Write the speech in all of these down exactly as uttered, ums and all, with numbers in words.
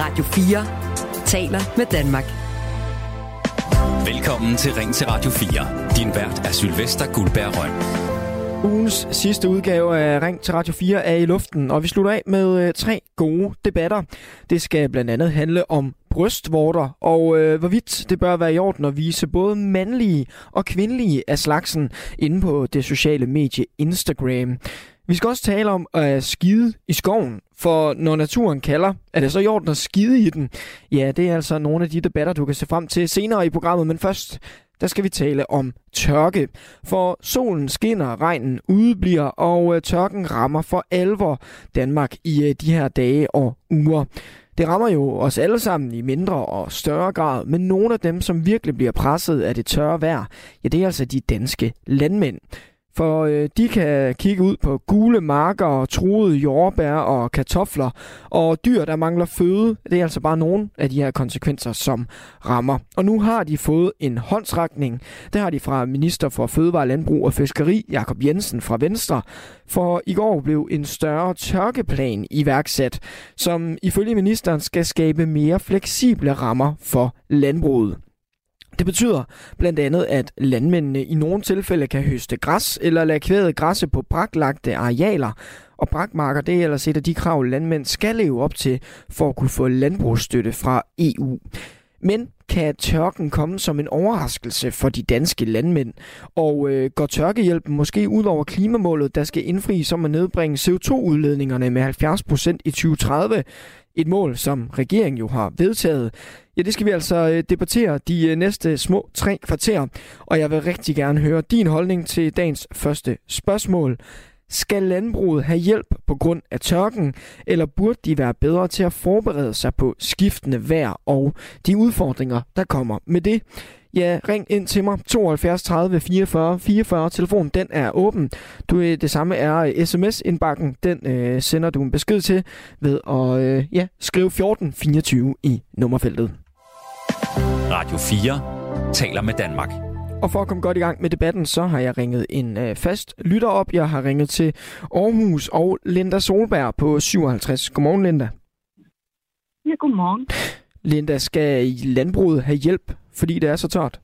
Radio fire taler med Danmark. Velkommen til Ring til Radio fire. Din vært er Sylvester Guldberg Røn. Ugens sidste udgave af Ring til Radio fire er i luften, og vi slutter af med øh, tre gode debatter. Det skal blandt andet handle om brystvorter, og øh, hvorvidt det bør være i orden at vise både mandlige og kvindelige af slagsen inde på det sociale medie Instagram. Vi skal også tale om at skide i skoven, for når naturen kalder, er det så i orden at skide i den? Ja, det er altså nogle af de debatter, du kan se frem til senere i programmet, men først der skal vi tale om tørke. For solen skinner, regnen udebliver, og tørken rammer for alvor Danmark i de her dage og uger. Det rammer jo os alle sammen i mindre og større grad, men nogle af dem, som virkelig bliver presset af det tørre vejr, ja, det er altså de danske landmænd. For øh, de kan kigge ud på gule marker og truede jordbær og kartofler, og dyr, der mangler føde, det er altså bare nogle af de her konsekvenser, som rammer. Og nu har de fået en håndsrækning. Det har de fra minister for Fødevare, Landbrug og Fiskeri, Jakob Jensen fra Venstre. For i går blev en større tørkeplan iværksat, som ifølge ministeren skal skabe mere fleksible rammer for landbruget. Det betyder blandt andet, at landmændene i nogle tilfælde kan høste græs eller lade kvæget græsse på braklagte arealer. Og brakmarker, det er ellers et af de krav, landmænd skal leve op til for at kunne få landbrugsstøtte fra E U. Men kan tørken komme som en overraskelse for de danske landmænd? Og øh, går tørkehjælpen måske ud over klimamålet, der skal indfries om at nedbringe C O to udledningerne med halvfjerds procent i tyve tredive? Et mål, som regeringen jo har vedtaget. Ja, det skal vi altså debattere de næste små tre kvarter. Og jeg vil rigtig gerne høre din holdning til dagens første spørgsmål. Skal landbruget have hjælp på grund af tørken, eller burde de være bedre til at forberede sig på skiftende vejr og de udfordringer, der kommer med det? Ja, ring ind til mig, tooghalvfjerds tredive fireogfyrre fireogfyrre. Telefonen, den er åben. Du, det samme er sms-indbakken. Den øh, sender du en besked til ved at øh, ja, skrive fjorten fireogtyve i nummerfeltet. Radio fire taler med Danmark. Og for at komme godt i gang med debatten, så har jeg ringet en øh, fast lytter op. Jeg har ringet til Aarhus og Linda Solberg på syvoghalvtreds. Godmorgen, Linda. Ja, godmorgen. Linda, skal landbruget have hjælp, fordi det er så tørt?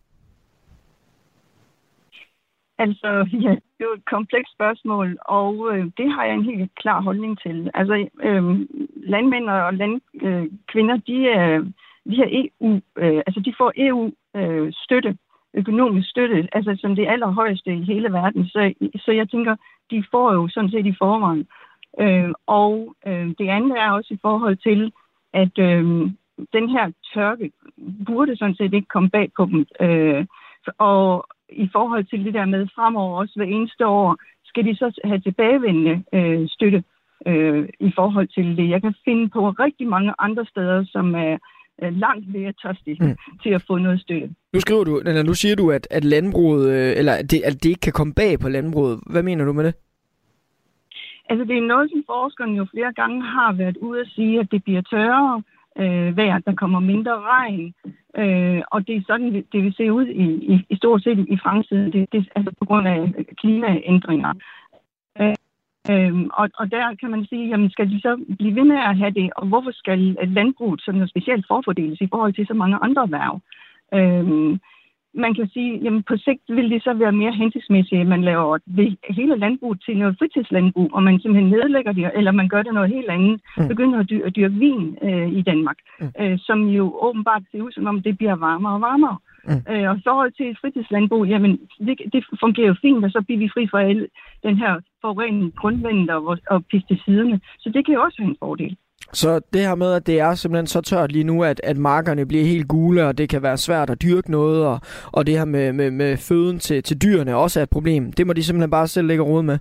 Altså, ja, det er jo et komplekst spørgsmål, og øh, det har jeg en helt klar holdning til. Altså, øh, landmænd og landkvinder, øh, de, øh, de har E U, øh, altså de får E U-støtte, øh, økonomisk støtte, altså som det allerhøjeste i hele verden. Så, så jeg tænker, de får jo sådan set i forvejen. Øh, og øh, det andet er også i forhold til, at øh, den her tørke burde sådan set ikke komme bag på dem. Øh, og i forhold til det der med fremover også hver eneste år, skal de så have tilbagevendende øh, støtte øh, i forhold til det. Jeg kan finde på rigtig mange andre steder, som er øh, langt mere tørstige mm. til at få noget støtte. Nu skriver du, eller nu siger du, at, at landbruget, øh, eller at det, at det ikke kan komme bag på landbruget. Hvad mener du med det? Altså det er noget, som forskerne jo flere gange har været ude at sige, at det bliver tørrere øh, vejr, der kommer mindre regn, øh, og det er sådan, det vil se ud i, i, i stort set i fremtiden, det, det, altså på grund af klimaændringer. Øh, øh, og, og der kan man sige, jamen skal de så blive ved med at have det, og hvorfor skal landbruget sådan noget specielt forfordeles i forhold til så mange andre erhverv? Øh, Man kan sige, jamen på sigt vil det så være mere hensigtsmæssigt, at man laver det hele landbrug til noget fritidslandbrug, og man simpelthen nedlægger det, eller man gør det noget helt andet, mm. begynder at dyrke, at dyrke vin øh, i Danmark, mm. øh, som jo åbenbart ser ud, som om det bliver varmere og varmere. Mm. Øh, og i forhold til fritidslandbrug, jamen det, det fungerer jo fint, og så bliver vi fri fra alle den her forurening grundvandet og, og pesticiderne, så det kan jo også have en fordel. Så det her med, at det er simpelthen så tørt lige nu, at, at markerne bliver helt gule, og det kan være svært at dyrke noget, og, og det her med, med, med føden til, til dyrene også er et problem. Det må de simpelthen bare selv lægge råd med.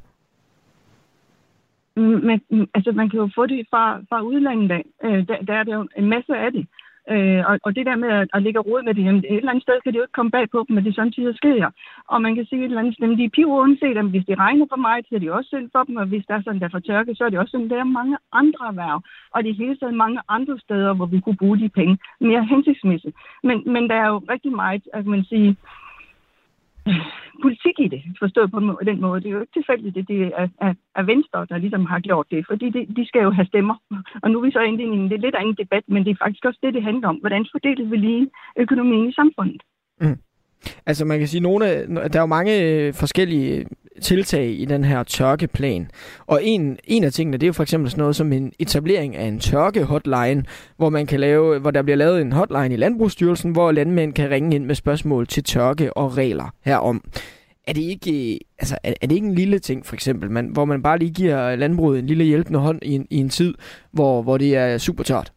Men, altså, man kan jo få det fra, fra udlandet af. Øh, der, der er det jo en masse af det. Øh, og, og det der med at, at lægge råd med det, jamen, et eller andet sted kan det jo ikke komme bag på dem, men det samtidig sker. Og man kan sige et eller andet sted, de er piv uanset, at hvis det regner for meget, så er det også selv for dem, og hvis der er sådan, der for tørke, så er det også sådan, der er mange andre erhverv. Og det er hele tiden mange andre steder, hvor vi kunne bruge de penge mere hensigtsmæssigt. Men, men der er jo rigtig meget, at man sige, politik i det, forstået på den måde. Det er jo ikke tilfældigt, at det er, er, er Venstre, der ligesom har gjort det, fordi det, de skal jo have stemmer. Og nu er vi så inde i en lidt anden debat, men det er faktisk også det, det handler om. Hvordan fordeler vi lige økonomien i samfundet? Mm. Altså man kan sige, nogle af, der er jo mange forskellige tiltag i den her tørkeplan. Og en, en af tingene, det er jo for eksempel sådan noget som en etablering af en tørke-hotline, hvor man kan lave, hvor der bliver lavet en hotline i Landbrugsstyrelsen, hvor landmænd kan ringe ind med spørgsmål til tørke og regler herom. Er det ikke, altså, er, er det ikke en lille ting, for eksempel, man, hvor man bare lige giver landbruget en lille hjælpende hånd i en, i en tid, hvor, hvor det er super tørt?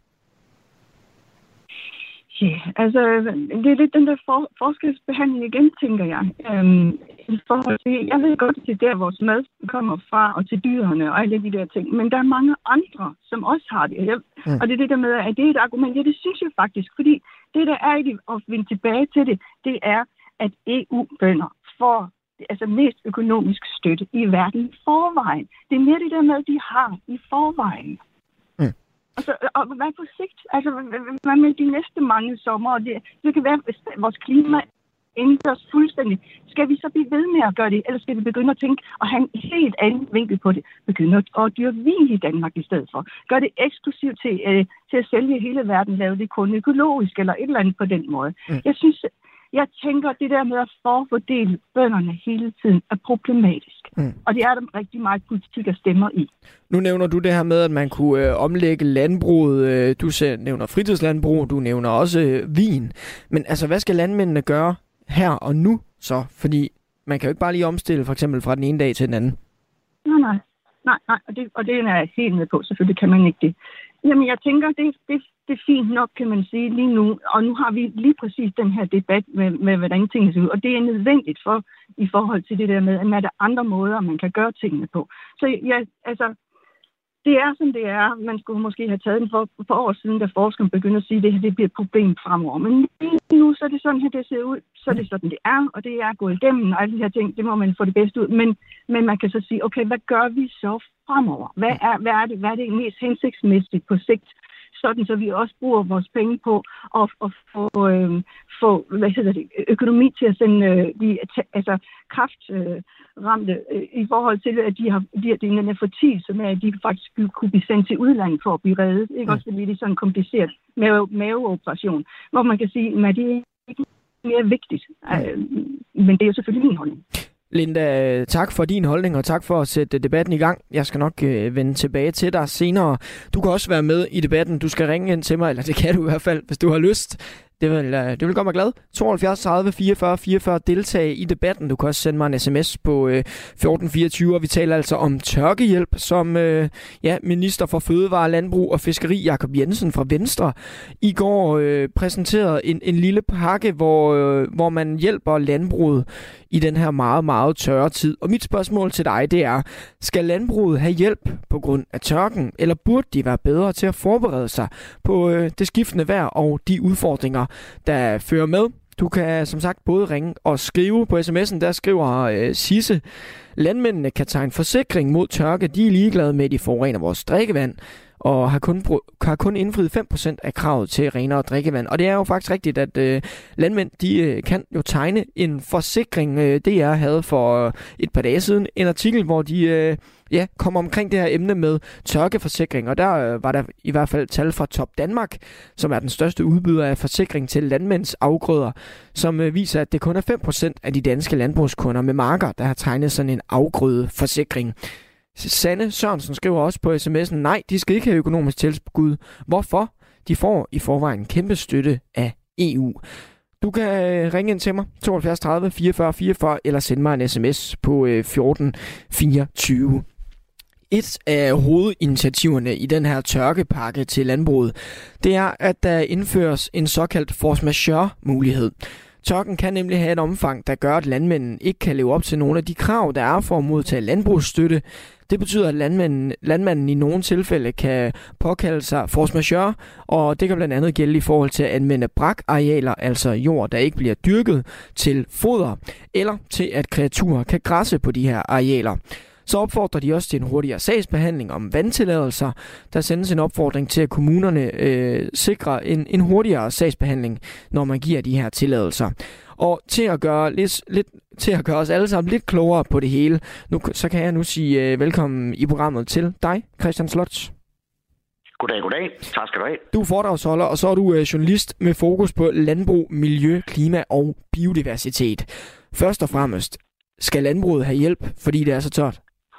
Ja, yeah, altså, det er lidt den der for, forskelsbehandling igen, tænker jeg. Øhm, i forhold til, jeg ved godt, til der, vores mad kommer fra, og til dyrene, og alle de der ting, men der er mange andre, som også har det. Jeg, mm. Og det er det der med, at det er et argument. Ja, det synes jeg faktisk, fordi det, der er i det, at vende tilbage til det, det er, at E U-bønder får altså mest økonomisk støtte i verden i forvejen. Det er mere det der med, at de har i forvejen. Altså, og hvad på sigt? Altså, hvad med de næste mange sommer? Det, det kan være, hvis vores klima ændres fuldstændig. Skal vi så blive ved med at gøre det, eller skal vi begynde at tænke og have en helt anden vinkel på det? Begynde at dyrke vin i Danmark i stedet for. Gør det eksklusivt til, øh, til at sælge i hele verden, lave det kun økologisk, eller et eller andet på den måde. Mm. Jeg synes, jeg tænker, at det der med at forfordele bønderne hele tiden er problematisk. Mm. Og det er der rigtig meget politik og stemmer i. Nu nævner du det her med, at man kunne øh, omlægge landbruget. Øh, du selv nævner fritidslandbrug, du nævner også øh, vin. Men altså, hvad skal landmændene gøre her og nu så? Fordi man kan jo ikke bare lige omstille for eksempel fra den ene dag til den anden. Nej, nej. Nej, nej. Og, det, og det er jeg helt med på. Selvfølgelig kan man ikke det. Jamen, jeg tænker, det, det, det er fint nok, kan man sige, lige nu. Og nu har vi lige præcis den her debat med, med hvordan tingene ser ud. Og det er nødvendigt for, i forhold til det der med, at der er andre måder, man kan gøre tingene på. Så ja, altså, det er som det er. Man skulle måske have taget den for, for år siden, da forskerne begyndte at sige, at det her det bliver et problem fremover. Men lige nu, så er det sådan her, det ser ud. Så er det sådan, det er. Og det er gået igennem, og alle de her ting, det må man få det bedste ud. Men, men man kan så sige, okay, hvad gør vi så fremover? Hvad er, hvad er, det, hvad er det mest hensigtsmæssigt på sigt? Sådan, så vi også bruger vores penge på at, at få, øh, få hvad hedder det, økonomi til at sende øh, de altså, kraftramte øh, øh, i forhold til, at de har de, de, den her fortielse med, at de faktisk kunne blive sendt til udlandet for at blive reddet. Ikke? Også fordi det er sådan en kompliceret mave, maveoperation, hvor man kan sige, at det er ikke mere vigtigt. Øh, men det er jo selvfølgelig min holdning. Linda, tak for din holdning, og tak for at sætte debatten i gang. Jeg skal nok øh, vende tilbage til dig senere. Du kan også være med i debatten. Du skal ringe ind til mig, eller det kan du i hvert fald, hvis du har lyst. Det vil, øh, det vil gøre mig glad. tooghalvfjerds tredive fireogfyrre fireogfyrre. Deltage i debatten. Du kan også sende mig en sms på øh, fjorten fireogtyve, og vi taler altså om tørkehjælp, som øh, ja, minister for Fødevare, Landbrug og Fiskeri, Jakob Jensen fra Venstre, i går øh, præsenterede en, en lille pakke, hvor, øh, hvor man hjælper landbruget i den her meget, meget tørre tid. Og mit spørgsmål til dig, det er, skal landbruget have hjælp på grund af tørken, eller burde de være bedre til at forberede sig på øh, det skiftende vejr og de udfordringer, der fører med? Du kan som sagt både ringe og skrive på sms'en. Der skriver øh, Sisse: landmændene kan tegne forsikring mod tørke. De er ligeglade med, at de forurener vores drikkevand, og har kun, har kun indfriet fem procent af kravet til renere drikkevand. Og det er jo faktisk rigtigt, at øh, landmænd de, øh, kan jo tegne en forsikring. Øh, D R havde for øh, et par dage siden en artikel, hvor de øh, ja, kom omkring det her emne med tørkeforsikring. Og der øh, var der i hvert fald tal fra Top Danmark, som er den største udbyder af forsikring til landmændsafgrøder, som øh, viser, at det kun er fem procent af de danske landbrugskunder med marker, der har tegnet sådan en afgrødeforsikring. Sanne Sørensen skriver også på sms'en: nej, de skal ikke have økonomisk tilskud. Hvorfor? De får i forvejen kæmpe støtte af E U. Du kan ringe ind til mig, tooghalvfjerds tredive fireogfyrre fireogfyrre, eller sende mig en sms på fjorten fireogtyve. Et af hovedinitiativerne i den her tørkepakke til landbruget, det er, at der indføres en såkaldt force majeure-mulighed. Tørken kan nemlig have et omfang, der gør, at landmænden ikke kan leve op til nogle af de krav, der er for at modtage landbrugsstøtte. Det betyder, at landmanden, landmanden i nogle tilfælde kan påkalde sig force majeure, og det kan blandt andet gælde i forhold til at anvende brakarealer, altså jord, der ikke bliver dyrket, til foder, eller til at kreaturer kan græsse på de her arealer. Så opfordrer de også til en hurtigere sagsbehandling om vandtilladelser. Der sendes en opfordring til, at kommunerne øh, sikrer en, en hurtigere sagsbehandling, når man giver de her tilladelser. Og til at gøre, lidt, lidt, til at gøre os alle sammen lidt klogere på det hele, nu, så kan jeg nu sige uh, velkommen i programmet til dig, Christian Slots. Goddag, goddag. Tak skal du have. Du er foredragsholder, og så er du uh, journalist med fokus på landbrug, miljø, klima og biodiversitet. Først og fremmest, skal landbruget have hjælp, fordi det er så tørt?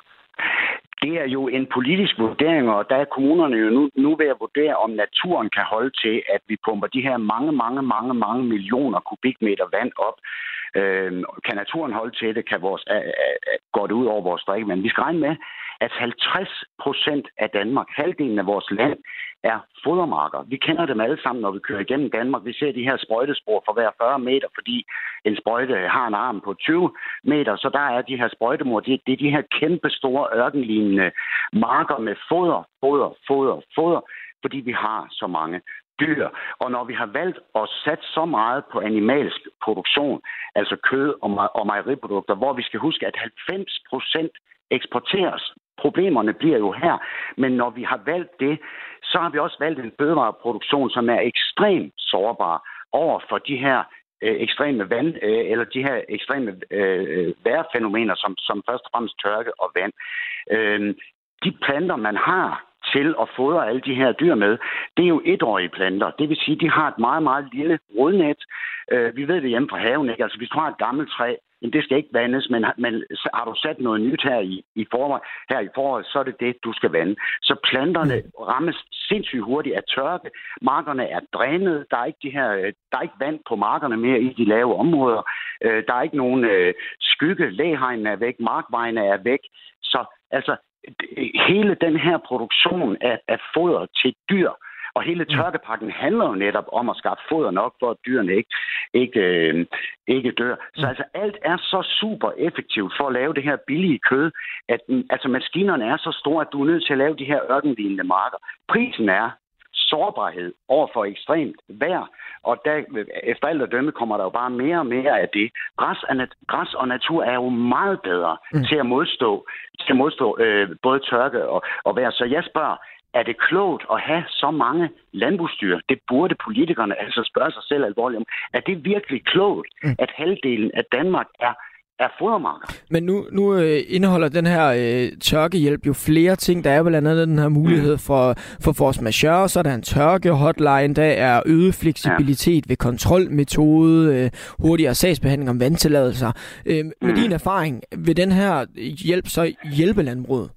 Det er jo en politisk vurdering, og der er kommunerne jo nu, nu ved at vurdere, om naturen kan holde til, at vi pumper de her mange, mange, mange, mange millioner kubikmeter vand op. Øh, kan naturen holde til det, kan vores, øh, øh, gå det ud over vores drikkevand. Vi skal regne med, at halvtreds procent af Danmark, halvdelen af vores land, er fodermarker. Vi kender dem alle sammen, når vi kører igennem Danmark. Vi ser de her sprøjtespor for hver fyrre meter, fordi en sprøjte har en arm på tyve meter, så der er de her sprøjtemor. Det, det er de her kæmpe store ørkenlignende marker med foder, foder, foder, foder, fordi vi har så mange dyr. Og når vi har valgt at satse så meget på animalsk produktion, altså kød og, og mejeriprodukter, hvor vi skal huske, at halvfems procent eksporteres. Problemerne bliver jo her, men når vi har valgt det, så har vi også valgt en fødevareproduktion, som er ekstremt sårbar over for de her øh, ekstreme vand, øh, eller de her ekstreme øh, vejrfænomener, som, som først og fremmest tørke og vand. Øh, de planter, man har til at fodre alle de her dyr med, det er jo etårige planter. Det vil sige, at de har et meget, meget lille rodnet. Øh, vi ved det hjemme fra haven, ikke? Altså, hvis du har et gammelt træ, men det skal ikke vandes, men, men har du sat noget nyt her i, i foråret, her i foråret, så er det det, du skal vande. Så planterne rammes sindssygt hurtigt af tørke. Markerne er drænet. Der er ikke, de her, der er ikke vand på markerne mere i de lave områder. Der er ikke nogen skygge. Læhegnen er væk. Markvejene er væk. Så altså, hele den her produktion af, af foder til dyr, og hele tørkepakken handler jo netop om at skaffe foder nok, for at dyrene ikke, ikke, øh, ikke dør. Så altså alt er så super effektivt for at lave det her billige kød, at altså, maskinerne er så store, at du er nødt til at lave de her ørkenlignende marker. Prisen er sårbarhed over for ekstremt vejr, og der, efter alt at dømme kommer der jo bare mere og mere af det. Græs, nat- græs og natur er jo meget bedre mm. til at modstå, til at modstå øh, både tørke og, og vejr. Så jeg spørger, er det klogt at have så mange landbrugsdyr? Det burde politikerne altså spørge sig selv alvorligt om. Er det virkelig klogt, mm. at halvdelen af Danmark er er fodermarker? Men nu, nu øh, indeholder den her øh, tørkehjælp jo flere ting. Der er blandt andet den her mulighed mm. for, for force majeure, så er der en tørkehotline, der er øget fleksibilitet ja. ved kontrolmetode, øh, hurtigere sagsbehandling om vandtilladelser. Øh, mm. Med din erfaring, vil den her hjælp så hjælpe landbruget?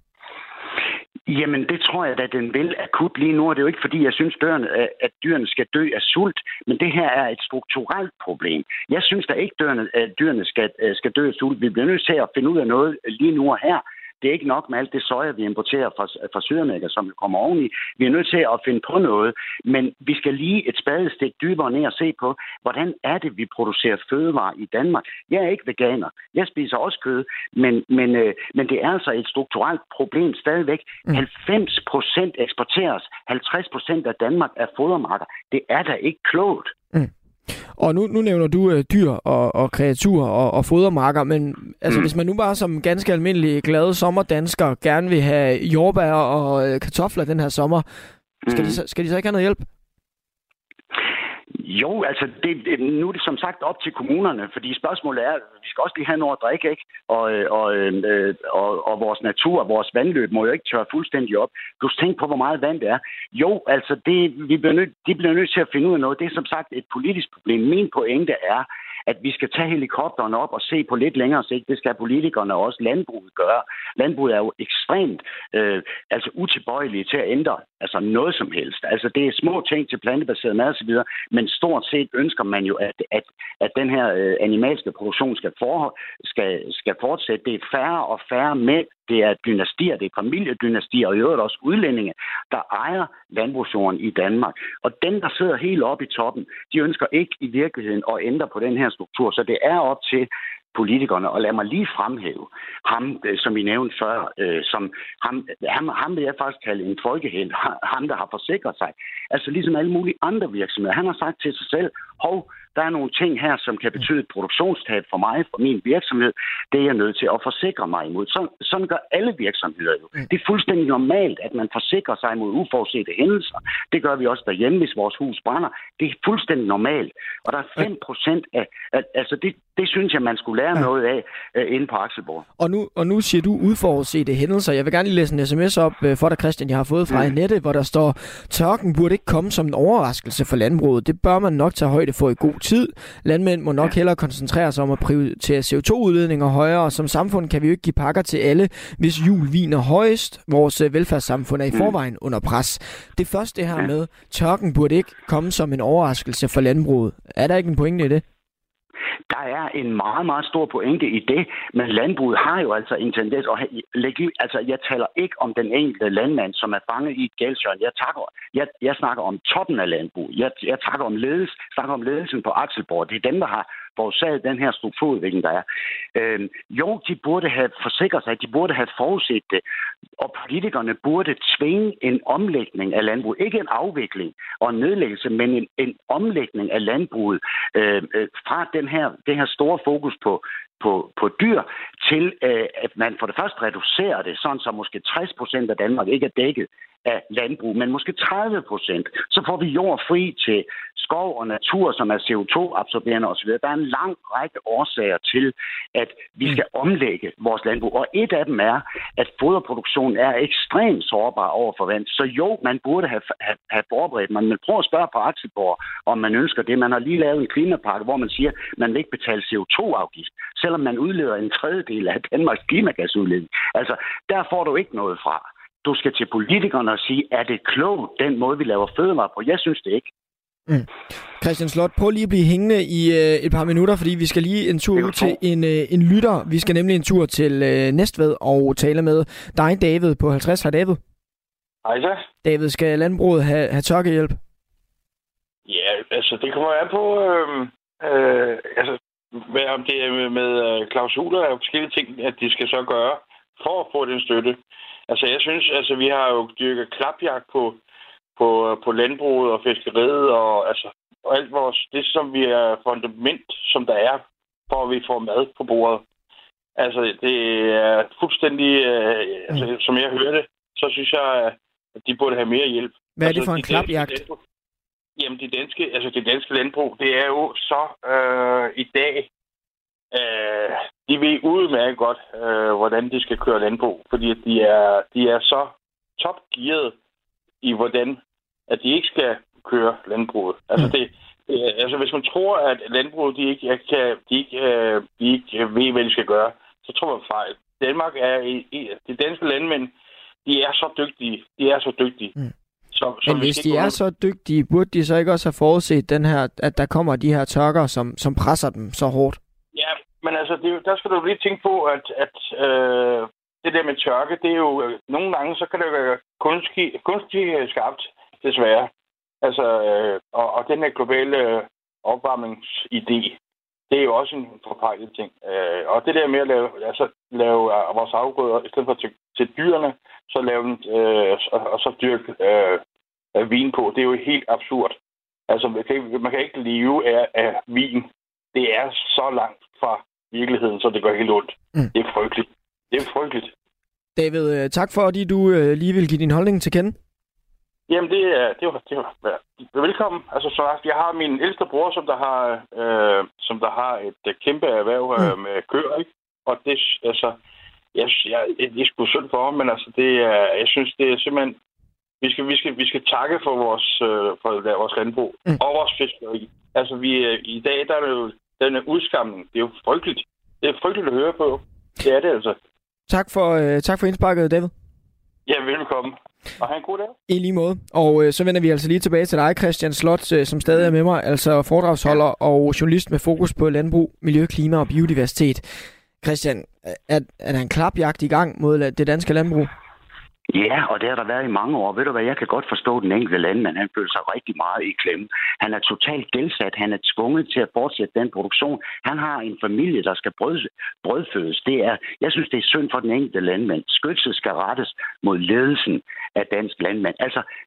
Jamen, det tror jeg, at den vil akut lige nu. Og det er jo ikke, fordi jeg synes, at dyrene skal dø af sult, men det her er et strukturelt problem. Jeg synes da ikke, at dyrene skal, skal dø af sult. Vi bliver nødt til at finde ud af noget lige nu og her. Det er ikke nok med alt det soja, vi importerer fra, fra Sydamerika, som vi kommer oveni. Vi er nødt til at finde på noget, men vi skal lige et spadestik dybere ned og se på, hvordan er det, vi producerer fødevarer i Danmark. Jeg er ikke veganer. Jeg spiser også kød, men, men, øh, men det er altså et strukturelt problem stadigvæk. Mm. halvfems procent eksporteres. halvtreds procent af Danmark er fodermarker. Det er da ikke klogt. Mm. Og nu, nu nævner du øh, dyr og, og kreaturer og, og fodermarker, men altså, mm. hvis man nu bare som ganske almindelig glade sommerdansker gerne vil have jordbær og øh, kartofler den her sommer, skal, mm. de, skal de så ikke have noget hjælp? Jo, altså det, nu er det som sagt op til kommunerne, fordi spørgsmålet er, at vi skal også lige have noget at drikke, ikke? Og, og, øh, og, og vores natur, vores vandløb må jo ikke tørre fuldstændig op. Du skal tænke på, hvor meget vand det er. Jo, altså det, vi bliver nødt, de bliver nødt til at finde ud af noget. Det er som sagt et politisk problem. Min pointe er, at vi skal tage helikopteren op og se på lidt længere sigt. Det skal politikerne og også landbruget gøre. Landbruget er jo ekstremt øh, altså utilbøjelige til at ændre altså noget som helst. Altså det er små ting til plantebaseret mad osv., men stort set ønsker man jo, at, at, at den her øh, animalske produktion skal, for, skal, skal fortsætte. Det er færre og færre mænd. Det er dynastier, det er familiedynastier, og i øvrigt også udlændinge, der ejer landbrugsjorden i Danmark. Og dem, der sidder helt oppe i toppen, de ønsker ikke i virkeligheden at ændre på den her struktur. Så det er op til politikerne, og lad mig lige fremhæve ham, som I nævnte før, øh, som ham, ham, ham vil jeg faktisk kalde en folkehelt, ham, der har forsikret sig. Altså ligesom alle mulige andre virksomheder. Han har sagt til sig selv, hov, der er nogle ting her, som kan betyde et produktionstab for mig, for min virksomhed. Det er jeg nødt til at forsikre mig imod. Så, sådan gør alle virksomheder jo. Det er fuldstændig normalt, at man forsikrer sig mod uforudsete hændelser. Det gør vi også derhjemme, hvis vores hus brænder. Det er fuldstændig normalt. Og der er fem procent af... af altså det, det synes jeg, man skulle lære ja. noget af uh, inde på Akselborg. Og nu, og nu siger du uforudsete hændelser. Jeg vil gerne lige læse en sms op uh, for dig, Christian, jeg har fået fra mm. Annette, hvor der står, tørken burde ikke komme som en overraskelse for landbruget. Det bør man nok tage højde for i god tid. Landmænd må nok ja. hellere koncentrere sig om at prioritere C O to udledninger højere. Som samfund kan vi jo ikke give pakker til alle, hvis jul viner højst. Vores velfærdssamfund er i forvejen mm. under pres. Det første her ja. med, tørken burde ikke komme som en overraskelse for landbruget. Er der ikke en pointe i det? Der er en meget, meget stor pointe i det, men landbruget har jo altså en tendens at lægge... Altså, jeg taler ikke om den enkelte landmand, som er fanget i et gældshjørn. Jeg, jeg, jeg snakker om toppen af landbruget. Jeg, jeg snakker om, ledelse, snakker om ledelsen på Akselborg. Det er dem, der har forårsaget den her strukturudvikling, der er. Øhm, jo, de burde have forsikret sig, de burde have forudset det, og politikerne burde tvinge en omlægning af landbruget. Ikke en afvikling og en nedlæggelse, men en, en omlægning af landbruget øh, øh, fra den her, det her store fokus på, på, på dyr, til øh, at man for det første reducerer det, sådan så måske tres procent af Danmark ikke er dækket af landbrug, men måske tredive procent. Så får vi jord fri til skov og natur, som er C O to absorberende osv. Der er en lang række årsager til, at vi skal omlægge vores landbrug. Og et af dem er, at foderproduktionen er ekstremt sårbar over for vand. Så jo, man burde have, have, have forberedt. Man vil prøve at spørge på Akselborg, om man ønsker det. Man har lige lavet en klimapakke, hvor man siger, at man vil ikke betale C O to afgift, selvom man udleder en tredjedel af Danmarks klimagasudledning. Altså, der får du ikke noget fra. Du skal til politikerne og sige, er det klogt, den måde, vi laver fødevarer på? Jeg synes det ikke. Mm. Christian Slot, prøv lige at blive hængende i øh, et par minutter, fordi vi skal lige en tur ud til en, øh, en lytter. Vi skal nemlig en tur til øh, Næstved og tale med dig, David, på halvtreds. Hej, David. Hej så. David, skal landbruget have, have tørkehjælp? Ja, altså det kommer an på, øh, øh, altså, hvad, om det er med, med klausuler og forskellige ting, at de skal så gøre for at få den støtte. Altså, jeg synes, altså, vi har jo dyrket klapjagt på, på, på landbruget og fiskeriet og, altså, og alt vores, det som vi er fundament, som der er, for at vi får mad på bordet. Altså, det er fuldstændig, øh, altså, mm. som jeg hørte, så synes jeg, at de burde have mere hjælp. Hvad er altså, det for en de klapjagt? Danske, jamen, det danske, altså, det danske landbrug, det er jo så øh, i dag, Øh, de ved udmærket godt, øh, hvordan de skal køre landbrug, fordi de er, de er så topgearet i, hvordan at de ikke skal køre landbruget. Altså, det, øh, altså hvis man tror, at landbruget de ikke, kan, de ikke, øh, de ikke ved, hvad de skal gøre, så tror man fejl. Danmark er i, i de danske landmænd, de er så dygtige. De er så dygtige. Mm. Så, så Men hvis de er så dygtige, burde de så ikke også have forudset den her, at der kommer de her tørker, som, som presser dem så hårdt? Ja, men altså, det, der skal du lige tænke på, at, at øh, det der med tørke, det er jo, øh, nogle gange, så kan det være kunstigt, kunstigt skabt, desværre. Altså, øh, og, og den her globale øh, opvarmningsidé, det er jo også en forpejlet ting. Øh, og det der med at lave, altså, lave uh, vores afgrøder, i stedet for til, til dyrene, så lave den, øh, og, og så dyrke øh, vin på, det er jo helt absurd. Altså, man kan, man kan ikke leve af, af vin. Det er så langt fra virkeligheden, så det gør helt ondt. Mm. Det er frygteligt. Det er frygteligt. David, tak for, at du øh, lige vil give din holdning til kende. Jamen, det er det var, det var, ja. Velkommen. Altså, så jeg har min ældste bror, som der har, øh, som der har et øh, kæmpe erhverv øh, mm. med køer, ikke? Og det, altså, jeg, jeg, jeg er sgu synd for ham, men altså, det er, jeg synes, det er simpelthen, vi skal, vi skal, vi skal takke for vores, øh, for vores landbrug mm. og vores fiskeri. Altså, vi, øh, i dag, der er det jo den er udskamning. Det er jo frygteligt. Det er frygteligt at høre på. Det er det altså. Tak for, øh, tak for indsparket, David. Ja, velkommen. Og have en god dag. I lige måde. Og øh, så vender vi altså lige tilbage til dig, Christian Slot, øh, som stadig er med mig, altså foredragsholder og journalist med fokus på landbrug, miljø, klima og biodiversitet. Christian, er, er der en klapjagt i gang mod det danske landbrug? Ja, og det har der været i mange år. Ved du hvad, jeg kan godt forstå den enkelte landmand. Han føler sig rigtig meget i klemme. Han er totalt gældsat. Han er tvunget til at fortsætte den produktion. Han har en familie, der skal brød, brødfødes. Det er, jeg synes, det er synd for den enkelte landmand. Skytset skal rettes mod ledelsen af dansk landmand. Altså,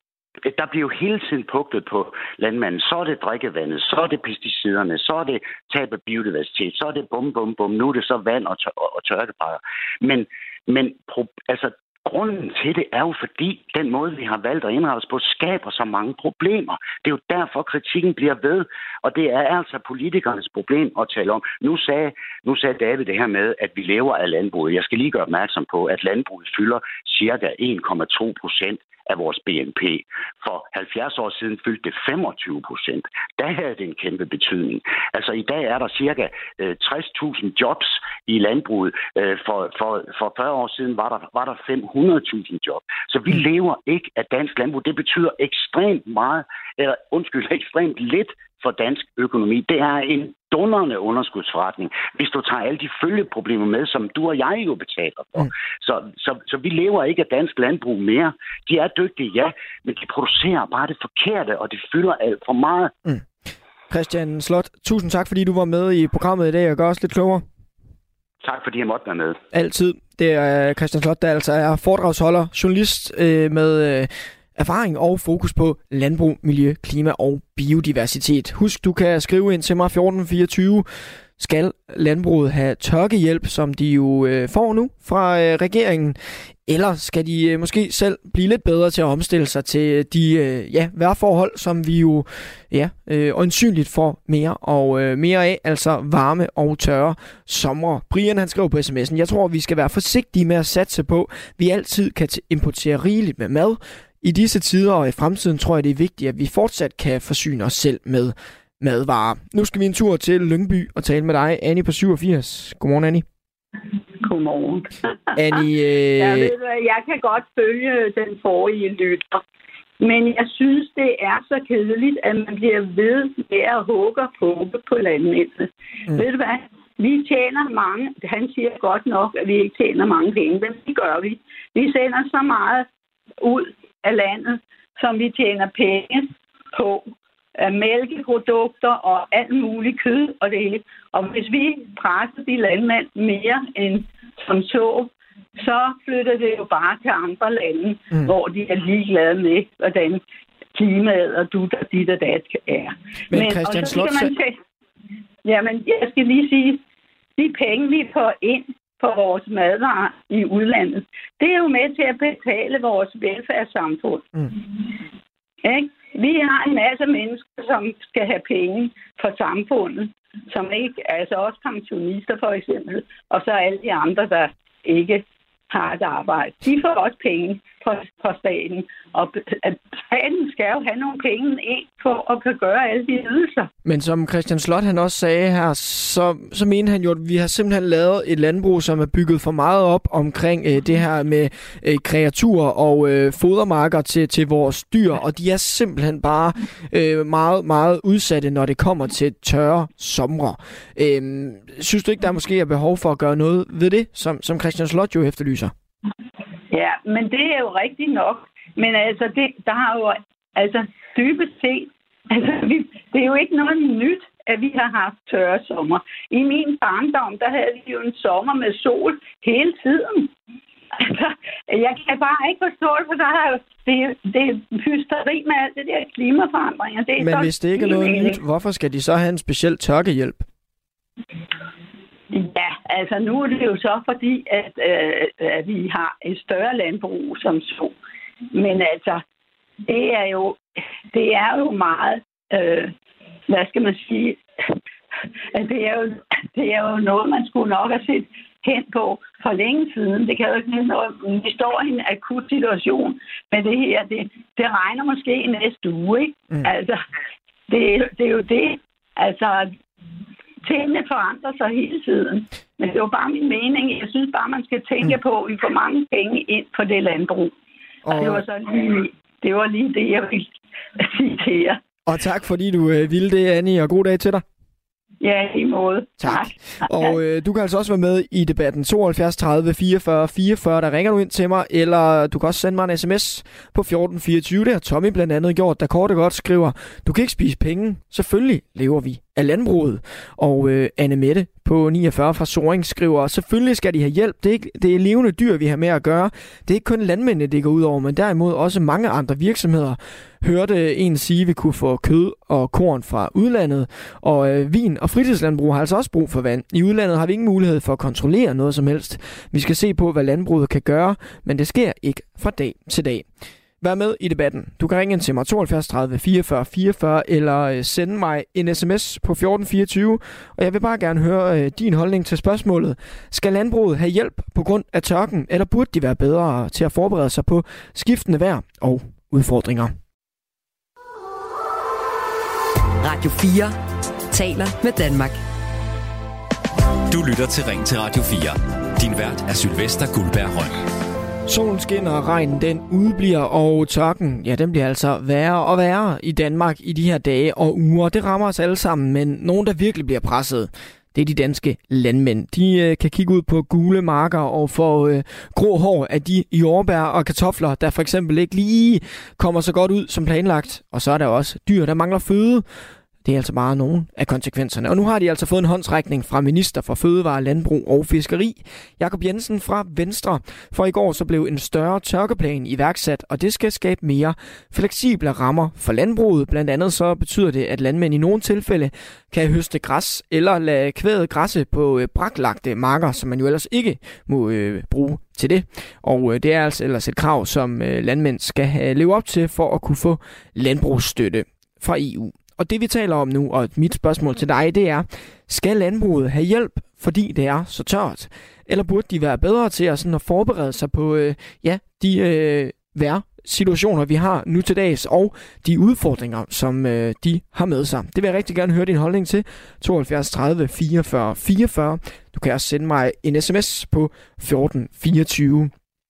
der bliver jo hele tiden pugtet på landmanden. Så er det drikkevandet, så er det pesticiderne, så er det tab af biodiversitet, så er det bum, bum, bum. Nu er det så vand og, tør- og tørkepakker. Men, men altså, grunden til det er jo fordi, den måde, vi har valgt at indrette os på, skaber så mange problemer. Det er jo derfor, kritikken bliver ved. Og det er altså politikernes problem at tale om. Nu sagde, nu sagde David det her med, at vi lever af landbruget. Jeg skal lige gøre opmærksom på, at landbruget fylder cirka en komma to procent af vores B N P. For halvfjerds år siden fyldte det femogtyve procent. Der havde det en kæmpe betydning. Altså i dag er der cirka øh, tres tusind jobs i landbruget. Øh, for, for, for fyrre år siden var der, var der fem hundrede tusind jobs. Så vi lever ikke af dansk landbrug. Det betyder ekstremt meget, eller undskyld, ekstremt lidt for dansk økonomi. Det er en dundrende underskudsforretning, hvis du tager alle de følgeproblemer med, som du og jeg jo betaler for. Mm. Så, så, så vi lever ikke af dansk landbrug mere. De er dygtige, ja, men de producerer bare det forkerte, og det fylder alt for meget. Mm. Christian Slot, tusind tak, fordi du var med i programmet i dag og gør os lidt klogere. Tak, fordi jeg måtte være med. Altid. Det er Christian Slot, der altså er foredragsholder, journalist øh, med øh, erfaring og fokus på landbrug, miljø, klima og biodiversitet. Husk, du kan skrive ind til mig fjorten fireogtyve. Skal landbruget have tørkehjælp, som de jo øh, får nu fra øh, regeringen? Eller skal de øh, måske selv blive lidt bedre til at omstille sig til de øh, ja, vejrforhold, som vi jo ja, øh, øjensynligt får mere og øh, mere af, altså varme og tørre sommer. Brian han skrev på sms'en, jeg tror, vi skal være forsigtige med at satse på, vi altid kan importere rigeligt med mad. I disse tider og i fremtiden tror jeg, det er vigtigt, at vi fortsat kan forsyne os selv med madvarer. Nu skal vi en tur til Lyngby og tale med dig, Annie på syvogfirs. Godmorgen, Annie. Godmorgen. Annie, øh... jeg, ved, jeg kan godt følge den forrige lytter, men jeg synes, det er så kedeligt, at man bliver ved med at hugge og pukke på landmændene. Mm. Ved du hvad? Vi tjener mange, han siger godt nok, at vi ikke tjener mange penge, men det gør vi. Vi sender så meget ud af landet, som vi tjener penge på. Mælkeprodukter og alt muligt kød og det hele. Og hvis vi presser de landmænd mere end som så, så flytter det jo bare til andre lande, mm. hvor de er ligeglade med, hvordan klimaet og dut og dit og dat er. Men, Men Christian Slot... Tage... Jamen, jeg skal lige sige, de penge, vi får ind på vores madvarer i udlandet, det er jo med til at betale vores velfærdssamfund. Mm. Ikke? Vi har en masse mennesker, som skal have penge for samfundet, som ikke, altså også pensionister for eksempel, og så alle de andre, der ikke har et arbejde. De får også penge fra staten, og staten skal jo have nogle penge ind for at kan gøre alle de ydelser. Men som Christian Slot han også sagde her, så, så mener han jo, at vi har simpelthen lavet et landbrug, som er bygget for meget op omkring øh, det her med øh, kreaturer og øh, fodermarker til, til vores dyr, og de er simpelthen bare øh, meget, meget udsatte, når det kommer til tørre somre. Øh, synes du ikke, der måske er behov for at gøre noget ved det, som, som Christian Slot jo efterlyser? Ja, men det er jo rigtigt nok. Men altså, det, der har jo altså dybest set, altså, vi, det er jo ikke noget nyt, at vi har haft tørre sommer. I min barndom, der havde vi jo en sommer med sol hele tiden. Altså, jeg kan bare ikke forstå det, for der er jo, det, det er hysteri med alt det der klimaforandringer. Det er men så hvis det ikke er noget nyt, hvorfor skal de så have en speciel tørkehjælp? Ja, altså nu er det jo så fordi, at, øh, at vi har et større landbrug som så. Men altså, det er jo, det er jo meget, øh, hvad skal man sige, det er, jo, det er jo noget, man skulle nok have set hen på for længe siden. Det kan jo ikke noget. Vi står i en akut situation med det her. Det, det regner måske i næste uge, ikke? Mm. Altså, det, det er jo det. Altså, tingene forandrer sig hele tiden. Men det var bare min mening. Jeg synes bare, man skal tænke mm. på, at vi får mange penge ind på det landbrug. Og, og det var så lige, det var lige det, jeg ville sige til jer. Og tak, fordi du øh, ville det, Annie, og god dag til dig. Ja, i måde. Tak. tak. Og øh, du kan altså også være med i debatten tooghalvfjerds tredive fireogfyrre fireogfyrre. Der ringer du ind til mig, eller du kan også sende mig en sms på fjorten fireogtyve. Det har Tommy blandt andet gjort, der kort og godt skriver, du kan ikke spise penge. Selvfølgelig lever vi af landbruget. Og øh, Anne Mette på niogfyrre fra Soring skriver, selvfølgelig skal de have hjælp. Det er, ikke, det er levende dyr, vi har med at gøre. Det er ikke kun landmændene, det går ud over, men derimod også mange andre virksomheder. Hørte en sige, at vi kunne få kød og korn fra udlandet, og øh, vin og fritidslandbrug har altså også brug for vand. I udlandet har vi ingen mulighed for at kontrollere noget som helst. Vi skal se på, hvad landbruget kan gøre, men det sker ikke fra dag til dag. Vær med i debatten. Du kan ringe ind til mig tooghalvfjerds tredive fireogfyrre fireogfyrre eller sende mig en sms på fjorten fireogtyve. Og jeg vil bare gerne høre øh, din holdning til spørgsmålet. Skal landbruget have hjælp på grund af tørken, eller burde de være bedre til at forberede sig på skiftende vejr og udfordringer? Radio fire taler med Danmark. Du lytter til Ring til Radio fire. Din vært er Sylvester Guldberg Røn. Solen skinner, regnen den udbliver, og tørken, ja, den bliver altså værre og værre i Danmark i de her dage og uger. Det rammer os alle sammen, men nogen, der virkelig bliver presset, det er de danske landmænd. De øh, kan kigge ud på gule marker og få øh, grå hår af de jordbær og kartofler, der for eksempel ikke lige kommer så godt ud som planlagt. Og så er der også dyr, der mangler føde. Det er altså bare nogle af konsekvenserne. Og nu har de altså fået en håndsrækning fra minister for Fødevare, Landbrug og Fiskeri, Jakob Jensen fra Venstre. For i går så blev en større tørkeplan iværksat, og det skal skabe mere fleksible rammer for landbruget. Blandt andet så betyder det, at landmænd i nogle tilfælde kan høste græs eller lade kvædet græsse på øh, braklagte marker, som man jo ellers ikke må øh, bruge til det. Og øh, det er altså ellers et krav, som øh, landmænd skal have, leve op til for at kunne få landbrugsstøtte fra E U. Og det vi taler om nu, og mit spørgsmål til dig, det er, skal landbruget have hjælp, fordi det er så tørt? Eller burde de være bedre til at, sådan, at forberede sig på øh, ja, de øh, vejrsituationer, vi har nu til dags, og de udfordringer, som øh, de har med sig? Det vil jeg rigtig gerne høre din holdning til. tooghalvfjerds tredive fireogfyrre fireogfyrre. Du kan også sende mig en sms på fjorten fireogtyve.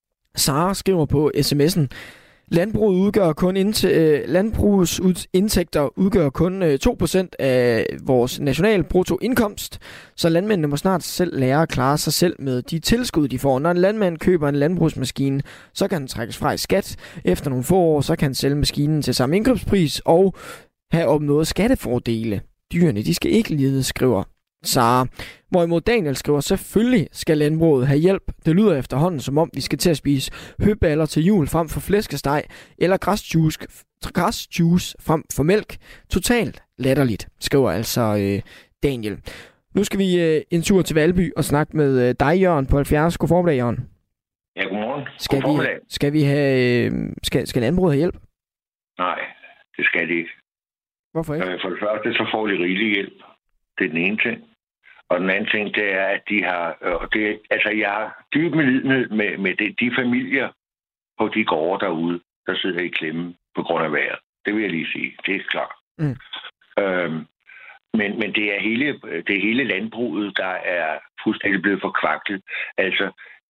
Sara skriver på sms'en, Landbruget udgør kun indtæ- øh, landbrugets ud- indtægter udgør kun øh, to procent af vores national bruttoindkomst, så landmændene må snart selv lære at klare sig selv med de tilskud, de får. Når en landmand køber en landbrugsmaskine, så kan den trækkes fra i skat. Efter nogle få år, så kan han sælge maskinen til samme indkøbspris og have opnået skattefordele. Dyrene, de skal ikke lide, skriver Sara. Hvorimod Daniel skriver, selvfølgelig skal landbruget have hjælp. Det lyder efterhånden, som om vi skal til at spise høballer til jul frem for flæskesteg, eller græsjuice, græsjuice frem for mælk. Totalt latterligt, skriver altså øh, Daniel. Nu skal vi øh, en tur til Valby og snakke med øh, dig, Jørgen, på halvfjerds. God formiddag, Jørgen. Ja, godmorgen. Skal God vi, skal vi have, øh, skal, skal landbruget have hjælp? Nej, det skal de ikke. Hvorfor ikke? For det første, så får de rigelig hjælp. Det er den ene ting. Og den anden ting, det er, at de har... Og det, altså, jeg har dyb medlidenhed med, med det, de familier på de gårde derude, der sidder i klemme på grund af vejret. Det vil jeg lige sige. Det er klart. Mm. Øhm, men, men det er hele, det er hele landbruget, der er fuldstændig blevet forkvaklet. Altså,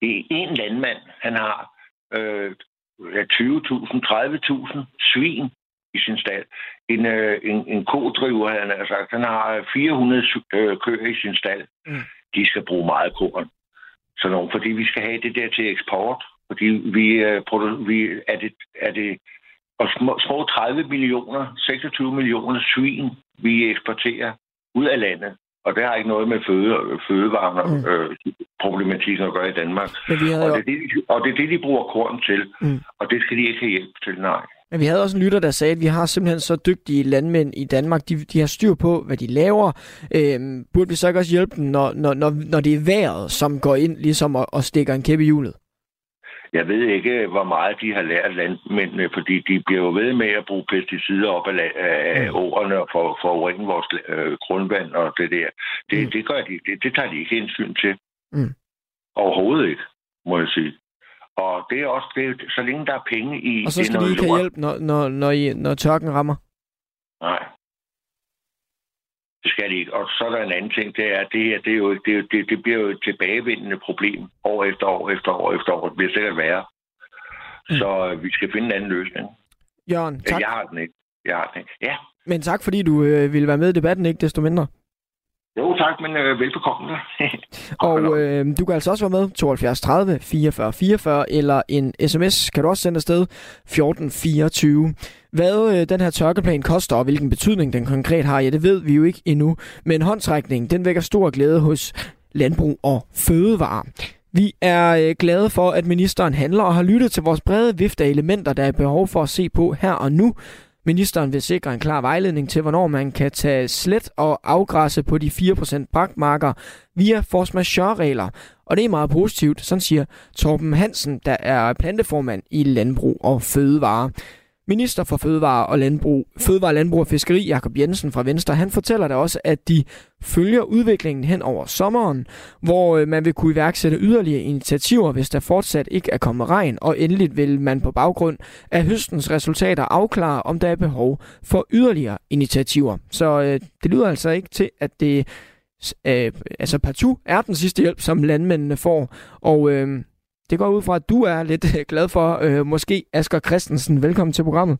en landmand, han har øh, tyve tusind, tredive tusind svin i sin stald. En, øh, en, en kodriver, han har sagt, han har fire hundrede øh, køer i sin stald. Mm. De skal bruge meget korn. Så nogen, fordi vi skal have det der til eksport. Fordi vi, øh, produ- vi er det, er det og små, små tredive millioner, seksogtyve millioner svin, vi eksporterer ud af landet. Og det har ikke noget med føde, fødevarer mm. øh, problematikken at gøre i Danmark. Og det, jo... det, de, og det er det, de bruger korn til. Mm. Og det skal de ikke have hjælp til, nej. Men vi havde også en lytter, der sagde, at vi har simpelthen så dygtige landmænd i Danmark. De, de har styr på, hvad de laver. Øhm, burde vi så ikke også hjælpe dem, når, når, når, når det er vejret, som går ind ligesom og, og stikker en kæp i hjulet? Jeg ved ikke, hvor meget de har lært landmændene, fordi de bliver jo ved med at bruge pesticider op af, af mm. åerne og for, for at forurene vores øh, grundvand og det der. Det, mm. det, gør de, det, det tager de ikke hensyn til. Mm. Overhovedet ikke, må jeg sige. Og det er også, det, så længe der er penge i... Og så skal de ikke have hjælp, når, når, når, I, når tørken rammer? Nej. Det skal de ikke. Og så er der en anden ting, det er, det her, det, er jo, det, det, det bliver jo et tilbagevendende problem. År efter år, efter år, efter år. Det bliver sikkert værre. Mm. Så vi skal finde en anden løsning. Jørgen, tak. Jeg har den ikke. Jeg har den ikke. Ja. Men tak, fordi du øh, ville være med i debatten, ikke desto mindre. Jo, tak, men øh, velbekomme. Og øh, du kan altså også være med tooghalvfjerds tredive fireogfyrre fireogfyrre, eller en sms kan du også sende afsted fjorten fireogtyve. Hvad øh, den her tørkeplan koster, og hvilken betydning den konkret har, ja, det ved vi jo ikke endnu. Men håndtrækningen, den vækker stor glæde hos Landbrug og Fødevare. Vi er øh, glade for, at ministeren handler og har lyttet til vores brede vifte af elementer, der er behov for at se på her og nu. Ministeren vil sikre en klar vejledning til, hvornår man kan tage slet og afgræsse på de fire procent brakmarker via force majeure-regler. Og det er meget positivt, sådan siger Torben Hansen, der er planteformand i Landbrug og Fødevare. Minister for Fødevare og Landbrug, Fødevare, Landbrug og Fiskeri, Jakob Jensen fra Venstre, han fortæller da også, at de følger udviklingen hen over sommeren, hvor man vil kunne iværksætte yderligere initiativer, hvis der fortsat ikke er kommet regn, og endeligt vil man på baggrund af høstens resultater afklare, om der er behov for yderligere initiativer. Så øh, det lyder altså ikke til, at det øh, altså partout er den sidste hjælp, som landmændene får, og øh, det går ud fra, at du er lidt glad for, øh, måske Asger Christensen. Velkommen til programmet.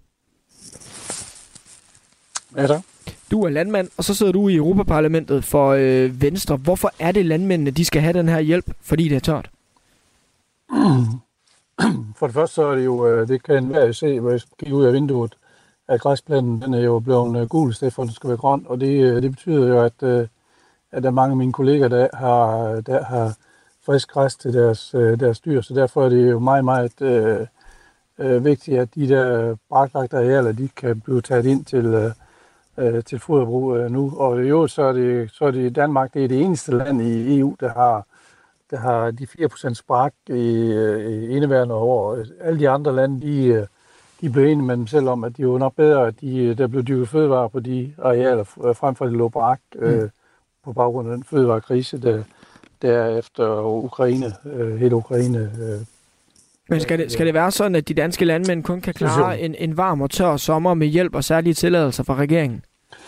Ja, tak. Du er landmand, og så sidder du i Europaparlamentet for øh, Venstre. Hvorfor er det landmændene, de skal have den her hjælp, fordi det er tørt? For det første så er det jo, det kan enhver jo se, hvor jeg kigger ud af vinduet, at græsplænen den er jo blevet gul i stedet for, at den skal være grøn. Og det, det betyder jo, at, at der er mange af mine kolleger, der har, der har frisk græs til deres, deres dyr, så derfor er det jo meget, meget øh, øh, vigtigt, at de der braklagte arealer, de kan blive taget ind til, øh, til foderbrug øh, nu. Og jo, så er, det, så er det Danmark, det er det eneste land i E U, der har, der har de fire procent brak i, i indeværende år. Alle de andre lande, de, de blev enige med dem selv om, at de var nok bedre, at de, der blev dyrket fødevarer på de arealer, frem for at det lå brak øh, på baggrund af den fødevarekrise, der der efter Ukraine, øh, hele Ukraine. Øh, Men skal det, skal det være sådan, at de danske landmænd kun kan klare en, en varm og tør sommer med hjælp og særlige tilladelser fra regeringen?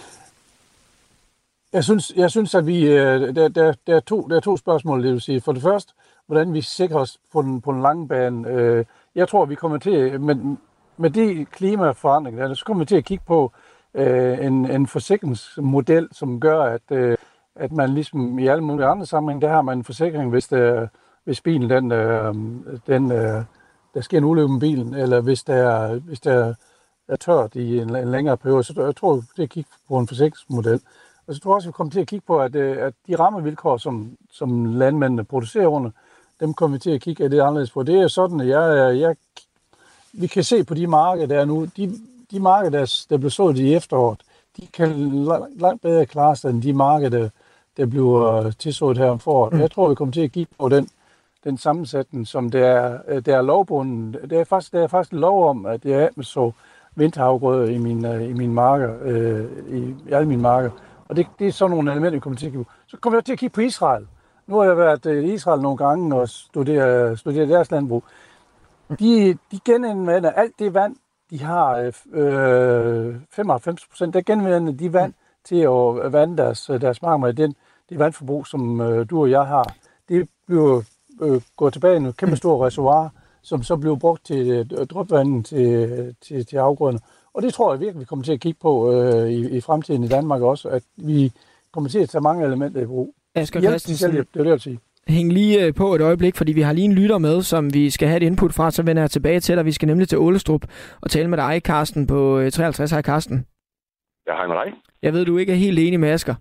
Jeg synes, jeg synes at vi, øh, der, der, der, er to, der er to spørgsmål, det vil sige. For det første, hvordan vi sikrer os på den, på den lange bane. Øh, jeg tror, vi kommer til, med, med de klimaforandringer, der, så kommer vi til at kigge på øh, en, en forsikringsmodel, som gør, at øh, at man ligesom i alle mulige andre sammenhæng, der har man en forsikring, hvis, der, hvis bilen, den, den, der sker en ulykke med bilen, eller hvis der, hvis der er tørt i en, en længere periode, så jeg tror, det er at kigge på en forsikringsmodel. Og så tror jeg også, vi kommer til at kigge på, at, at de rammevilkår, som, som landmændene producerer under, dem kommer vi til at kigge, at det er anderledes på. Det er sådan, at jeg, jeg, vi kan se på de markeder, der er nu, de, de markeder, der, der blev sået i efteråret, de kan langt bedre klare sig end de markeder, der der bliver tilsået her om foråret. Mm. Jeg tror, vi kommer til at kigge på den, den sammensætning, som der er, der er lovbunden. Der er faktisk, der er faktisk lov om, at jeg er så vinterafgrøder i mine, i mine marker, øh, i, i alle mine marker. Og det, det er sådan nogle elementer, vi kommer til at kigge på. Så kommer vi til at kigge på Israel. Nu har jeg været i Israel nogle gange og studeret, studeret deres landbrug. De, de genanvender alt det vand, de har øh, femoghalvfems procent, der genanvender de vand til at vande deres, deres marker med den, det vandforbrug, som øh, du og jeg har. Det bliver øh, gået tilbage i en kæmpe stor reservoir, som så bliver brugt til øh, drypvandet til, til, til afgrøderne. Og det tror jeg virkelig, vi kommer til at kigge på øh, i, i fremtiden i Danmark også, at vi kommer til at tage mange elementer i brug. Asger Christensen, det er det, jeg vil sige. Hæng lige på et øjeblik, fordi vi har lige en lytter med, som vi skal have et input fra, så vender jeg tilbage til dig. Vi skal nemlig til Ålestrup og tale med dig, Karsten, på treoghalvtreds. Hej, Karsten. Ja, hej med dig. Jeg ved, du ikke er helt enig med Asger.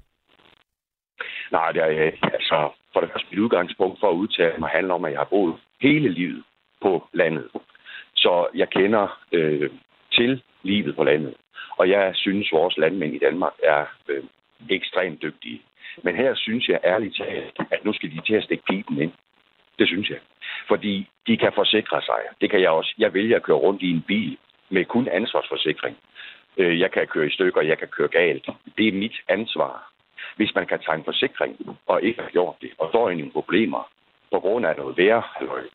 Nej, det er altså for det første mit udgangspunkt for at udtale mig handler om, at jeg har boet hele livet på landet. Så jeg kender øh, til livet på landet. Og jeg synes, vores landmænd i Danmark er øh, ekstremt dygtige. Men her synes jeg ærligt talt, at nu skal de til at stikke pipen ind. Det synes jeg. Fordi de kan forsikre sig. Det kan jeg også. Jeg vælger at køre rundt i en bil med kun ansvarsforsikring. Jeg kan køre i stykker, jeg kan køre galt. Det er mit ansvar. Hvis man kan tage en forsikring og ikke har gjort det, og står i nogle problemer på grund af noget værre,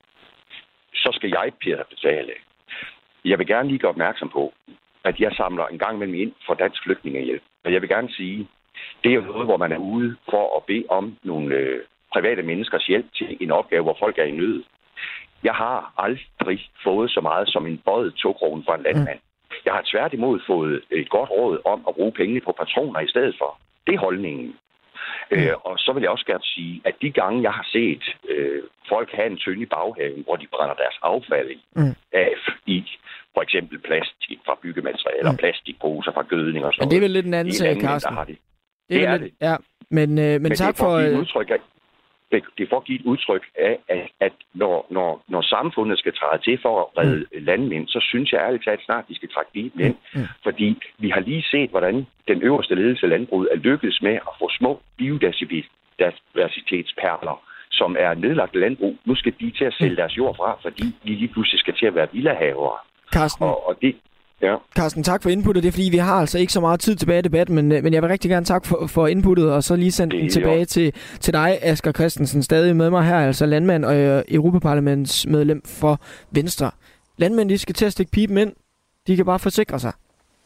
så skal jeg betale. Jeg vil gerne lige gøre opmærksom på, at jeg samler en gang mellem ind for Dansk Flygtningehjælp. Og jeg vil gerne sige, det er jo noget, hvor man er ude for at bede om nogle øh, private menneskers hjælp til en opgave, hvor folk er i nød. Jeg har aldrig fået så meget som en bøjet to-kroner fra en landmand. Jeg har tværtimod fået et godt råd om at bruge pengene på patroner i stedet for. Det er holdningen. Mm. Øh, og så vil jeg også gerne sige, at de gange, jeg har set øh, folk have en tønde i baghaven, hvor de brænder deres affald i, mm. af i for eksempel plastik fra byggematerialer, mm. plastikposer fra gødning og sådan noget. Men det er vel lidt en anden sag, Carsten. Det. Det, det er, er lidt, det. Ja, men, øh, men, men tak det er for... for at give udtryk af, det, det er for at give et udtryk af, at, at når, når, når samfundet skal træde til for at redde mm. landmænd, så synes jeg ærligt talt snart, at de skal trække bilen ind. Mm. Fordi vi har lige set, hvordan den øverste ledelse af landbruget er lykkedes med at få små biodiversitetsperler, som er nedlagt landbrug. Nu skal de til at sælge deres jord fra, fordi de lige pludselig skal til at være villahavere. Carsten. Og, og det... Ja. Carsten, tak for inputtet. Det er fordi, vi har altså ikke så meget tid tilbage i debatten, men, men jeg vil rigtig gerne tak for, for inputtet, og så lige sende den tilbage til, til dig, Asger Christensen, stadig med mig her, altså landmand og øh, Europaparlamentsmedlem for Venstre. Landmænd, de skal til at stikke pipen ind. De kan bare forsikre sig.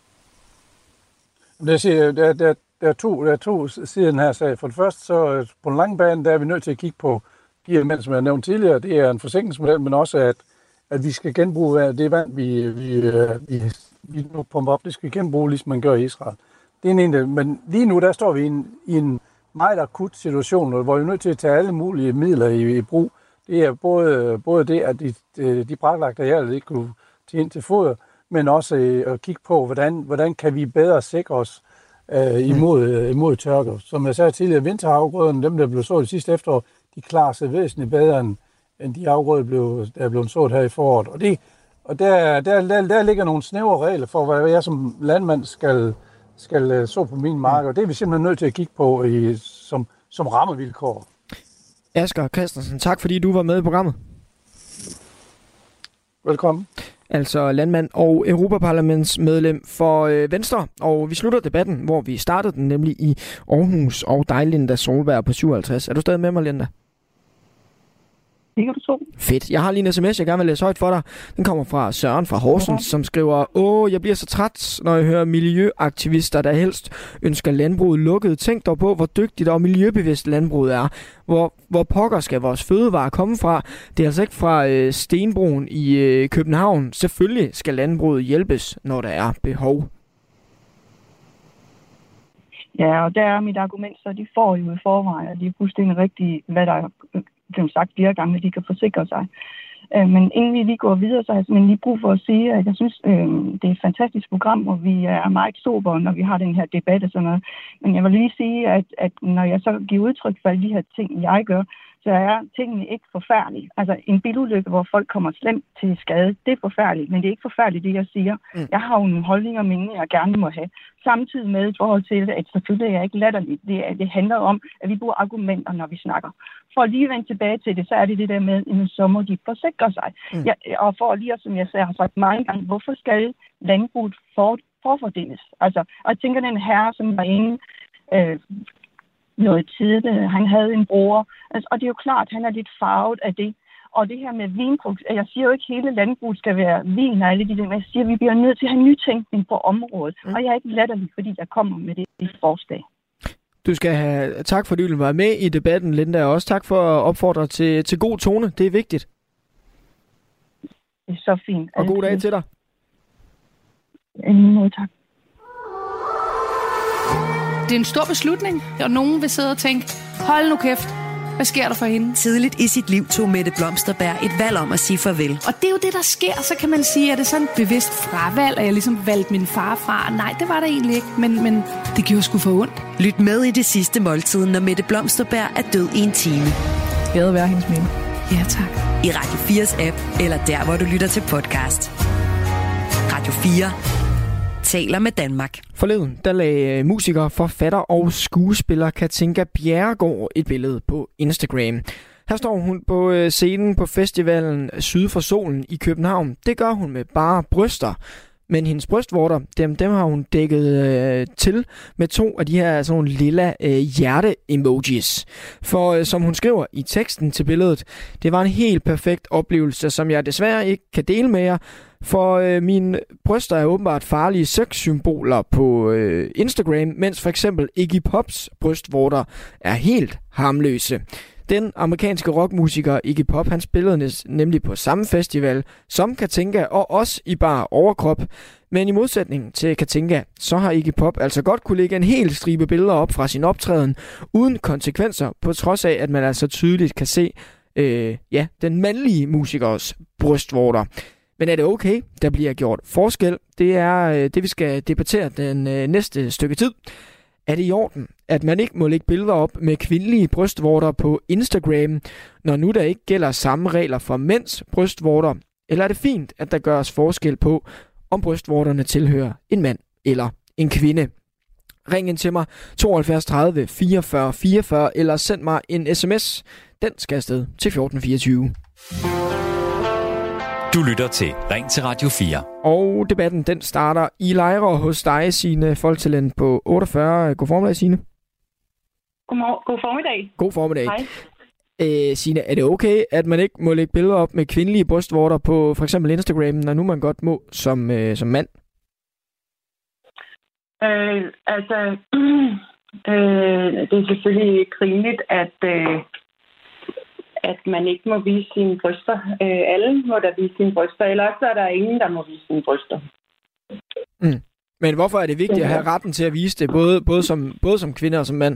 Det siger, der, der, der, er to, der er to sider den her sag. For det første, så på den lange bane, der er vi nødt til at kigge på de elementer, som jeg nævnte tidligere. Det er en forsikringsmodel, men også at at vi skal genbruge det vand, vi, vi, vi, vi nu pumper op, det skal vi genbruge, ligesom man gør i Israel. Det er en ene, men lige nu, der står vi i en, i en meget akut situation, hvor vi er nødt til at tage alle mulige midler i, i brug. Det er både, både det, at de, de braklagte arealer ikke kunne tage ind til foder, men også at kigge på, hvordan, hvordan kan vi bedre sikre os uh, imod, imod tørker. Som jeg sagde tidligere, vinterafgrøderne, dem der blev sået sidste efterår, de klarer sig væsentligt bedre end end de afgrøder, blev, der er blevet sået her i foråret. Og, det, og der, der, der, der ligger nogle snævre regler for, hvad jeg som landmand skal, skal så på min mark, og det er vi simpelthen nødt til at kigge på i, som, som rammevilkår. Asger Christensen, tak fordi du var med i programmet. Velkommen. Altså landmand og Europaparlamentsmedlem for øh, Venstre. Og vi slutter debatten, hvor vi startede den, nemlig i Aarhus og dig, Linda Solberg på syvoghalvtreds. Er du stadig med mig, Linda? Det kan du tro. Fedt. Jeg har lige en sms, jeg gerne vil læse højt for dig. Den kommer fra Søren fra Horsens, ja. Som skriver: Åh, jeg bliver så træt, når jeg hører miljøaktivister, der helst ønsker landbruget lukket. Tænk dog på, hvor dygtigt og miljøbevidst landbruget er. Hvor, hvor pokker skal vores fødevarer komme fra? Det er altså ikke fra øh, Stenbroen i øh, København. Selvfølgelig skal landbruget hjælpes, når der er behov. Ja, og der er mit argument, så de får jo i forvejen, og de er fuldstændig rigtige, hvad der er som sagt flere gange, at de kan forsikre sig. Øh, men inden vi lige går videre, så har jeg simpelthen lige brug for at sige, at jeg synes, øh, det er et fantastisk program, hvor vi er meget sobere, når vi har den her debat og sådan noget. Men jeg vil lige sige, at, at når jeg så giver udtryk for alle de her ting, jeg gør, så er tingene ikke forfærdelige. Altså en bilulykke, hvor folk kommer slemt til skade, det er forfærdeligt, men det er ikke forfærdeligt, det jeg siger. Mm. Jeg har jo nogle holdninger og meninger, jeg gerne må have. Samtidig med i forhold til, at selvfølgelig er jeg ikke latterlig. Det, det handler om, at vi bruger argumenter, når vi snakker. For at lige vende tilbage til det, så er det det der med, at så må de forsikre sig. Mm. Ja, og for lige, som jeg sagde, har sagt mange gange, hvorfor skal landbruget for, forfordeles? Altså, og jeg tænker, den herre, som var inde øh, noget tid, han havde en bror, altså, og det er jo klart, han er lidt farvet af det. Og det her med vinproduktion, jeg siger jo ikke, at hele landbruget skal være vin og alle de der, men jeg siger, at vi bliver nødt til at have nytænkning på området. Mm. Og jeg er ikke latterlig, fordi jeg kommer med det i forslag. Du skal have tak, fordi du vil være med i debatten, Linda, og også tak for at opfordre til, til god tone. Det er vigtigt. Det er så fint. Og god dag til dig. En måde, tak. Det er en stor beslutning, og nogen vil sidde og tænke, hold nu kæft, hvad sker der for hende? Tidligt i sit liv tog Mette Blomsterberg et valg om at sige farvel. Og det er jo det, der sker. Så kan man sige, at det er sådan et bevidst fravalg, at jeg ligesom valgte min far fra. Nej, det var der egentlig ikke, men, men det gjorde sgu for ondt. Lyt med i det sidste måltid, når Mette Blomsterberg er død i en time. Jeg havde været hendes minde. Ja, tak. I Radio fires app, eller der, hvor du lytter til podcast. Radio fire taler med Danmark. Forleden, der lagde musiker, forfatter og skuespiller Katinka Bjerregaard et billede på Instagram. Her står hun på scenen på festivalen Syd for Solen i København. Det gør hun med bare bryster. Men hendes brystvorter, dem, dem har hun dækket øh, til med to af de her sådan nogle lilla øh, hjerte-emojis. For øh, som hun skriver i teksten til billedet, det var en helt perfekt oplevelse, som jeg desværre ikke kan dele med jer. For øh, mine bryster er åbenbart farlige sexsymboler på øh, Instagram, mens for eksempel Iggy Pops brystvorter er helt harmløse. Den amerikanske rockmusiker Iggy Pop, han spillede nemlig på samme festival som Katinka, og også i bar overkrop. Men i modsætning til Katinka, så har Iggy Pop altså godt kunne lægge en hel stribe billeder op fra sin optræden, uden konsekvenser, på trods af, at man altså tydeligt kan se øh, ja, den mandlige musikers brystvorter. Men er det okay, der bliver gjort forskel? Det er øh, det, vi skal debattere den øh, næste stykke tid. Er det i orden, at man ikke må lægge billeder op med kvindelige brystvorter på Instagram, når nu der ikke gælder samme regler for mænds brystvorter? Eller er det fint, at der gøres forskel på, om brystvorterne tilhører en mand eller en kvinde? Ring ind til mig tooghalvfjerds tredive fireogfyrre fireogfyrre, eller send mig en sms. Den skal afsted til fjorten fireogtyve. Du lytter til Ring til Radio fire. Og debatten, den starter i lejre hos dig, Signe Folketalent på otteogfyrre. God formiddag, Signe. God, God formiddag. God formiddag. Hej. Æ, Signe, er det okay, at man ikke må lægge billeder op med kvindelige brystvorter på for eksempel Instagram, når nu man godt må som, øh, som mand? Øh, altså, øh, det er selvfølgelig rimeligt, at... Øh, at man ikke må vise sine bryster. Øh, alle må der vise sine bryster, eller også er der ingen, der må vise sine bryster. Mm. Men hvorfor er det vigtigt at have retten til at vise det, både, både, som, både som kvinde og som mand?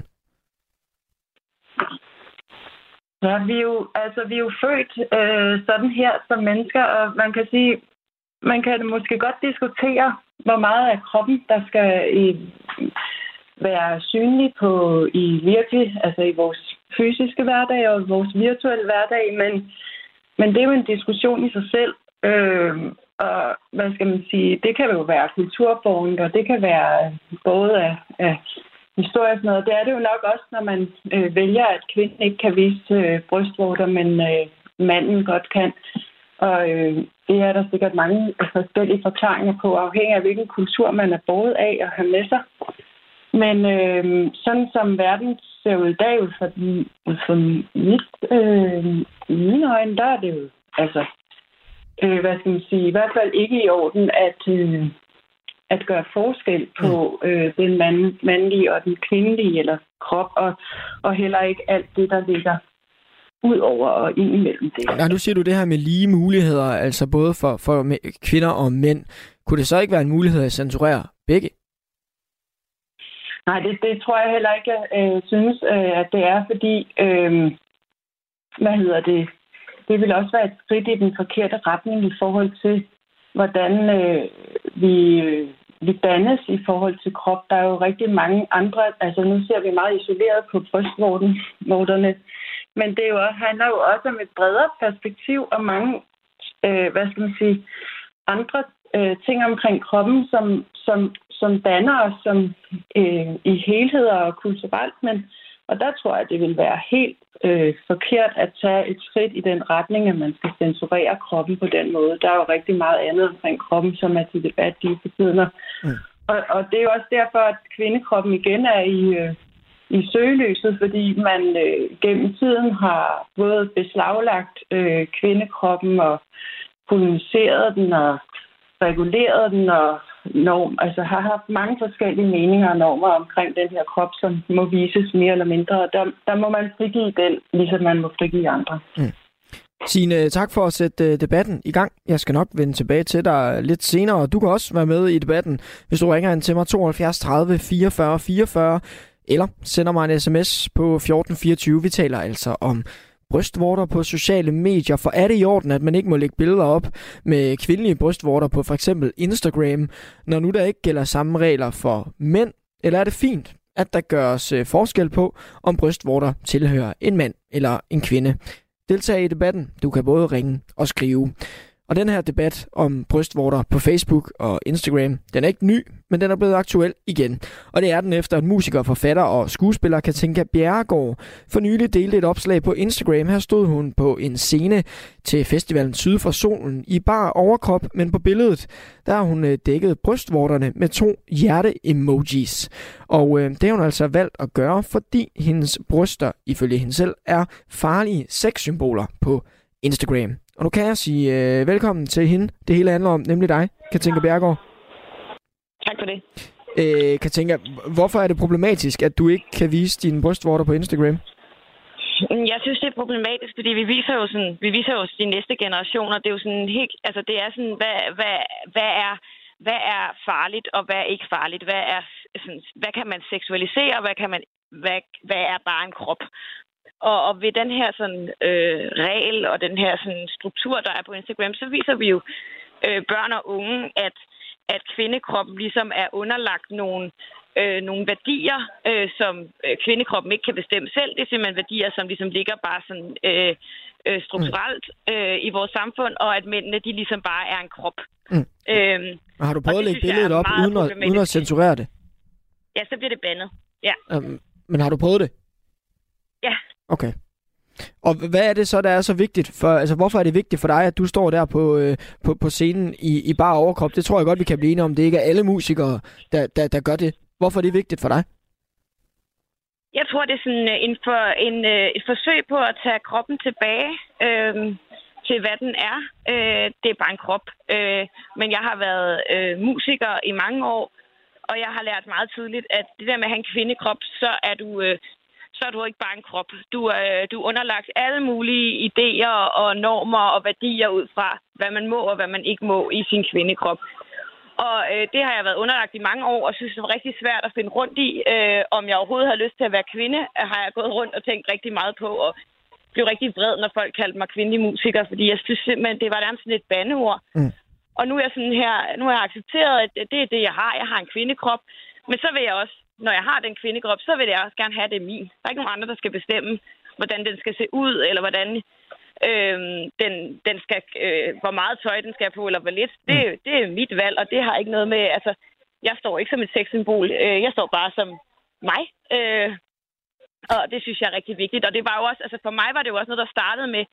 Ja, vi er jo, altså, vi er jo født øh, sådan her som mennesker, og man kan sige, man kan måske godt diskutere, hvor meget af kroppen, der skal i, være synlig på i virkelig, altså i vores fysiske hverdag og vores virtuelle hverdag, men, men det er jo en diskussion i sig selv. Øh, og hvad skal man sige, det kan jo være kulturbånd, og det kan være både af, af historie og sådan noget. Det er det jo nok også, når man øh, vælger, at kvinden ikke kan vise øh, brystvorter, men øh, manden godt kan. Og øh, det er der sikkert mange forskellige forklaringer på, afhængig af hvilken kultur man er båret af og har med sig. Men øh, sådan som verden ser ud i dag, ud fra, ud fra mit, øh, mine øjne, der er det jo, altså, øh, hvad skal man sige, i hvert fald ikke i orden at, øh, at gøre forskel på øh, den mand, mandlige og den kvindelige eller krop, og, og heller ikke alt det, der ligger ud over og ind imellem det. Ja, nu siger du det her med lige muligheder, altså både for, for kvinder og mænd. Kunne det så ikke være en mulighed at censurere begge? Nej, det, det tror jeg heller ikke, jeg øh, synes, øh, at det er, fordi, øh, hvad hedder det, det vil også være et skridt i den forkerte retning i forhold til, hvordan øh, vi, øh, vi dannes i forhold til krop. Der er jo rigtig mange andre, altså nu ser vi meget isoleret på brystvorterne, men det er jo, handler jo også om et bredere perspektiv og mange, øh, hvad skal man sige, andre øh, ting omkring kroppen, som, som, som danner os som, øh, i helheder og kulturelt. Men, og der tror jeg, det vil være helt øh, forkert at tage et skridt i den retning, at man skal censurere kroppen på den måde. Der er jo rigtig meget andet omkring kroppen, som er til debat lige for tiden. Mm. Og, og det er jo også derfor, at kvindekroppen igen er i... Øh, i søgeløset, fordi man øh, gennem tiden har både beslaglagt øh, kvindekroppen og koloniseret den og reguleret den og norm, altså har haft mange forskellige meninger og normer omkring den her krop, som må vises mere eller mindre. Og der, der må man frigive den, ligesom man må frigive andre. Mm. Signe, tak for at sætte debatten i gang. Jeg skal nok vende tilbage til dig lidt senere. Du kan også være med i debatten, hvis du ringer ind til mig tooghalvfjerds tredive fireogfyrre fireogfyrre. Eller sender mig en sms på fjorten fireogtyve. Vi taler altså om brystvorter på sociale medier. For er det i orden, at man ikke må lægge billeder op med kvindelige brystvorter på for eksempel Instagram, når nu der ikke gælder samme regler for mænd? Eller er det fint, at der gøres forskel på, om brystvorter tilhører en mand eller en kvinde? Deltag i debatten. Du kan både ringe og skrive. Og den her debat om brystvorter på Facebook og Instagram, den er ikke ny, men den er blevet aktuel igen. Og det er den efter, at musiker, forfatter og skuespiller Katinka Bjerregaard for nylig delte et opslag på Instagram. Her stod hun på en scene til festivalen Syd for Solen i bar overkrop, men på billedet, der har hun dækket brystvorterne med to hjerte-emojis. Og øh, det har hun altså valgt at gøre, fordi hendes bryster, ifølge hende selv, er farlige sexsymboler på Instagram. Og nu kan jeg sige øh, velkommen til hende. Det hele handler om, nemlig dig, Katinka Bjerregaard. Tak for det. Øh, Katinka, hvorfor er det problematisk, at du ikke kan vise dine brystvorter på Instagram? Jeg synes, det er problematisk, fordi vi viser jo sådan, vi viser jo de næste generationer. Det er jo sådan helt, altså det er sådan, hvad, hvad, hvad er, hvad er farligt og hvad er ikke farligt? Hvad er sådan, hvad kan man seksualisere? Hvad kan man, hvad, hvad er bare en krop? Og, og ved den her sådan øh, regel og den her sådan struktur, der er på Instagram, så viser vi jo øh, børn og unge, at at kvindekroppen ligesom er underlagt nogle øh, nogle værdier, øh, som øh, kvindekroppen ikke kan bestemme selv. Det er simpelthen værdier, som ligesom ligger bare sådan øh, øh, strukturelt øh, i vores samfund, og at mændene, de ligesom bare er en krop. Mm. Øhm, har du prøvet at lægge billedet op, uden at, uden at censurere det? Ja, så bliver det bandet. Ja. Um, men har du prøvet det? Ja. Okay. Og hvad er det så, der er så vigtigt? For, altså, hvorfor er det vigtigt for dig, at du står der på, øh, på, på scenen i, i bare overkrop? Det tror jeg godt, vi kan blive enige om. Det ikke er alle musikere, der, der, der gør det. Hvorfor er det vigtigt for dig? Jeg tror, det er sådan en for, en, et forsøg på at tage kroppen tilbage øh, til, hvad den er. Øh, det er bare en krop. Øh, men jeg har været øh, musiker i mange år, og jeg har lært meget tydeligt, at det der med at have en kvindekrop, så er du... Øh, så er du ikke bare en krop. Du er, du er underlagt alle mulige idéer og normer og værdier ud fra, hvad man må og hvad man ikke må i sin kvindekrop. Og øh, det har jeg været underlagt i mange år, og synes, det var rigtig svært at finde rundt i. Øh, om jeg overhovedet har lyst til at være kvinde, har jeg gået rundt og tænkt rigtig meget på, og blev rigtig vred, når folk kaldte mig kvindelig musiker, fordi jeg synes simpelthen, det var nærmest sådan et bandeord. Mm. Og nu er jeg sådan her, nu har jeg accepteret, at det er det, jeg har. Jeg har en kvindekrop. Men så vil jeg også, når jeg har den kvindekrop, så vil jeg også gerne have det min. Der er ikke nogen andre, der skal bestemme, hvordan den skal se ud, eller hvordan øh, den, den skal, øh, hvor meget tøj den skal på, eller hvor lidt. Det, det er mit valg, og det har ikke noget med, altså, jeg står ikke som et sexsymbol. Øh, jeg står bare som mig. Øh, og det synes jeg er rigtig vigtigt. Og det var jo også, altså for mig var det jo også noget, der startede med,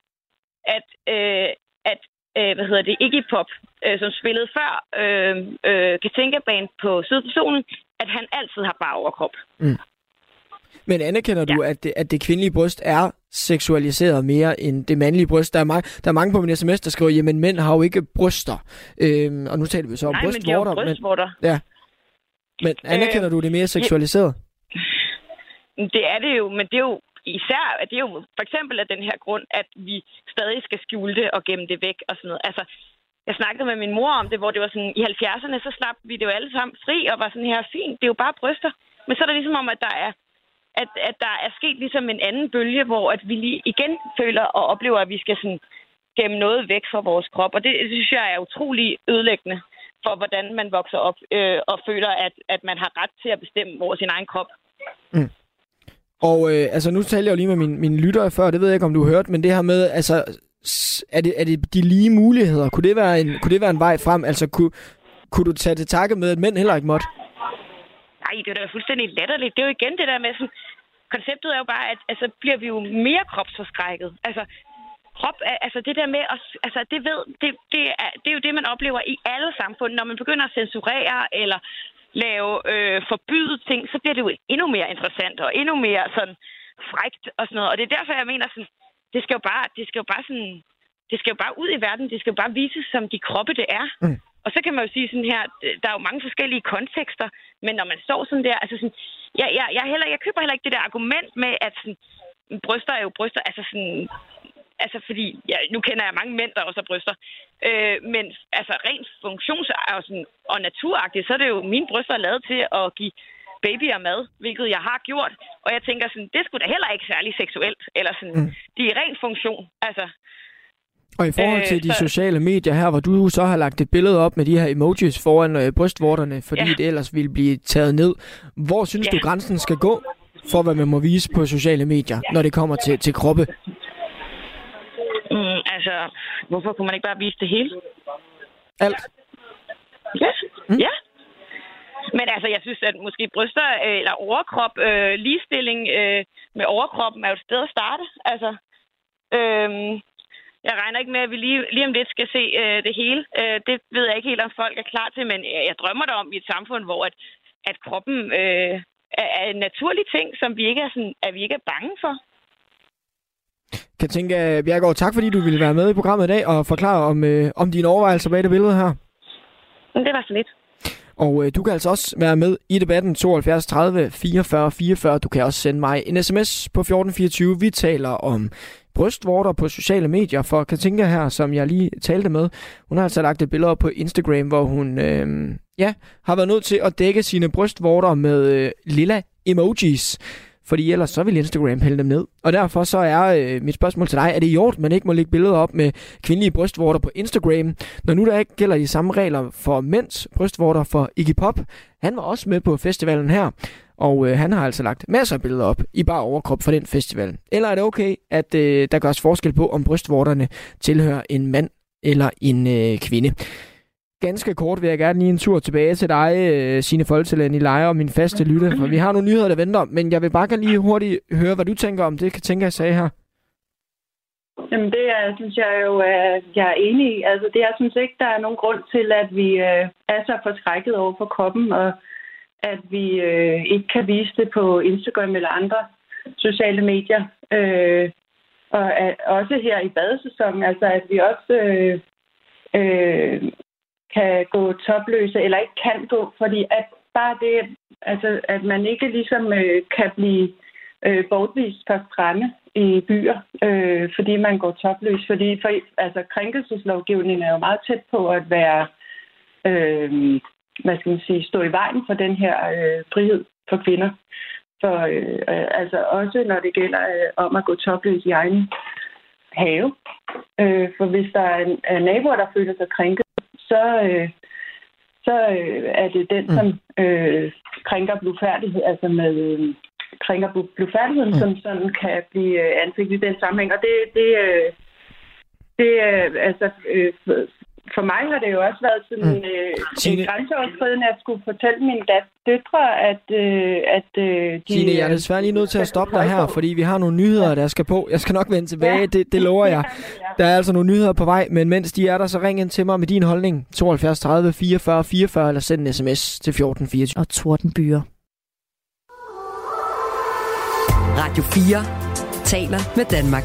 at, øh, at øh, hvad hedder det, Iggy Pop, øh, som spillede før øh, øh, Katinka Band på Sydstationen, at han altid har bare overkrop. Mm. Men anerkender ja. du, at det, at det kvindelige bryst er seksualiseret mere end det mandlige bryst? Der er, mange, der er mange på min sms, der skriver, jamen mænd har jo ikke bryster. Øhm, og nu taler vi så om Nej, brystvorter. Nej, men de har brystvorter. Men, ja. men anerkender øh, du det mere seksualiseret? Ja, det er det jo, men det er jo især, at det er jo for eksempel af den her grund, at vi stadig skal skjule det og gemme det væk og sådan noget. Altså, jeg snakkede med min mor om det, hvor det var sådan, i halvfjerdserne, så slap vi det jo alle sammen fri og var sådan her, fint, det er jo bare bryster. Men så er det ligesom om, at der er, at, at der er sket ligesom en anden bølge, hvor at vi lige igen føler og oplever, at vi skal sådan gemme noget væk fra vores krop. Og det synes jeg er utrolig ødelæggende for, hvordan man vokser op øh, og føler, at, at man har ret til at bestemme over sin egen krop. Mm. Og øh, altså nu talte jeg jo lige med mine, mine lyttere før, det ved jeg ikke, om du hørte, men det her med, altså, er det, er det de lige muligheder? Kunne det være en, kunne det være en vej frem? Altså, kunne, kunne du tage til takke med, at mænd heller ikke måtte? Nej, det er da fuldstændig latterligt. Det er jo igen det der med sådan, konceptet er jo bare, at altså, bliver vi jo mere kropsforskrækket. Altså, krop, altså det der med, at, altså det ved, det, det, er, det er jo det, man oplever i alle samfund. Når man begynder at censurere eller lave øh, forbyde ting, så bliver det jo endnu mere interessant og endnu mere sådan frækt og sådan noget. Og det er derfor, jeg mener sådan, det skal jo bare, det skal jo bare sådan, det skal jo bare ud i verden, det skal jo bare vises som de kroppe, det er. Mm. Og så kan man jo sige sådan her, der er jo mange forskellige kontekster, men når man står sådan der, altså sådan, jeg, jeg, jeg, heller, jeg køber heller ikke det der argument med, at sådan, bryster er jo bryster, altså sådan, altså fordi, ja, nu kender jeg mange mænd, der også har bryster, øh, men altså rent funktions- og, sådan, og naturagtigt, så er det jo, mine bryster er lavet til at give babyer mad, hvilket jeg har gjort, og jeg tænker sådan, det skulle da heller ikke særlig seksuelt, eller sådan, mm. de er ren funktion, altså. Og i forhold til øh, de så... sociale medier her, hvor du så har lagt et billede op med de her emojis foran øh, brystvorterne, fordi ja. det ellers ville blive taget ned. Hvor synes ja. du, grænsen skal gå for, hvad man må vise på sociale medier, ja. når det kommer til, til kroppe? Mm, altså, hvorfor kunne man ikke bare vise det hele? Alt? Ja, mm. ja. Men altså, jeg synes, at måske bryster øh, eller overkrop, øh, ligestilling øh, med overkroppen er jo et sted at starte. Altså, øh, jeg regner ikke med, at vi lige, lige om lidt skal se øh, det hele. Øh, det ved jeg ikke helt, om folk er klar til, men jeg, jeg drømmer da om i et samfund, hvor at, at kroppen øh, er, er en naturlig ting, som vi ikke er, sådan, at vi ikke er bange for. Katinka Bjerregaard, tak fordi du ville være med i programmet i dag og forklare om, øh, om dine overvejelser bag det billede her. Det var så lidt. Og øh, du kan altså også være med i debatten tooghalvfjerds tredive fireogfyrre fireogfyrre. Du kan også sende mig en sms på fjorten fireogtyve. Vi taler om brystvorter på sociale medier. For Katinka her, som jeg lige talte med, hun har altså lagt et billede op på Instagram, hvor hun øh, ja, har været nødt til at dække sine brystvorter med øh, lilla emojis. Fordi ellers så vil Instagram hælde dem ned. Og derfor så er øh, mit spørgsmål til dig, er det i orden, man ikke må lægge billeder op med kvindelige brystvorter på Instagram, når nu der ikke gælder de samme regler for mænds brystvorter for Iggy Pop? Han var også med på festivalen her, og øh, han har altså lagt masser af billeder op i bare overkrop for den festival. Eller er det okay, at øh, der gørs forskel på, om brystvorterne tilhører en mand eller en øh, kvinde? Ganske kort vil jeg gerne lige en tur tilbage til dig, Signe Foltelen i Lejre, og min faste lytte, for vi har nogle nyheder, der venter, men jeg vil bare gerne lige hurtigt høre, hvad du tænker om det. Kan tænke, jeg sagde her? Jamen det er, synes jeg jo, at jeg er enig i. Altså det, jeg synes ikke, der er nogen grund til, at vi øh, er så forskrækket over for kroppen, og at vi øh, ikke kan vise det på Instagram eller andre sociale medier. Øh, og at, også her i badesæsonen, altså at vi også øh, øh, kan gå topløse, eller ikke kan gå, fordi at bare det, altså at man ikke ligesom øh, kan blive øh, bortvist fra strande i byer, øh, fordi man går topløs. Fordi for, altså, krænkelseslovgivningen er jo meget tæt på at være, øh, hvad skal man sige, stå i vejen for den her øh, frihed for kvinder. For øh, altså også når det gælder øh, om at gå topløs i egen have. Øh, for hvis der er, en, er naboer, der føler sig krænket, så, øh, så øh, er det den, som øh, krænker blufærdighed, altså med øh, krænker blufærdigheden, mm. som sådan kan blive øh, anfægtet i den sammenhæng. Og det, det, øh, det øh, altså, øh, for mig har det jo også været sådan øh, en grænseoverskridende, at jeg skulle fortælle mine døtre, at, øh, at øh, de... Signe, jeg er desværre lige nødt til at stoppe dig her, fordi vi har nogle nyheder, der skal på. Jeg skal nok vende tilbage, ja. det, det lover jeg. Der er altså nogle nyheder på vej, men mens de er der, så ring ind til mig med din holdning. tooghalvfjerds tredive fireogfyrre fireogfyrre, eller send en sms til fjorten fireogtyve. Og Tordenbyer. Radio fire taler med Danmark.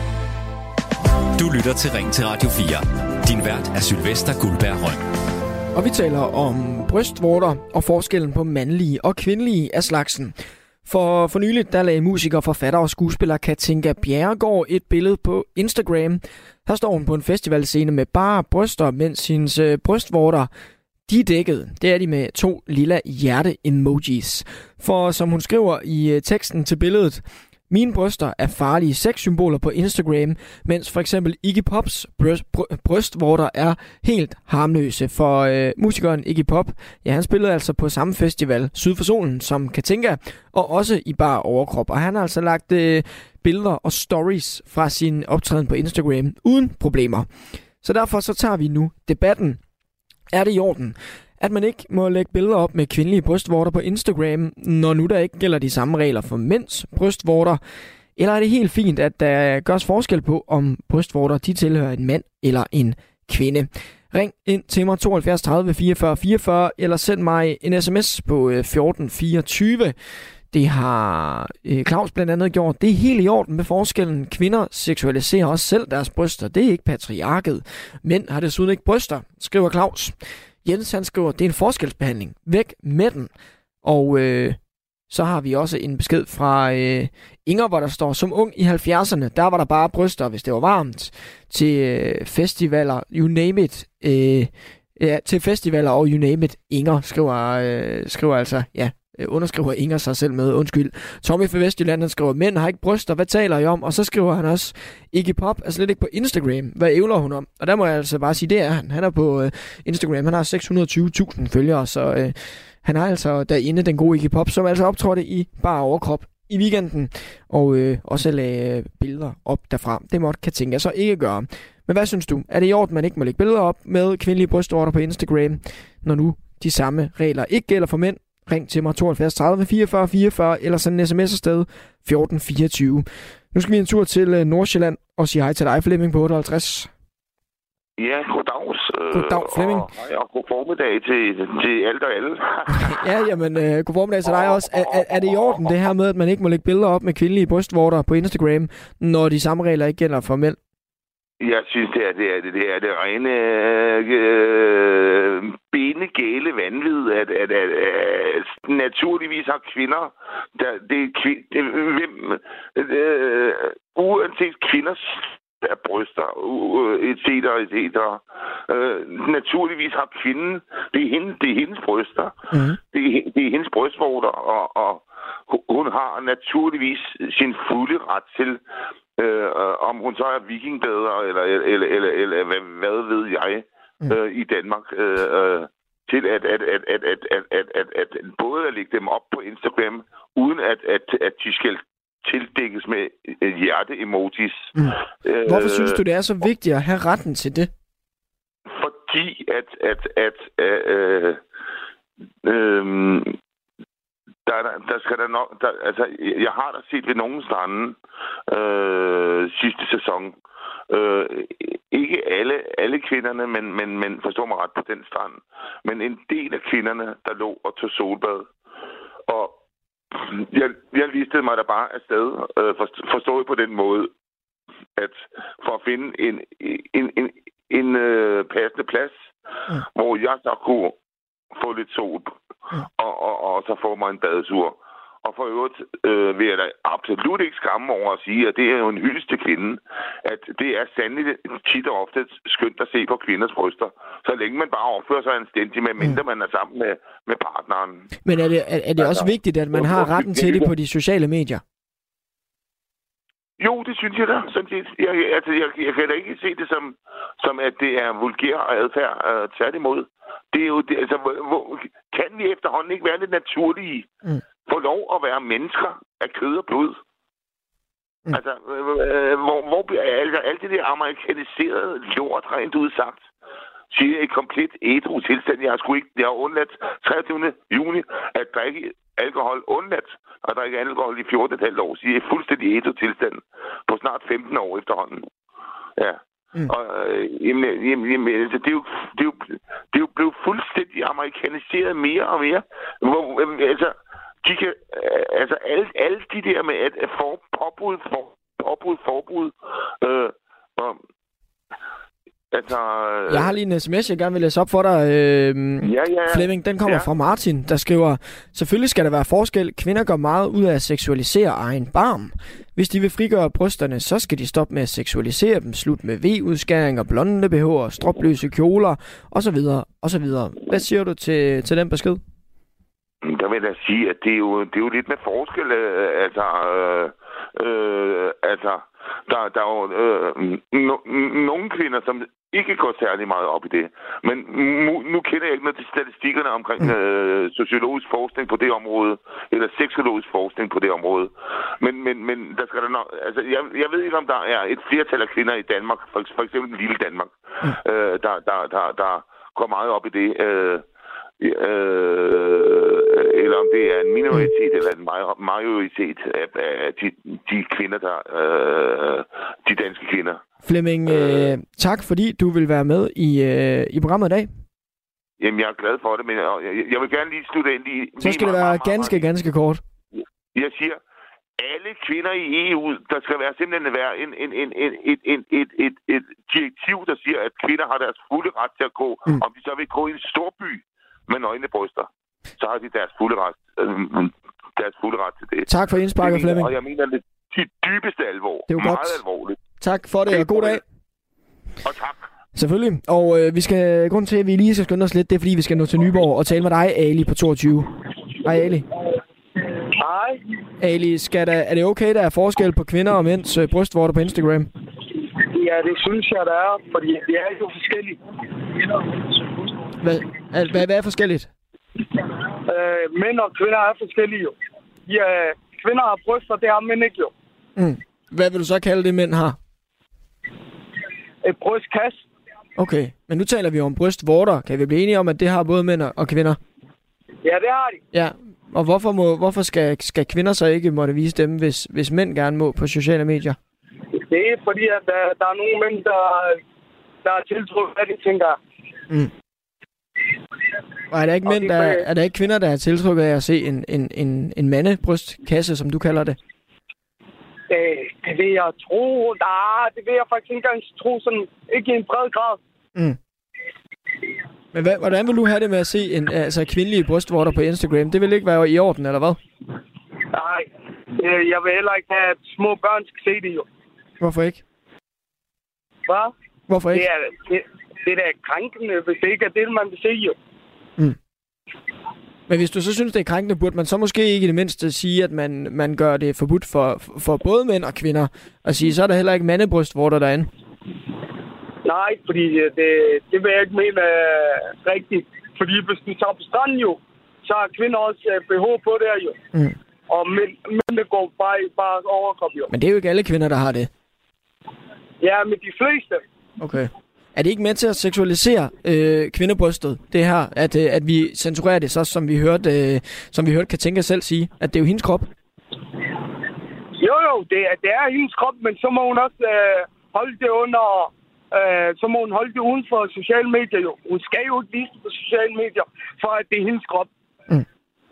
Du lytter til Ring til Radio fire. Din vært er Sylvester Guldberg Røn. Og vi taler om brystvorter og forskellen på mandlige og kvindelige af slagsen. For, for nyligt, der lagde musiker, forfatter og skuespiller Katinka Bjerregaard et billede på Instagram. Her står hun på en festivalscene med bare bryster, mens hendes øh, brystvorter, de er dækket. Det er de med to lilla hjerte-emojis. For som hun skriver i øh, teksten til billedet, mine bryster er farlige sexsymboler på Instagram, mens for eksempel Iggy Pops bryst, bry, brystvorter er helt harmløse. For øh, musikeren Iggy Pop, ja, han spillede altså på samme festival Syd for Solen som Katinka, og også i bar overkrop. Og han har altså lagt øh, billeder og stories fra sin optræden på Instagram uden problemer. Så derfor så tager vi nu debatten. Er det i orden, at man ikke må lægge billeder op med kvindelige brystvorter på Instagram, når nu der ikke gælder de samme regler for mænds brystvorter? Eller er det helt fint, at der gørs forskel på, om brystvorter de tilhører en mand eller en kvinde? Ring ind til mig tooghalvfjerds tredive fireogfyrre fireogfyrre, eller send mig en sms på fjorten fireogtyve. Det har Claus blandt andet gjort. Det er helt i orden med forskellen. Kvinder seksualiserer også selv deres bryster. Det er ikke patriarket. Mænd har desuden ikke bryster, skriver Claus. Jens han skriver, det er en forskelsbehandling. Væk med den. Og øh, så har vi også en besked fra øh, Inger, hvor der står, som ung i halvfjerdserne, der var der bare bryster, hvis det var varmt. Til øh, festivaler, you name it. Øh, ja, til festivaler og you name it. Inger skriver, øh, skriver altså, ja, underskriver Inger sig selv med, undskyld. Tommy fra Vestjylland, han skriver, mænd har ikke bryster, hvad taler I om? Og så skriver han også, Iggy Pop er slet ikke på Instagram. Hvad ævler hun om? Og der må jeg altså bare sige, det er han. Han er på øh, Instagram, han har seks hundrede og tyve tusind følgere, så øh, han har altså derinde den gode Iggy Pop, som altså optrådte i bare overkrop i weekenden, og øh, også lagde billeder op derfra. Det måtte Katinka så ikke gøre. Men hvad synes du? Er det i orden, man ikke må lægge billeder op med kvindelige brystvorter på Instagram, når nu de samme regler ikke gælder for mænd? Ring til mig tooghalvfjerds tredive fireogfyrre fireogfyrre, eller send en sms afsted fjorten fireogtyve. Nu skal vi en tur til Nordsjælland og sige hej til dig, Flemming på otteoghalvtreds. Ja, goddags. Goddag, Flemming. Og, og god formiddag til, til alt og alle. Ja, jamen, øh, god formiddag til dig også. Er, er, er det i orden, det her med, at man ikke må lægge billeder op med kvindelige brystvorter på Instagram, når de samme regler ikke gælder for mænd? Jeg synes, det er det, er det, det, er det rene øh, benegale vanvid, at, at, at, at naturligvis har kvinder, der, det, det, hvem, øh, uanset kvinders der bryster, et cetera, et cetera. Øh, naturligvis har kvinden, det er, hende, det er hendes bryster, mm. det, er, det er hendes brystvorter, og, og hun har naturligvis sin fulde ret til, øh, om hun så er vikingbæder, eller, eller, eller, eller hvad, hvad ved jeg, mm. øh, i Danmark, øh, øh, til at, at, at, at, at, at, at, at, at både at lægge dem op på Instagram, uden at, at, at de skal tildækkes med hjerte-emojis. Mm. Hvorfor øh, synes du, det er så vigtigt at have retten til det? Fordi at, at, at øh, øh, der, der skal der nok... Der, altså, jeg har da set ved nogle strande øh, sidste sæson. Øh, ikke alle, alle kvinderne, men, men, men forstår mig ret på den strand. Men en del af kvinderne, der lå og tog solbad. Og Jeg, jeg listede mig da bare afsted, øh, forstået på den måde, at for at finde en, en, en, en øh, passende plads, mm. hvor jeg så kunne få lidt sol, mm. og, og, og så få mig en badetur. Og for øvrigt øh, vil jeg da absolut ikke skamme over at sige, at det er jo en hyldest til kvinden, at det er sandelig tit og ofte skønt at se på kvinders bryster, så længe man bare opfører sig anstændigt, med mindre man er sammen med, med partneren. Men er det, er, er det også vigtigt, at man har retten til det på de sociale medier? Jo, det synes jeg da. Jeg, altså, jeg, jeg kan da ikke se det som, som at det er vulgær adfærd. Uh, tværtimod. Det er jo, det, altså, hvor, kan vi efterhånden ikke være lidt naturlige? Mm. Få lov at være mennesker af kød og blod. Mm. Altså, øh, hvor, hvor altså, alt det der amerikaniserede lort, rent udsagt, siger et komplet ædru tilstand. Jeg har sgu ikke, jeg har undladt treogtyvende juni at drikke alkohol, undladt at drikke alkohol i fjorten komma fem år, siger et fuldstændig ædru tilstand på snart femten år efterhånden. Ja. Mm. Og, øh, jamen, jamen, jamen, altså, det, er jo, det, er jo, det er jo blevet fuldstændig amerikaniseret mere og mere. Hvor, øh, altså, de kan, altså alle, alle de der med at for, påbud, for, påbud, forbud, øh, og, altså... Øh, jeg har lige en sms, jeg gerne vil læse op for dig, øh, ja, ja, Flemming. Den kommer ja. fra Martin, der skriver, selvfølgelig skal der være forskel. Kvinder går meget ud af at seksualisere egen barm. Hvis de vil frigøre brysterne, så skal de stoppe med at seksualisere dem. Slut med V-udskæringer, blonde B H'er, stropløse kjoler, osv. osv. Hvad siger du til, til den besked? Der vil jeg sige, at det er jo, det er jo lidt med forskel. Øh, altså, øh, øh, altså, der, der er jo øh, no, nogle kvinder, som ikke går særlig meget op i det. Men nu, nu kender jeg ikke noget til statistikkerne omkring øh, sociologisk forskning på det område, eller seksologisk forskning på det område. Men, men, men der skal der nok, altså, jeg, jeg ved ikke, om der er et flertal af kvinder i Danmark, for, for eksempel lille Danmark, øh, der, der, der, der går meget op i det. Øh, Øh, eller om det er en minoritet eller en majoritet af, af de, de kvinder, der øh, de danske kvinder. Flemming, øh, tak fordi du vil være med i, øh, i programmet i dag. Jamen, jeg er glad for det, men jeg, jeg vil gerne lige slutte ind lige... Så skal lige det være meget, ganske, meget, ganske kort. Jeg siger, alle kvinder i E U, der skal være simpelthen være en, en, en, en, et, et, et, et, et direktiv, der siger, at kvinder har deres fulde ret til at gå, mm. om de så vil gå i en stor by med nøgne bryster, så har de deres fulde ret, øh, deres fulde ret til det. Tak for indsparket, Flemming. Og jeg mener det til dybeste alvor. Det er jo meget godt. alvorligt. Tak for det, og god dag. Og tak. Selvfølgelig. Og øh, vi skal, grund til, at vi lige skal skynde os lidt, det er, fordi vi skal nå til Nyborg og tale med dig, Ali, på toogtyve. Hej, Ali. Hej. Ali, skal der, er det okay, der er forskel på kvinder og mænds øh, brystvorter på Instagram? Ja, det synes jeg, der er, fordi det er jo forskelligt. Hvad, hvad, hvad er forskelligt? Øh, mænd og kvinder er forskellige jo. Ja, kvinder har bryster, det har mænd ikke jo. Mm. Hvad vil du så kalde det, mænd har? Et brystkasse. Okay, men nu taler vi om brystvorter. Kan vi blive enige om, at det har både mænd og kvinder? Ja, det har de. Ja, og hvorfor, må, hvorfor skal, skal kvinder så ikke måtte vise dem, hvis, hvis mænd gerne må på sociale medier? Det er fordi, at der, der er nogle mænd, der, der er tiltrukket af de tænker. Mm. Og er der ikke mænd, der, er der ikke kvinder, der er tiltrukket af at se en, en, en, en mandebrystkasse, som du kalder det? Øh, Det vil jeg tro. Nej, det vil jeg faktisk ikke engang tro. Sådan, ikke i en bred grad. Mm. Men hvad, hvordan vil du have det med at se en, altså, kvindelige brystvorter på Instagram? Det vil ikke være i orden, eller hvad? Nej, jeg vil heller ikke have, at små børn skal se det jo. Hvorfor ikke? Hvad? Hvorfor ikke? Det er, det, det er krænkende, hvis det ikke er det, man vil se jo. Mm. Men hvis du så synes, det er krænkende, burde man så måske ikke i det mindste sige, at man, man gør det forbudt for, for både mænd og kvinder? Og sige, så er der heller ikke mandebrystvorter derinde? Nej, fordi det, det vil jeg ikke mene uh, rigtigt. Fordi hvis du tager på stranden jo, så har kvinder også uh, behov på det jo. Mm. Og mænd, mænd går bare, bare overkrop jo. Men det er jo ikke alle kvinder, der har det. Ja, men de fleste. Okay. Er det ikke med til at seksualisere øh, kvindebrystet, det her, at, øh, at vi censurerer det, så som vi hørte, øh, som vi hørte Katinka selv sige, at det er jo hendes krop? Jo, jo, det er, det er hendes krop, men så må hun også øh, holde det under, øh, så må hun holde det uden for sociale medier jo. Hun skal jo ikke vise det på sociale medier, for at det er hendes krop. Mm.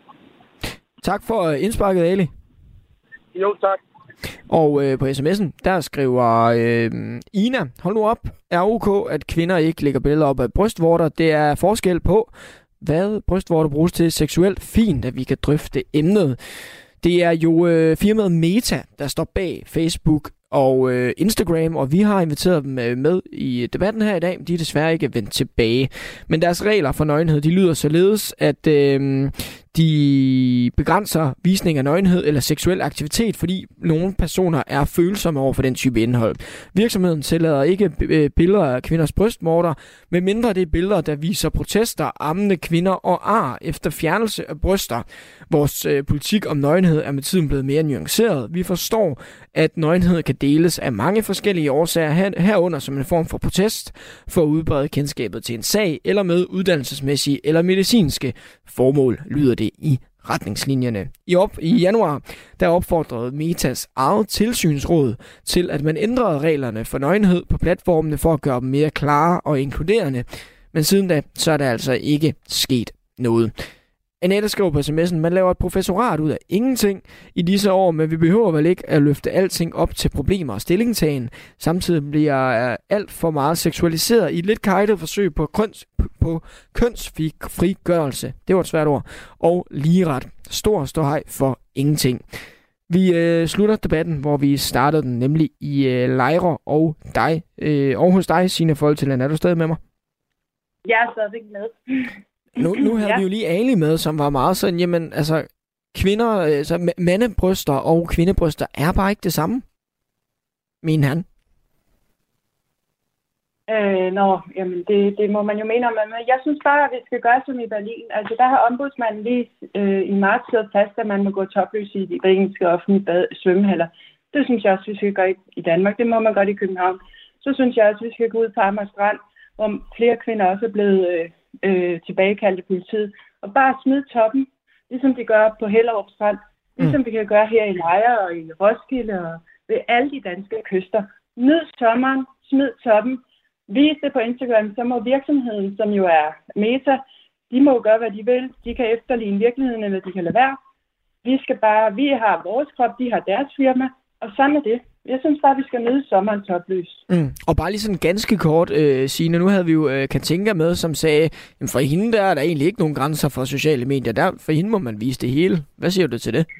Tak for øh, indsparket, Ali. Jo, tak. Og øh, på sms'en, der skriver øh, Ina, hold nu op, er ok, at kvinder ikke lægger billeder op af brystvorter. Det er forskel på, hvad brystvorter bruges til seksuelt. Fint, at vi kan drøfte emnet. Det er jo øh, firmaet Meta, der står bag Facebook og øh, Instagram, og vi har inviteret dem øh, med i debatten her i dag. De er desværre ikke vendt tilbage. Men deres regler for nøgenhed, de lyder således, at øh, de begrænser visning af nøgenhed eller seksuel aktivitet, fordi nogle personer er følsomme over for den type indhold. Virksomheden tillader ikke billeder af kvinders brystvorter, medmindre det er billeder, der viser protester, ammende kvinder og ar efter fjernelse af bryster. Vores øh, politik om nøgenhed er med tiden blevet mere nuanceret. Vi forstår, at nøgenhed kan deles af mange forskellige årsager, her, herunder som en form for protest for at udbrede kendskabet til en sag, eller med uddannelsesmæssige eller medicinske formål, lyder det i retningslinjerne. I, op, I januar der opfordrede Metas eget tilsynsråd til, at man ændrede reglerne for nøgenhed på platformene for at gøre dem mere klare og inkluderende. Men siden da, så er der altså ikke sket noget. Annette skriver på sms'en, man laver et professorat ud af ingenting i disse år, men vi behøver vel ikke at løfte alting op til problemer og stillingtagen. Samtidig bliver alt for meget seksualiseret i et lidt kajtet forsøg på, køns, på kønsfrigørelse. Det var et svært ord. Og ligeret. Stor ståhej for ingenting. Vi øh, slutter debatten, hvor vi startede den, nemlig i øh, Lejre og dig. Øh, og hos dig, Signe Folteland. Er du stadig med mig? Jeg er stadig med. Nu, nu havde ja. vi jo lige Ali med, som var meget sådan, jamen, altså, kvinder, altså, mandebryster og kvindebryster er bare ikke det samme, mener han. Øh, nå, jamen, det, det må man jo mene om. Men jeg synes bare, at vi skal gøre som i Berlin. Altså, der har ombudsmanden lige øh, i marts slået fast, at man må gå topløs i de engelske offentlige bad, svømmehaller. Det synes jeg også, vi skal gøre i Danmark. Det må man godt i København. Så synes jeg også, vi skal gå ud på Amager Strand, hvor flere kvinder også er blevet øh, øh, tilbagekaldt af politiet. Og bare smide toppen, ligesom de gør på Hellerup Strand. Ligesom mm. vi kan gøre her i Lejre og i Roskilde og ved alle de danske kyster. Nyd sommeren, smid toppen. Vis det på Instagram, så må virksomheden, som jo er Meta, de må gøre, hvad de vil. De kan efterligne virkeligheden, eller de kan lade være. Vi skal bare, vi har vores krop, de har deres firma, og sådan er det. Jeg synes bare, vi skal nyde sommeren topløs. Mm. Og bare lige sådan ganske kort, øh, Signe, nu havde vi jo øh, Katinka med, som sagde, at for hende der er der egentlig ikke nogen grænser for sociale medier. Der, for hende må man vise det hele. Hvad siger du til det?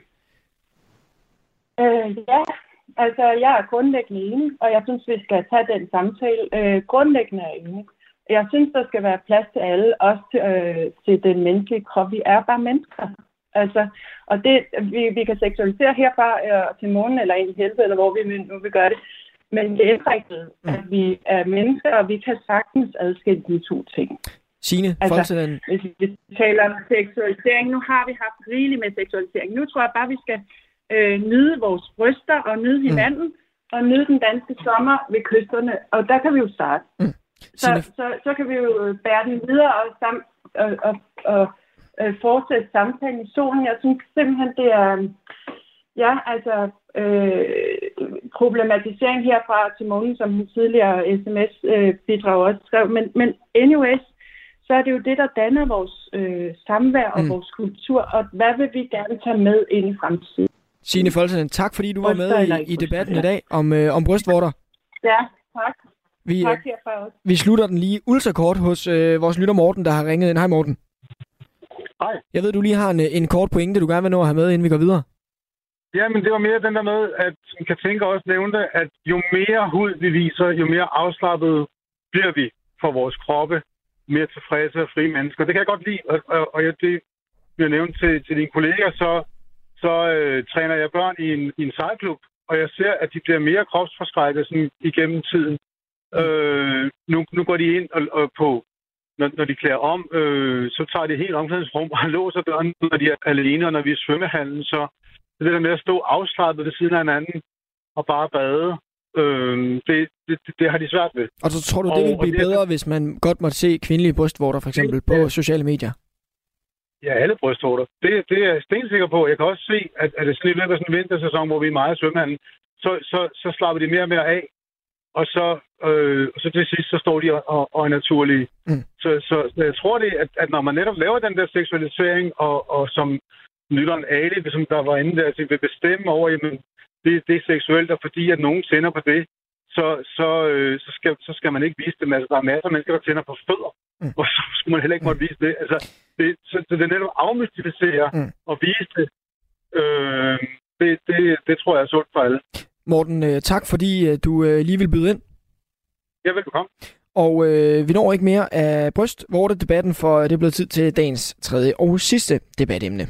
Øh, ja, altså jeg er grundlæggende enig, og jeg synes, vi skal tage den samtale. Øh, grundlæggende er enig. Jeg synes, der skal være plads til alle, også til, øh, til den menneskelige krop. Vi er bare mennesker. Altså, og det, vi, vi kan seksualisere herfra øh, til morgen, eller ind i helvede, eller hvor vi nu vil gøre det. Men det er rigtigt, at vi er mennesker, og vi kan sagtens adskille de to ting. Signe, altså, hvis vi taler om seksualisering, nu har vi haft rigeligt med seksualisering. Nu tror jeg bare, vi skal øh, nyde vores bryster, og nyde hinanden, mm. og nyde den danske sommer ved kysterne. Og der kan vi jo starte. Mm. Så, så, så kan vi jo bære den videre og, sam, og, og, og øh, fortsætte samtalen i solen. Jeg synes simpelthen, det er ja, altså øh, problematisering herfra til morgen, som den tidligere sms-bidrag øh, også skrev. Men, men anyways, så er det jo det, der danner vores øh, samvær og mm. vores kultur, og hvad vil vi gerne tage med ind i fremtiden? Signe Folsen, tak fordi du var med i, i debatten i dag om, øh, om brystvorter. Ja, tak. Vi, tak herfra også. Vi slutter den lige ultrakort hos øh, vores lytter Morten, der har ringet ind. Hej Morten. Hej. Jeg ved, du lige har en, en kort pointe, du gerne vil nå at have med, inden vi går videre. Ja, men det var mere den der med, at kan tænke også nævnte, at jo mere hud vi viser, jo mere afslappet bliver vi for vores kroppe, mere tilfredse og frie mennesker. Det kan jeg godt lide, og, og, og jeg, det vil jeg nævne til, til dine kolleger, så, så øh, træner jeg børn i en, i en sejlklub, og jeg ser, at de bliver mere kropsforskrækket sådan, igennem tiden. Øh, nu, nu går de ind og, og på, når, når de klæder om, øh, så tager de helt omklædningsrum og låser døren, når de er alene, og når vi er i svømmehallen, så det der med at stå afslappet ved siden af hinanden og bare bade, øh, det, det, det har de svært ved. Og så tror du, det vil blive det, bedre, hvis man godt måtte se kvindelige brystvorter, for eksempel, på ja. sociale medier? Ja, alle brystvorter. Det, det er jeg stensikker på. Jeg kan også se, at, at det sådan i løbet af sådan en vintersæson, hvor vi er meget i svømmehallen, så, så, så slapper de mere og mere af. Og så, øh, og så til sidst, så står de og, og, og er naturlige. Mm. Så, så, så jeg tror det, at, at når man netop laver den der seksualisering, og, og som lytteren Ali, som der var inde der, så vil bestemme over, jamen, det, det er seksuelt, og fordi at nogen tænder på det, så, så, øh, så, skal, så skal man ikke vise det. Altså, der er masser af mennesker, der tænder på fødder, mm. og så skulle man heller ikke måtte vise det. Altså, det så, så det netop afmystificerer mm. og vise det. Øh, det, det. Det tror jeg er sundt for alle. Morten, tak fordi du lige vil byde ind. Ja, velbekomme. Og øh, vi når ikke mere af brystvortedebatten, for det er blevet tid til dagens tredje og sidste debatemne.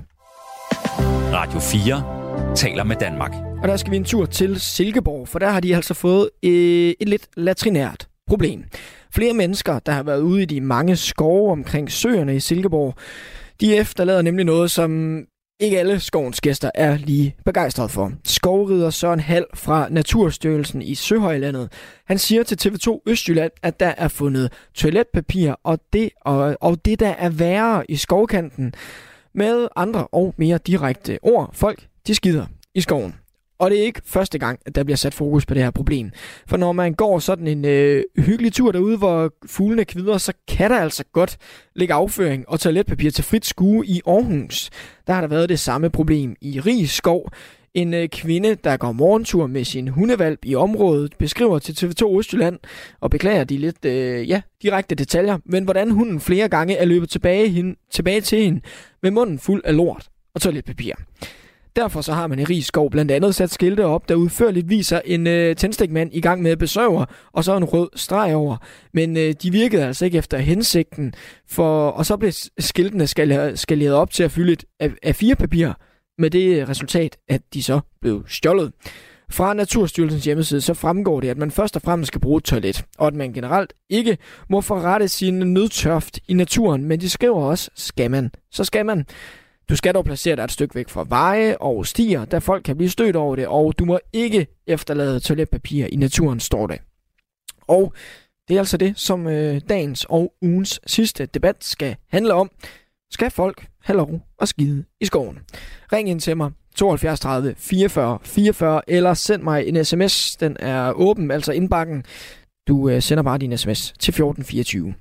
Radio fire taler med Danmark. Og der skal vi en tur til Silkeborg, for der har de altså fået øh, et lidt latrinært problem. Flere mennesker, der har været ude i de mange skove omkring søerne i Silkeborg, de efterlader nemlig noget, som ikke alle skovens gæster er lige begejstret for. Skovrider Søren Hald fra Naturstyrelsen i Søhøjlandet, han siger til T V to Østjylland, at der er fundet toiletpapir og det, og, og det der er værre i skovkanten. Med andre og mere direkte ord, folk de skider i skoven. Og det er ikke første gang, at der bliver sat fokus på det her problem. For når man går sådan en øh, hyggelig tur derude, hvor fuglene kvidrer, så kan der altså godt ligge afføring og toiletpapir til frit skue i Aarhus. Der har der været det samme problem i Rig Skov. En øh, kvinde, der går morgentur med sin hundevalp i området, beskriver til T V to Østjylland og beklager de lidt øh, ja, direkte detaljer, men hvordan hunden flere gange er løbet tilbage, hende, tilbage til hende med munden fuld af lort og toiletpapir. Derfor så har man i Rig Skov blandt andet sat skilte op, der udførligt viser en øh, tændstikmand i gang med besøger, og så en rød streg over. Men øh, de virkede altså ikke efter hensigten, for, og så blev skiltene skaleret op til at fylde et A fire papir, med det resultat, at de så blev stjålet. Fra Naturstyrelsens hjemmeside så fremgår det, at man først og fremmest skal bruge et toilet, og at man generelt ikke må forrette sin nødtørft i naturen, men de skriver også, skal man, så skal man. Du skal dog placere dig et stykke væk fra veje og stier, da folk kan blive stødt over det, og du må ikke efterlade toiletpapir i naturen, står det. Og det er altså det, som øh, dagens og ugens sidste debat skal handle om. Skal folk have lov at skide i skoven? Ring ind til mig, tooghalvfjerds tredive fireogfyrre fireogfyrre, eller send mig en sms. Den er åben, altså indbakken. Du øh, sender bare din sms til fjorten fireogtyve.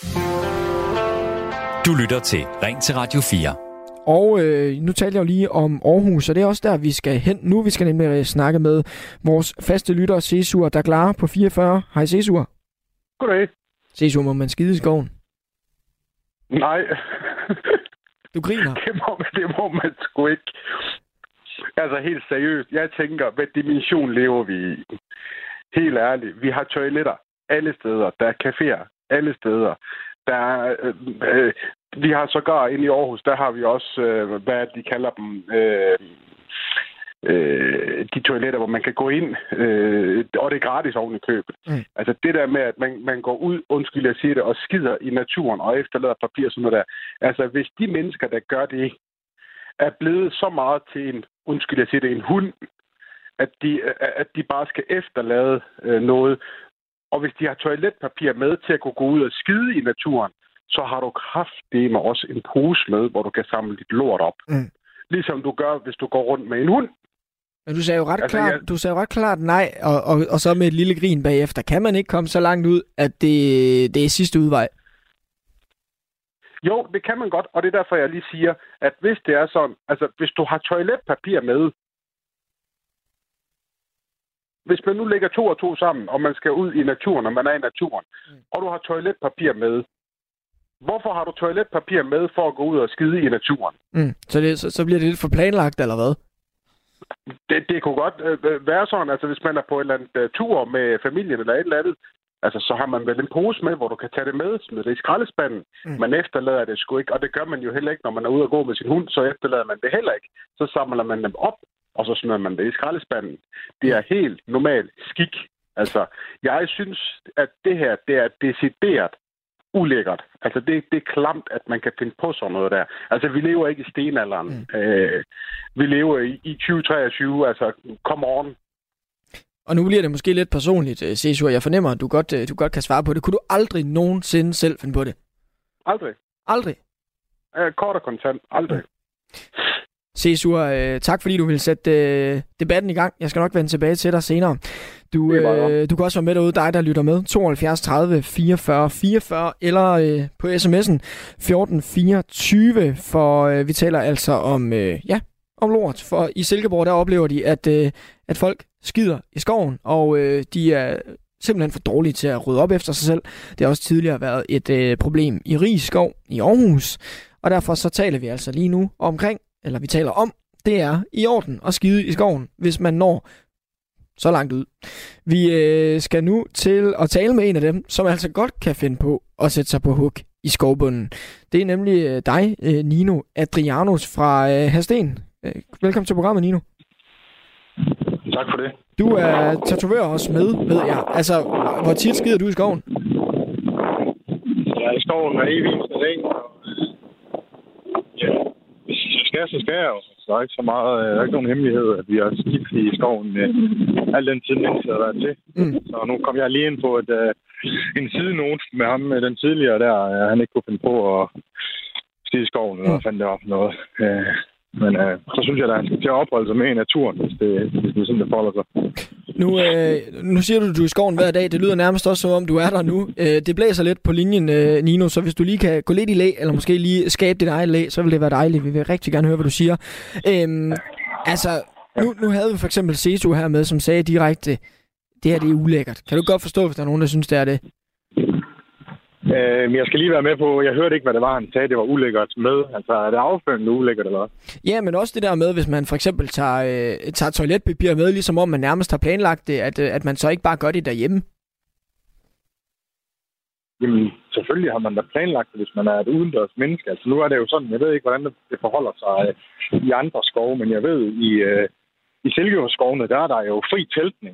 Du lytter til Ring til Radio fire. Og øh, nu taler jeg jo lige om Aarhus, og det er også der, vi skal hen nu. Vi skal nemlig snakke med vores faste lytter, Cesur, der er klar på fireogfyrre. Hej Cesur. Goddag. Cesur, må man skide i skoven? Nej. Du griner? Det må, det må man sgu ikke. Altså helt seriøst. Jeg tænker, hvad dimension lever vi i? Helt ærligt. Vi har toiletter alle steder. Der er caféer alle steder. Der er... Øh, øh, vi har sågar inde i Aarhus, der har vi også, øh, hvad de kalder dem, øh, øh, de toiletter, hvor man kan gå ind, øh, og det er gratis oven i købet. Mm. Altså det der med, at man, man går ud, undskyld jeg siger det, og skider i naturen og efterlader papir og sådan noget der. Altså hvis de mennesker, der gør det, er blevet så meget til en, undskyld jeg siger det, en hund, at de, at de bare skal efterlade øh, noget. Og hvis de har toiletpapir med til at kunne gå ud og skide i naturen, så har du kraftedeme også en pose med, hvor du kan samle dit lort op. Mm. Ligesom du gør, hvis du går rundt med en hund. Men du sagde jo ret, altså, klart, jeg... du sagde jo ret klart nej, og, og, og så med et lille grin bagefter. Kan man ikke komme så langt ud, at det, det er sidste udvej? Jo, det kan man godt, og det er derfor, jeg lige siger, at hvis det er sådan, altså hvis du har toiletpapir med, hvis man nu lægger to og to sammen, og man skal ud i naturen, og man er i naturen, mm. og du har toiletpapir med, hvorfor har du toiletpapir med for at gå ud og skide i naturen? Mm. Så, det, så, så bliver det lidt for planlagt, eller hvad? Det, det kunne godt øh, være sådan, altså hvis man er på en eller anden uh, tur med familien eller et eller andet, altså så har man vel en pose med, hvor du kan tage det med, smide det i skraldespanden. Mm. Man efterlader det sgu ikke, og det gør man jo heller ikke, når man er ude og gå med sin hund, så efterlader man det heller ikke. Så samler man dem op, og så smider man det i skraldespanden. Det er helt normal skik. Altså, jeg synes, at det her, det er decideret ulækkert. Altså, det, det er klamt, at man kan finde på sådan noget der. Altså, vi lever ikke i stenalderen. Mm. Øh, vi lever i, i tyve treogtyve, altså, come on. Og nu bliver det måske lidt personligt, Sesu, og jeg fornemmer, at du godt, du godt kan svare på det. Kunne du aldrig nogensinde selv finde på det? Aldrig. Aldrig? Øh, kort og kontant. Aldrig. Mm. Sesu, øh, tak fordi du vil sætte øh, debatten i gang. Jeg skal nok vende tilbage til dig senere. Du, øh, du kan også være med derude, dig der lytter med. tooghalvfjerds tredive fireogfyrre fireogfyrre eller øh, på sms'en fjorten fireogtyve, for øh, vi taler altså om, øh, ja, om lort. For i Silkeborg, der oplever de, at, øh, at folk skider i skoven, og øh, de er simpelthen for dårlige til at rydde op efter sig selv. Det har også tidligere været et øh, problem i Rigskov i Aarhus, og derfor så taler vi altså lige nu omkring, eller vi taler om, det er i orden at skide i skoven, hvis man når så langt ud. Vi øh, skal nu til at tale med en af dem, som altså godt kan finde på at sætte sig på hug i skovbunden. Det er nemlig øh, dig, øh, Nino Adrianus fra øh, Hadsten. Øh, velkommen til programmet, Nino. Tak for det. Du er tatovør også med, ved jeg. Altså, hvor tit skider du i skoven? Jeg er i skoven hver evig eneste dag. Ja, hvis jeg skal, så skal jeg jo. Så der er ikke så meget, der er ikke nogen hemmelighed, at vi har skidt i skoven med al den tid, mens jeg har været til. Mm. Så nu kom jeg lige ind på et, uh, en sidenote med ham, den tidligere der, uh, han ikke kunne finde på at skide i skoven, eller mm. fandt det op noget. Uh, Men øh, så synes jeg, at han skal til at opholde sig med i naturen, hvis det, hvis det er sådan, det forholder sig. Nu, øh, nu siger du, at du er i skoven hver dag. Det lyder nærmest også, som om du er der nu. Øh, det blæser lidt på linjen, øh, Nino, så hvis du lige kan gå lidt i læ, eller måske lige skabe dit eget læ, så vil det være dejligt. Vi vil rigtig gerne høre, hvad du siger. Øh, altså, nu, nu havde vi for eksempel Sesu her med, som sagde direkte, det her det er ulækkert. Kan du godt forstå, hvis der er nogen, der synes, det er det? Øh, jeg skal lige være med på, jeg hørte ikke, hvad det var, han sagde, det var ulækkert med. Altså, er det afførende ulækkert, eller hvad? Ja, men også det der med, hvis man for eksempel tager, øh, tager toiletpapir med, ligesom om man nærmest har planlagt det, at, øh, at man så ikke bare gør det derhjemme. Jamen, selvfølgelig har man da planlagt det, hvis man er et udendørs menneske. Altså, nu er det jo sådan, jeg ved ikke, hvordan det forholder sig øh, i andre skove, men jeg ved, i, øh, i Silkeborgskovene, der er der jo fri teltning.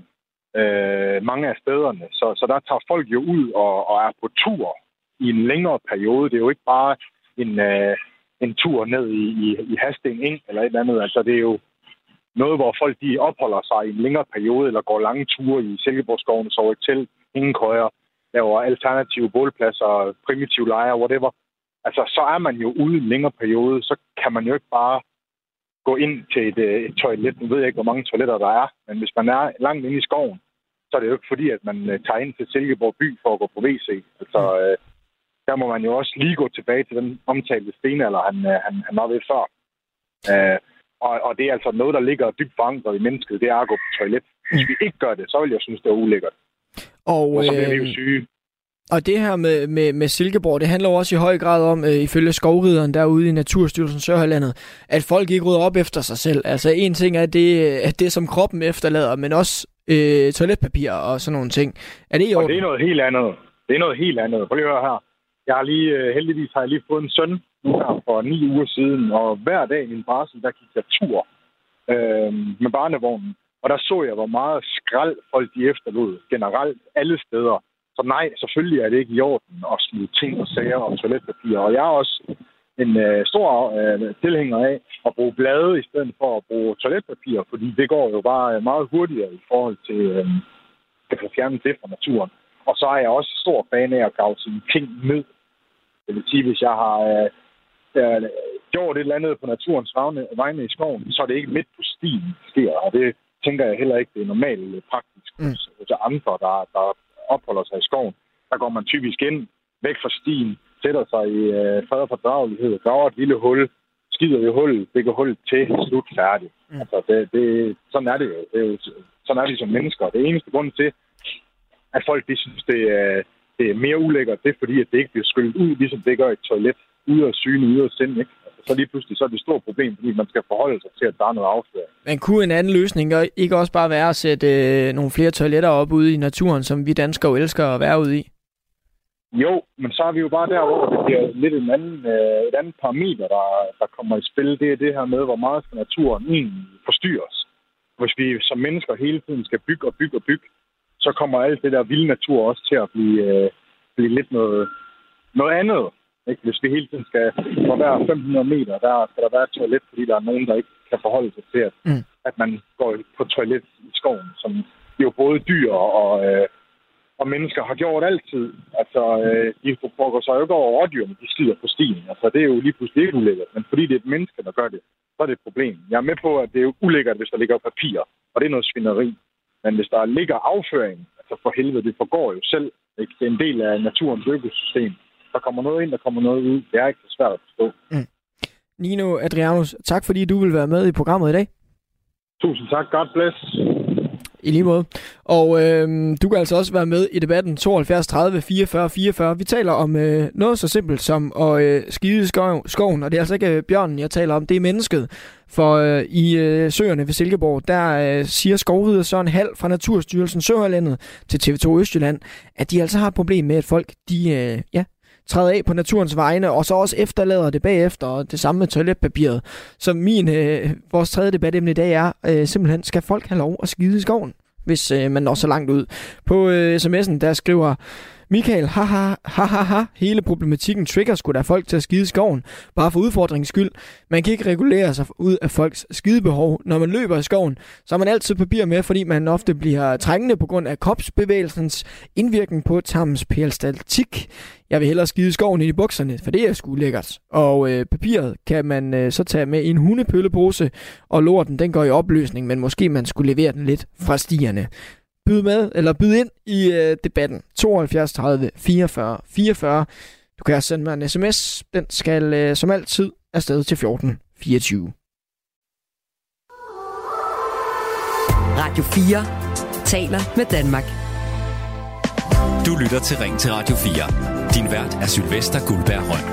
Øh, mange af stederne. Så, så der tager folk jo ud og, og er på tur i en længere periode. Det er jo ikke bare en, øh, en tur ned i, i, i Hadsten Eng eller et eller andet. Altså det er jo noget, hvor folk de opholder sig i en længere periode eller går lange ture i Silkeborgskovene, sover i telt, ingen køjer, laver alternative bålpladser, primitive lejre, whatever. Altså så er man jo ude i en længere periode, så kan man jo ikke bare gå ind til et, et toilet. Nu ved jeg ikke, hvor mange toiletter der er, men hvis man er langt inde i skoven, så er det jo ikke fordi, at man tager ind til Silkeborg by for at gå på W C. Altså, øh, der må man jo også lige gå tilbage til den omtalte stenalder, han, han, han var ved før. Øh, og, og det er altså noget, der ligger dybt forankret i mennesket, det er at gå på toilet. Hvis vi ikke gør det, så vil jeg synes, det er ulækkert. Og, og så bliver øh... vi jo syge. Og det her med, med, med Silkeborg, det handler jo også i høj grad om, øh, ifølge skovrideren derude i Naturstyrelsen Sørlandet, at folk ikke rydder op efter sig selv. Altså en ting er det, at det som kroppen efterlader, men også øh, toiletpapir og sådan nogle ting. Er det i orden? Og det er noget helt andet. Det er noget helt andet. Prøv lige at høre her. Jeg har lige, heldigvis har jeg lige fået en søn nu her for ni uger siden, og hver dag i min barsel, der gik jeg tur øh, med barnevognen. Og der så jeg, hvor meget skrald folk de efterlod generelt alle steder. Så nej, selvfølgelig er det ikke i orden at smide ting og sager og toiletpapir. Og jeg er også en øh, stor øh, tilhænger af at bruge blade i stedet for at bruge toiletpapir, fordi det går jo bare meget hurtigere i forhold til øh, at få fjernet det fra naturen. Og så er jeg også stor fan af at grave sine ting ned. Det vil sige, hvis jeg har øh, øh, gjort et eller andet på naturens vegne i skoven, så er det ikke midt på stien, det sker. Og det tænker jeg heller ikke, det er normalt praktisk mm. hos andre, der, der opholder sig i skoven. Der går man typisk ind, væk fra stien, sætter sig i øh, fred og fordragelighed, graver et lille hul, skider jo hullet, det går hullet til slut færdigt. Mm. Altså, det, det, sådan er det jo. Det er jo. Sådan er vi som mennesker. Det eneste grund til, at folk de synes, det er, det er mere ulækkert, det er fordi, at det ikke bliver skyllet ud, ligesom det gør i et toilet. Ude af syne, ude af sind, ikke? Altså, så lige pludselig så er det et stort problem, fordi man skal forholde sig til, at der er noget afføring. Men kunne en anden løsning ikke også bare være at sætte øh, nogle flere toiletter op ude i naturen, som vi danskere jo elsker at være ude i? Jo, men så er vi jo bare der, hvor det bliver lidt en anden, øh, et andet parameter, der, der kommer i spil. Det er det her med, hvor meget skal naturen egentlig forstyrres. Hvis vi som mennesker hele tiden skal bygge og bygge og bygge, så kommer alt det der vilde natur også til at blive, øh, blive lidt noget, noget andet. Ikke? Hvis vi hele tiden skal, for hver fem hundrede meter, der skal der være et toilet, fordi der er nogen, der ikke kan forholde sig til, at, mm. at man går på toilet i skoven, som jo både dyr og, øh, og mennesker har gjort altid. Altså, øh, de foregår så jo ikke over rådyr, men de skider på stien. Altså, det er jo lige pludselig ikke ulækkert, men fordi det er et menneske, der gør det, så er det et problem. Jeg er med på, at det er jo ulækkert, hvis der ligger papir, og det er noget svineri. Men hvis der ligger afføring, altså for helvede, det forgår jo selv. Ikke? Det er en del af naturens økosystem. Der kommer noget ind, der kommer noget ud. Det er ikke så svært at forstå. Mm. Nino Adrianus, tak fordi du vil være med i programmet i dag. Tusind tak. God bless. I lige måde. Og øh, du kan altså også være med i debatten tooghalvfjerds tredive fireogfyrre fireogfyrre. Vi taler om øh, noget så simpelt som at øh, skide i skov, skoven, og det er altså ikke øh, bjørnen, jeg taler om, det er mennesket. For øh, i øh, søerne ved Silkeborg, der øh, siger skovrider Søren Hald fra Naturstyrelsen Søhøjlandet til T V to Østjylland, at de altså har et problem med, at folk de, øh, ja, træder af på naturens vegne, og så også efterlader det bagefter, og det samme med toiletpapiret. Så min, øh, vores tredje debatemne i dag er øh, simpelthen, skal folk have lov at skide i skoven, hvis øh, man når så langt ud? På øh, sms'en, der skriver Michael, haha, haha, ha, hele problematikken trigger sgu da folk til at skide i skoven, bare for udfordringens skyld. Man kan ikke regulere sig ud af folks skidebehov. Når man løber i skoven, så har man altid papir med, fordi man ofte bliver trængende på grund af kropsbevægelsens indvirkning på tarmens peristaltik. Jeg vil hellere skide i skoven ind i bukserne, for det er sgu lækkert. Og øh, papiret kan man øh, så tage med i en hundepøllepose, og lorten den går i opløsning, men måske man skulle levere den lidt fra stierne. Byd med, eller byd ind i øh, debatten. tooghalvfjerds tredive fireogfyrre fireogfyrre. Du kan sende mig en sms. Den skal øh, som altid afsted til fjorten fireogtyve. Radio fire taler med Danmark. Du lytter til Ring til Radio fire. Din vært er Sylvester Guldberg Røn.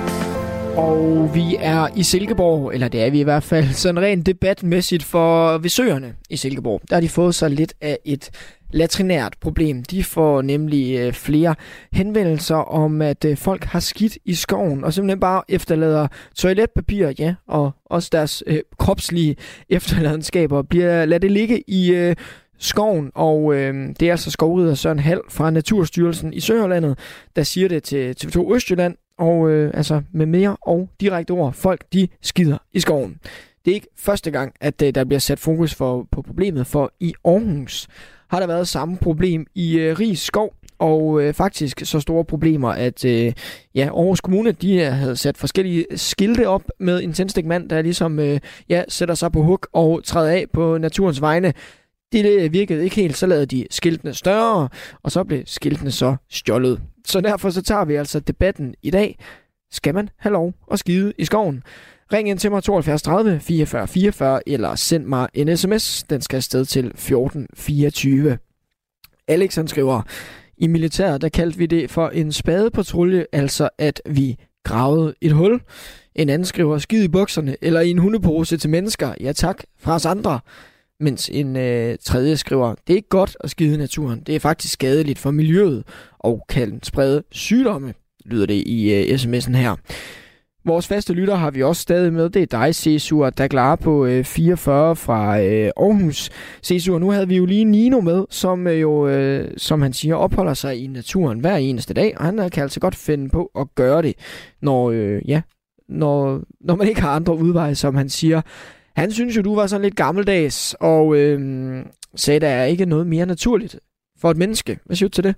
Og vi er i Silkeborg, eller det er vi i hvert fald, sådan rent debatmæssigt for ved søerne i Silkeborg. Der har de fået sig lidt af et latrinært problem. De får nemlig øh, flere henvendelser om, at øh, folk har skidt i skoven, og simpelthen bare efterlader toiletpapir, ja, og også deres øh, kropslige efterladenskaber bliver ladet det ligge i øh, skoven, og øh, det er altså skovrider Søren Hald fra Naturstyrelsen i Søhøjlandet, der siger det til T V to Østjylland, og øh, altså med mere og direkte ord, folk de skider i skoven. Det er ikke første gang, at øh, der bliver sat fokus for, på problemet, for i Aarhus har der været samme problem i øh, Ries Skov, og øh, faktisk så store problemer, at øh, ja, Aarhus Kommune de havde sat forskellige skilte op med en tændstikmand, der ligesom øh, ja, sætter sig på huk og træder af på naturens vegne. Det virkede ikke helt, så lavede de skiltene større, og så blev skiltene så stjålet. Så derfor så tager vi altså debatten i dag. Skal man have lov at skide i skoven? Ring ind til mig tooghalvfjerds tredive fireogfyrre fireogfyrre, eller send mig en sms. Den skal afsted til fjorten fireogtyve. Alex han skriver, i militæret der kaldte vi det for en spadepatrulje, altså at vi gravede et hul. En anden skriver, skid i bukserne, eller i en hundepose til mennesker. Ja tak, fra os andre. Mens en øh, tredje skriver, det er ikke godt at skide i naturen. Det er faktisk skadeligt for miljøet og kan sprede sygdomme, lyder det i øh, sms'en her. Vores faste lytter har vi også stadig med. Det er dig, Cesur, der klarer på øh, fireogfyrre fra øh, Aarhus. Cesur, nu havde vi jo lige Nino med, som øh, jo, øh, som han siger, opholder sig i naturen hver eneste dag. Og han kan altså godt finde på at gøre det, når, øh, ja, når, når man ikke har andre udveje, som han siger. Han synes jo, du var sådan lidt gammeldags, og øh, sagde, der er ikke noget mere naturligt for et menneske. Hvad siger du til det?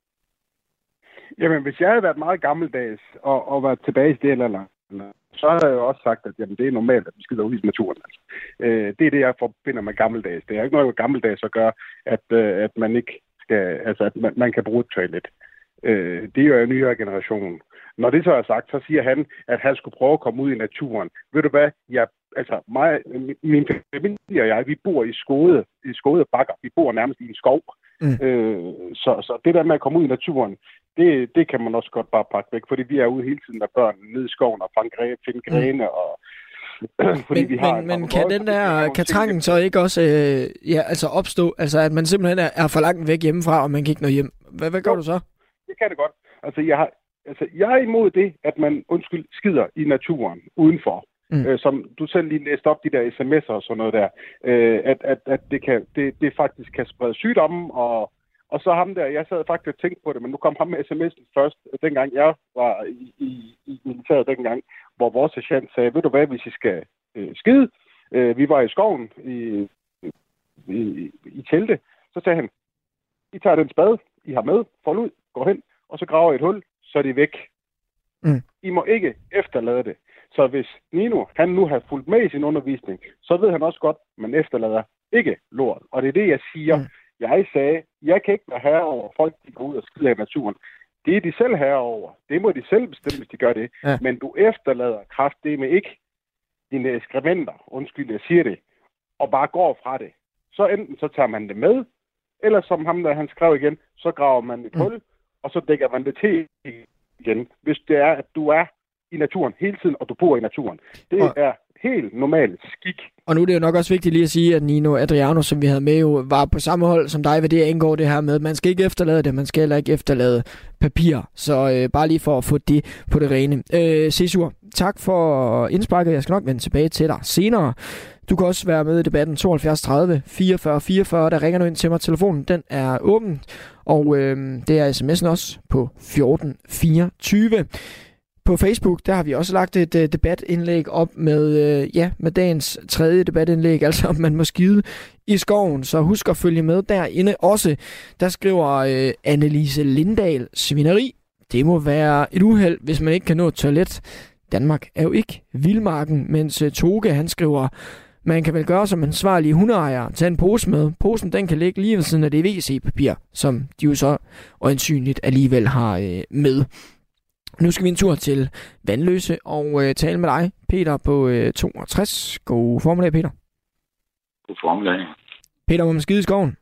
Jamen, hvis jeg havde været meget gammeldags og, og været tilbage i det eller andet, så havde jeg jo også sagt, at jamen, det er normalt, at vi skider ud i naturen. Altså. Øh, det er det, jeg forbinder med gammeldags. Det er ikke noget med gammeldags at gøre, at, øh, at man ikke skal, altså, at man, man kan bruge et toilet. Øh, det er jo en nyere generation. Når det så er sagt, så siger han, at han skulle prøve at komme ud i naturen. Ved du hvad? Jeg, altså, mig, min familie og jeg, vi bor i Skåde, i Skåde Bakker. Vi bor nærmest i en skov. Mm. Øh, så, så det der med at komme ud i naturen, det, det kan man også godt bare pakke væk, fordi vi er ude hele tiden med børn nede i skoven og fange græ, finde grene mm. og fordi men, vi har men, men kan den der, kan trangen så ikke også øh, ja, altså opstå, altså at man simpelthen er, er for langt væk hjemmefra, og man kan ikke nå hjem? Hvad, hvad gør jo, du så? Det kan det godt. Altså jeg, har, altså, jeg er imod det, at man, undskyld, skider i naturen udenfor. Mm. Øh, som du selv lige læste op, de der sms'er og sådan noget der. Øh, at at, at det, kan, det, det faktisk kan sprede sygdomme, og Og så ham der, jeg sad faktisk og tænkte på det, men nu kom ham med sms'en først, dengang jeg var i, i, i militæret dengang, hvor vores sergeant sagde, ved du hvad, hvis I skal øh, skide, øh, vi var i skoven i, i, i telte, så sagde han, I tager den spade, I har med, fold ud, går hen, og så graver I et hul, så er det væk. Mm. I må ikke efterlade det. Så hvis Nino, han nu har fulgt med i sin undervisning, så ved han også godt, man efterlader ikke lort. Og det er det, jeg siger. Mm. Jeg sagde, jeg kan ikke være herre over folk, der går ud og skider i naturen. Det er de selv herre over. Det må de selv bestemme, hvis de gør det. Ja. Men du efterlader kraftedeme ikke dine ekskrementer, undskyld, jeg siger det, og bare går fra det. Så enten så tager man det med, eller som ham der han skrev igen, så graver man et hul, mm. og så dækker man det til igen. Hvis det er, at du er i naturen hele tiden, og du bor i naturen. Det og... er helt normalt skik. Og nu er det jo nok også vigtigt lige at sige, at Nino Adriano, som vi havde med, jo var på samme hold som dig, hvad det indgår det her med. Man skal ikke efterlade det, man skal heller ikke efterlade papir. Så øh, bare lige for at få det på det rene. Øh, Cesur, tak for indsparket. Jeg skal nok vende tilbage til dig senere. Du kan også være med i debatten tooghalvfjerds tredive fireogfyrre fireogfyrre. Der ringer du ind til mig. Telefonen den er åben, og øh, det er sms'en også på fjorten fireogtyve. På Facebook, der har vi også lagt et uh, debatindlæg op med, uh, ja, med dagens tredje debatindlæg, altså om man må skide i skoven. Så husk at følge med derinde også. Der skriver uh, Annelise Lindahl, svineri. Det må være et uheld, hvis man ikke kan nå et toilet. Danmark er jo ikke vildmarken, mens uh, Toge, han skriver, man kan vel gøre som ansvarlige hundeejere. Tag en pose med. Posen, den kan ligge lige ved siden af det W C-papir, som de jo så øjensynligt alligevel har uh, med. Nu skal vi en tur til Vandløse og øh, tale med dig, Peter, på øh, toogtres. God formiddag, Peter. God formiddag. Peter, må man skide i skoven?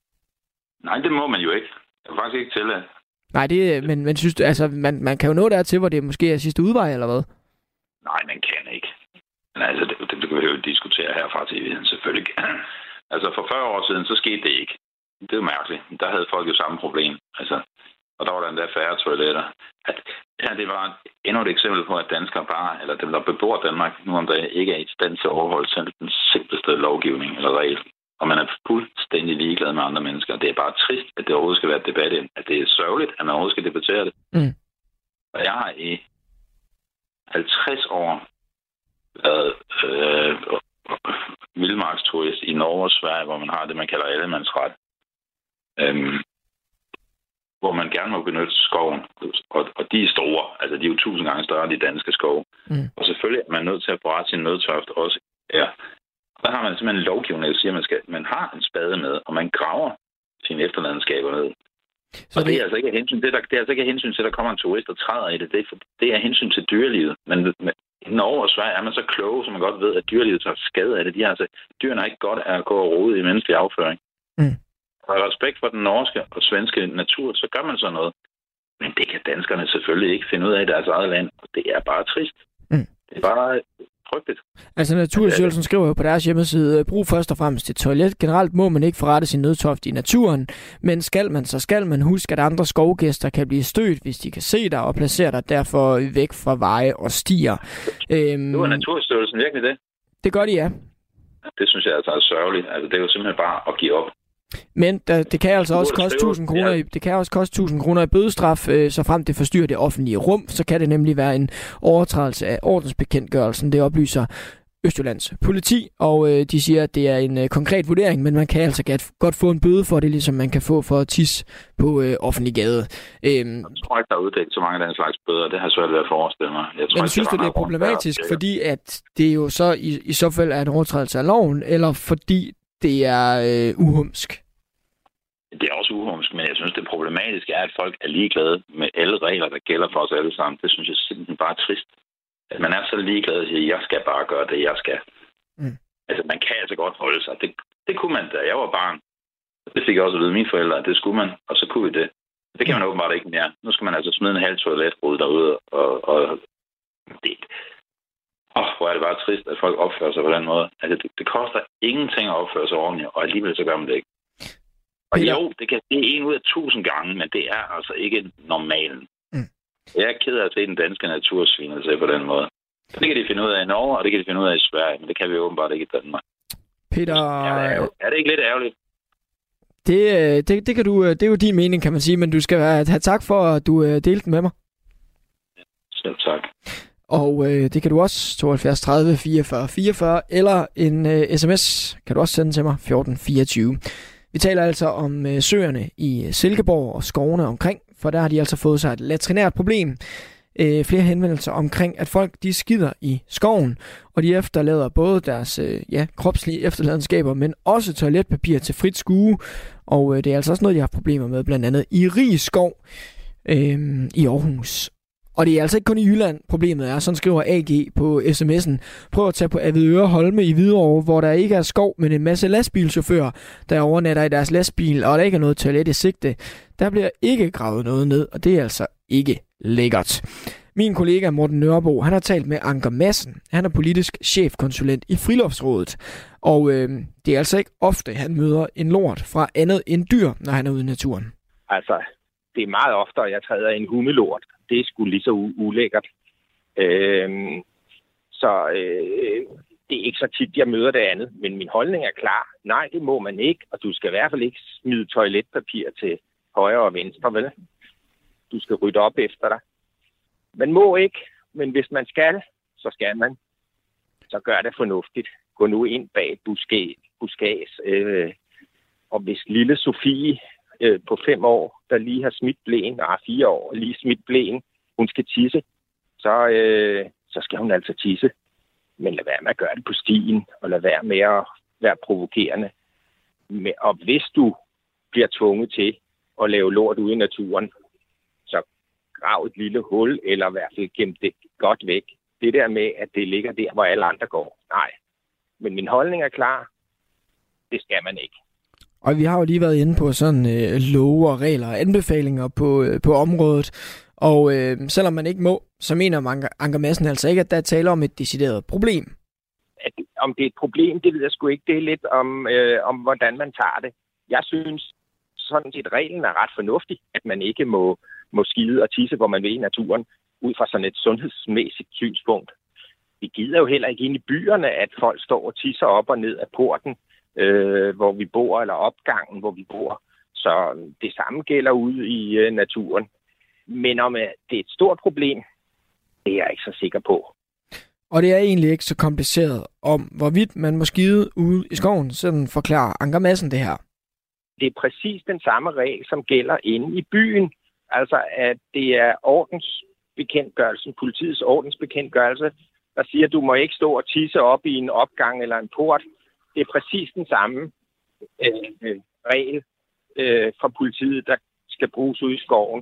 Nej, det må man jo ikke. Jeg kan faktisk ikke tillade. Nej, det, men, men synes du, altså, man, man kan jo nå dertil, hvor det måske er sidste udvej, eller hvad? Nej, man kan ikke. Men altså, det, det, det kan vi jo diskutere herfra til evigheden, selvfølgelig. Altså, for fyrre år siden, så skete det ikke. Det er jo mærkeligt. Der havde folk jo samme problem. Altså, og der var der endda færre toiletter. At, ja, det var endnu et eksempel på, at danskere bare, eller dem, der bebor Danmark, nu om dagen ikke er i stand til at overholde selv den simpleste lovgivning eller regel. Og man er fuldstændig ligeglad med andre mennesker. Det er bare trist, at det overhovedet skal være et debat, at det er sørgeligt, at man overhovedet skal debattere det. Mm. Og jeg har i halvtreds år været øh, vildmarksturist i Norge og Sverige, hvor man har det, man kalder allemandsret. Øhm, hvor man gerne må benytte skoven. Og, og de er store. Altså, de er jo tusind gange større end de danske skove. Mm. Og selvfølgelig er man nødt til at forrette sin nødtørft også. Ja. Der har man simpelthen en lovgivning, der siger, at man, skal, man har en spade med, og man graver sine efterladenskaber med. Så og det er altså ikke hensyn til, der, det er altså ikke hensyn til, at der kommer en turist og træder i det. Det er, for, det er hensyn til dyrelivet. Men med, i Norge og Sverige er man så kloge, så man godt ved, at dyrelivet tager skade af det. De har altså, dyrene er ikke godt af at gå og rode i menneskelig afføring. Mm. Og i respekt for den norske og svenske natur, så gør man sådan noget. Men det kan danskerne selvfølgelig ikke finde ud af i deres eget land, og det er bare trist. Mm. Det er bare frygteligt. Altså Naturstyrelsen skriver jo på deres hjemmeside, brug først og fremmest et toilet. Generelt må man ikke forrette sin nødtoft i naturen, men skal man, så skal man huske, at andre skovgæster kan blive stødt, hvis de kan se dig og placere dig derfor væk fra veje og stier. Øhm, nu er Naturstyrelsen virkelig det? Det gør de, ja. Det synes jeg altså er sørgeligt. Altså, det er jo simpelthen bare at give op. Men der, det kan altså også koste tusind kroner. Ja. Det kan også koste tusind kroner i bødestraf, øh, så frem det forstyrrer det offentlige rum, så kan det nemlig være en overtrædelse af ordensbekendtgørelsen. Det oplyser Østjyllands politi, og øh, de siger, at det er en øh, konkret vurdering, men man kan altså godt, godt få en bøde for det, ligesom man kan få for at tisse på øh, offentlig gade. Øhm, jeg tror ikke, der er uddelt så mange af den slags bøder. Det har svært ved at forestille mig. Jeg tror, men synes du, det er problematisk, der, fordi at det jo så i, i så fald er en overtrædelse af loven, eller fordi det er øh, uhumsk? Det er også uhumsk, men jeg synes, det problematiske er, at folk er ligeglade med alle regler, der gælder for os alle sammen. Det synes jeg simpelthen bare er trist. At man er så ligeglad og siger, jeg skal bare gøre det, jeg skal. Mm. Altså, man kan altså godt holde sig. Det, det kunne man, da jeg var barn. Det fik jeg også at vide mine forældre, at det skulle man, og så kunne vi det. Det kan man åbenbart ikke mere. Nu skal man altså smide en halv toiletrude derude, og, og det... Åh, oh, hvor er det bare trist, at folk opfører sig på den måde. Altså, det, det koster ingenting at opføre sig ordentligt, og alligevel så gør man det ikke. Og jo, det kan det er en ud af tusind gange, men det er altså ikke normalen. Mm. Jeg er ked af at se den danske natur svine sig på den måde. Det kan de finde ud af i Norge, og det kan de finde ud af i Sverige, men det kan vi åbenbart ikke i Danmark. Peter... Ja, er, er det ikke lidt ærgerligt? Det, det, det, kan du, det er jo din mening, kan man sige, men du skal have tak for, at du delte den med mig. Ja, selv tak. Og øh, det kan du også, tooghalvfjerds tredive fireogfyrre fireogfyrre, eller en øh, sms kan du også sende til mig, fjorten fireogtyve. Vi taler altså om øh, søerne i Silkeborg og skovene omkring, for der har de altså fået sig et latrinært problem. Øh, flere henvendelser omkring, at folk de skider i skoven, og de efterlader både deres øh, ja, kropslige efterladenskaber, men også toiletpapir til frit skue. Og øh, det er altså også noget, de har problemer med, blandt andet i Rigskov øh, i Aarhus. Og det er altså ikke kun i Jylland, problemet er, sådan skriver A G på sms'en. Prøv at tage på Avedøre Holme i Hvidovre, hvor der ikke er skov, men en masse lastbilchauffører, der overnatter i deres lastbil, og der ikke er noget toilet i sigte. Der bliver ikke gravet noget ned, og det er altså ikke lækkert. Min kollega Morten Nørbo, han har talt med Anker Madsen. Han er politisk chefkonsulent i Friluftsrådet. Og øh, det er altså ikke ofte, han møder en lort fra andet end dyr, når han er ude i naturen. Altså, det er meget oftere, jeg træder en hundelort. Det er sgu lige så u- ulækkert. Øhm, så øh, det er ikke så tit, jeg møder det andet. Men min holdning er klar. Nej, det må man ikke. Og du skal i hvert fald ikke smide toiletpapir til højre og venstre, vel? Du skal rydde op efter dig. Man må ikke, men hvis man skal, så skal man. Så gør det fornuftigt. Gå nu ind bag et buskæs. buskæs øh, og hvis lille Sofie øh, på fem år, der lige har smidt blæen, nej, fire år, lige smidt blæen, hun skal tisse, så, øh, så skal hun altså tisse. Men lad være med at gøre det på stien, og lad være med at være provokerende. Og hvis du bliver tvunget til at lave lort ude i naturen, så grav et lille hul, eller i hvert fald gem det godt væk. Det der med, at det ligger der, hvor alle andre går. Nej. Men min holdning er klar. Det skal man ikke. Og vi har jo lige været inde på sådan øh, love og regler og anbefalinger på, øh, på området. Og øh, selvom man ikke må, så mener Anker Madsen altså ikke, at der er tale om et decideret problem. At, om det er et problem, det ved jeg sgu ikke. Det er lidt om, øh, om hvordan man tager det. Jeg synes sådan set, reglen er ret fornuftig, at man ikke må, må skide og tisse, hvor man vil i naturen, ud fra sådan et sundhedsmæssigt synspunkt. Vi gider jo heller ikke ind i byerne, at folk står og tisser op og ned af porten, øh, hvor vi bor, eller opgangen, hvor vi bor. Så det samme gælder ude i øh, naturen. Men om øh, det er et stort problem, det er jeg ikke så sikker på. Og det er egentlig ikke så kompliceret om, hvorvidt man må skide ude i skoven, sådan forklarer Anker Madsen det her. Det er præcis den samme regel, som gælder inde i byen. Altså, at det er ordensbekendtgørelsen, politiets ordensbekendtgørelse, der siger, at du må ikke stå og tisse op i en opgang eller en port. Det er præcis den samme øh, regel øh, fra politiet, der skal bruges ude i skoven.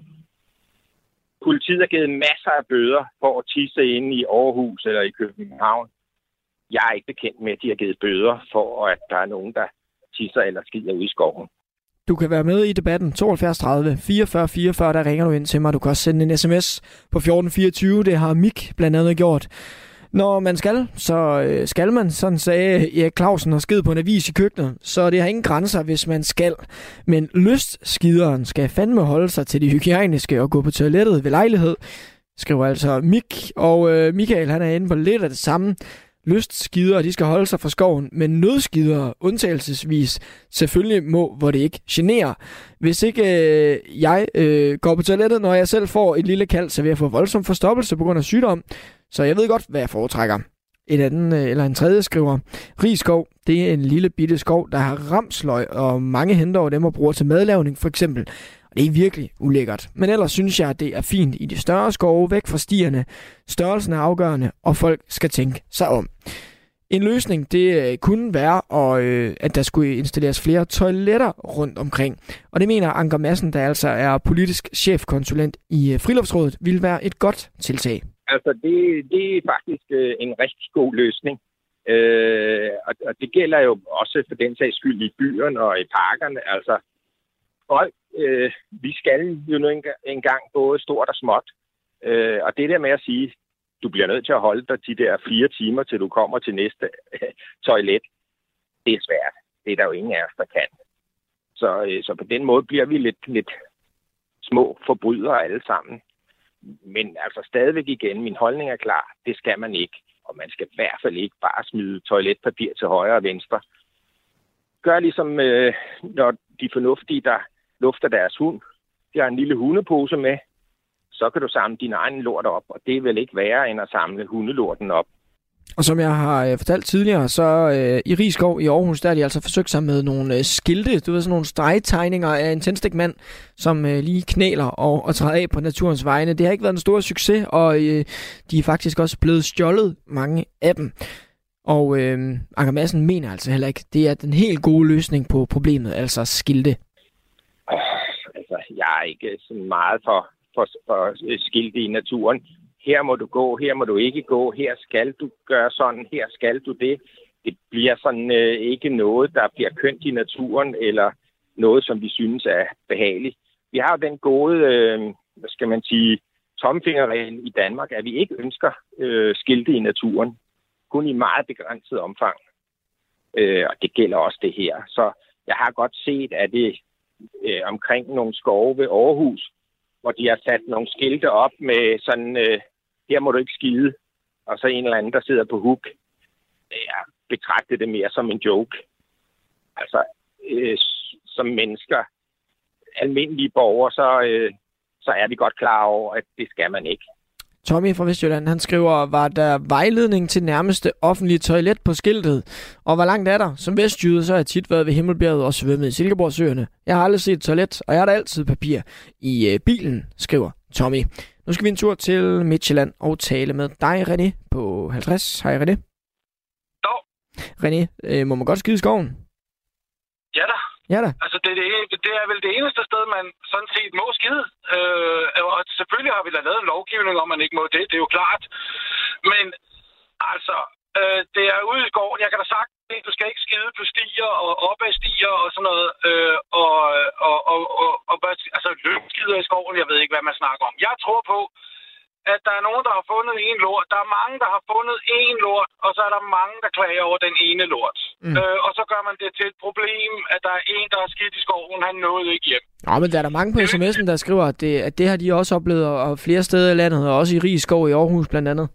Politiet har givet masser af bøder for at tisse inde i Aarhus eller i København. Jeg er ikke bekendt med, at de har givet bøder for, at der er nogen, der tisser eller skider ude i skoven. Du kan være med i debatten tooghalvfjerds tredive fireogfyrre fireogfyrre, der ringer du ind til mig. Du kan også sende en sms på fjorten fireogtyve, det har Mik blandt andet gjort. Når man skal, så skal man, sådan sagde Erik Clausen og skid på en avis i køkkenet, så det har ingen grænser, hvis man skal. Men lystskideren skal fandme holde sig til det hygiejniske og gå på toilettet ved lejlighed, skriver altså Mik. Og øh, Michael, han er inde på lidt af det samme. Lystskidere, de skal holde sig fra skoven, men nødskidere undtagelsesvis selvfølgelig må, hvor det ikke generer. Hvis ikke øh, jeg øh, går på toilettet, når jeg selv får et lille kald, så vil jeg få voldsom forstoppelse på grund af sygdom. Så jeg ved godt, hvad jeg foretrækker. En anden, øh, eller en tredje skriver, Rigskov, det er en lille bitte skov, der har ramsløg, og mange henter over dem og bruger til madlavning for eksempel. Det er virkelig ulækkert. Men ellers synes jeg, at det er fint i de større skove, væk fra stierne. Størrelsen er afgørende, og folk skal tænke sig om. En løsning, det øh, kunne være, og, øh, at der skulle installeres flere toiletter rundt omkring. Og det mener Anker Madsen, der altså er politisk chefkonsulent i øh, Friluftsrådet, ville være et godt tiltag. Altså, det, det er faktisk øh, en rigtig god løsning. Øh, og, og det gælder jo også for den sags skyld i byerne og i parkerne. Altså, folk, øh, vi skal jo nu engang både stort og småt. Øh, og det der med at sige, du bliver nødt til at holde dig de der fire timer, til du kommer til næste øh, toilet, det er svært. Det er der jo ingen af os, der kan. Så, øh, så på den måde bliver vi lidt, lidt små forbrydere alle sammen. Men altså stadigvæk igen, min holdning er klar, det skal man ikke. Og man skal i hvert fald ikke bare smide toiletpapir til højre og venstre. Gør ligesom, øh, når de fornuftige, der lufter deres hund, de har en lille hundepose med, så kan du samle din egen lort op, og det er vel ikke værre end at samle hundelorten op. Og som jeg har øh, fortalt tidligere, så øh, i Rigskov i Aarhus, der har de altså forsøgt sig med nogle øh, skilte, du ved, sådan nogle stregtegninger af en tændstikmand, som øh, lige knæler og, og træder af på naturens vegne. Det har ikke været en stor succes, og øh, de er faktisk også blevet stjålet, mange af dem. Og øh, Anker Madsen mener altså heller ikke, det er den helt gode løsning på problemet, altså skilte. Oh, altså, jeg er ikke så meget for, for, for skilte i naturen. Her må du gå, her må du ikke gå, her skal du gøre sådan, her skal du det. Det bliver sådan øh, ikke noget, der bliver kønt i naturen, eller noget, som vi synes er behageligt. Vi har jo den gode, øh, hvad skal man sige, tommelfingerregel i Danmark, at vi ikke ønsker øh, skilte i naturen. Kun i meget begrænset omfang. Øh, og det gælder også det her. Så jeg har godt set, at det øh, omkring nogle skove ved Aarhus, hvor de har sat nogle skilte op med sådan, øh, her må du ikke skide, og så en eller anden, der sidder på hook. Jeg betragter det mere som en joke. Altså, øh, som mennesker, almindelige borgere, så, øh, så er vi godt klar over, at det skal man ikke. Tommy fra Vestjylland, han skriver, var der vejledning til nærmeste offentlige toilet på skiltet? Og hvor langt er der? Som vestjyde, så har jeg tit været ved Himmelbjerget og svømmet i Silkeborgsøerne. Jeg har aldrig set et toilet, og jeg har da altid papir i øh, bilen, skriver Tommy. Nu skal vi en tur til Midtjylland og tale med dig, René, på halvtreds. Hej, René. Jo. René, øh, må man godt skide i skoven? Ja da. Ja da. Altså, det, det, det er vel det eneste sted, man sådan set må skide. Øh, og selvfølgelig har vi da lavet en lovgivning om, man ikke må det. Det er jo klart. Men altså, øh, det er ude i skoven. Jeg kan da sagt, du skal ikke skide på stier og op ad stier og sådan noget. Øh, og, og, og, og, og altså, løbskider i skoven, jeg ved ikke, hvad man snakker om. Jeg tror på, at der er nogen, der har fundet en lort. Der er mange, der har fundet en lort, og så er der mange, der klager over den ene lort. Mm. Øh, og så gør man det til et problem, at der er en, der har skidt i skoven, han nåede ikke hjem. Nå, men der er der mange på sms'en, der skriver, at det, at det har de også oplevet og flere steder i landet, og også i Rigskov i Aarhus blandt andet.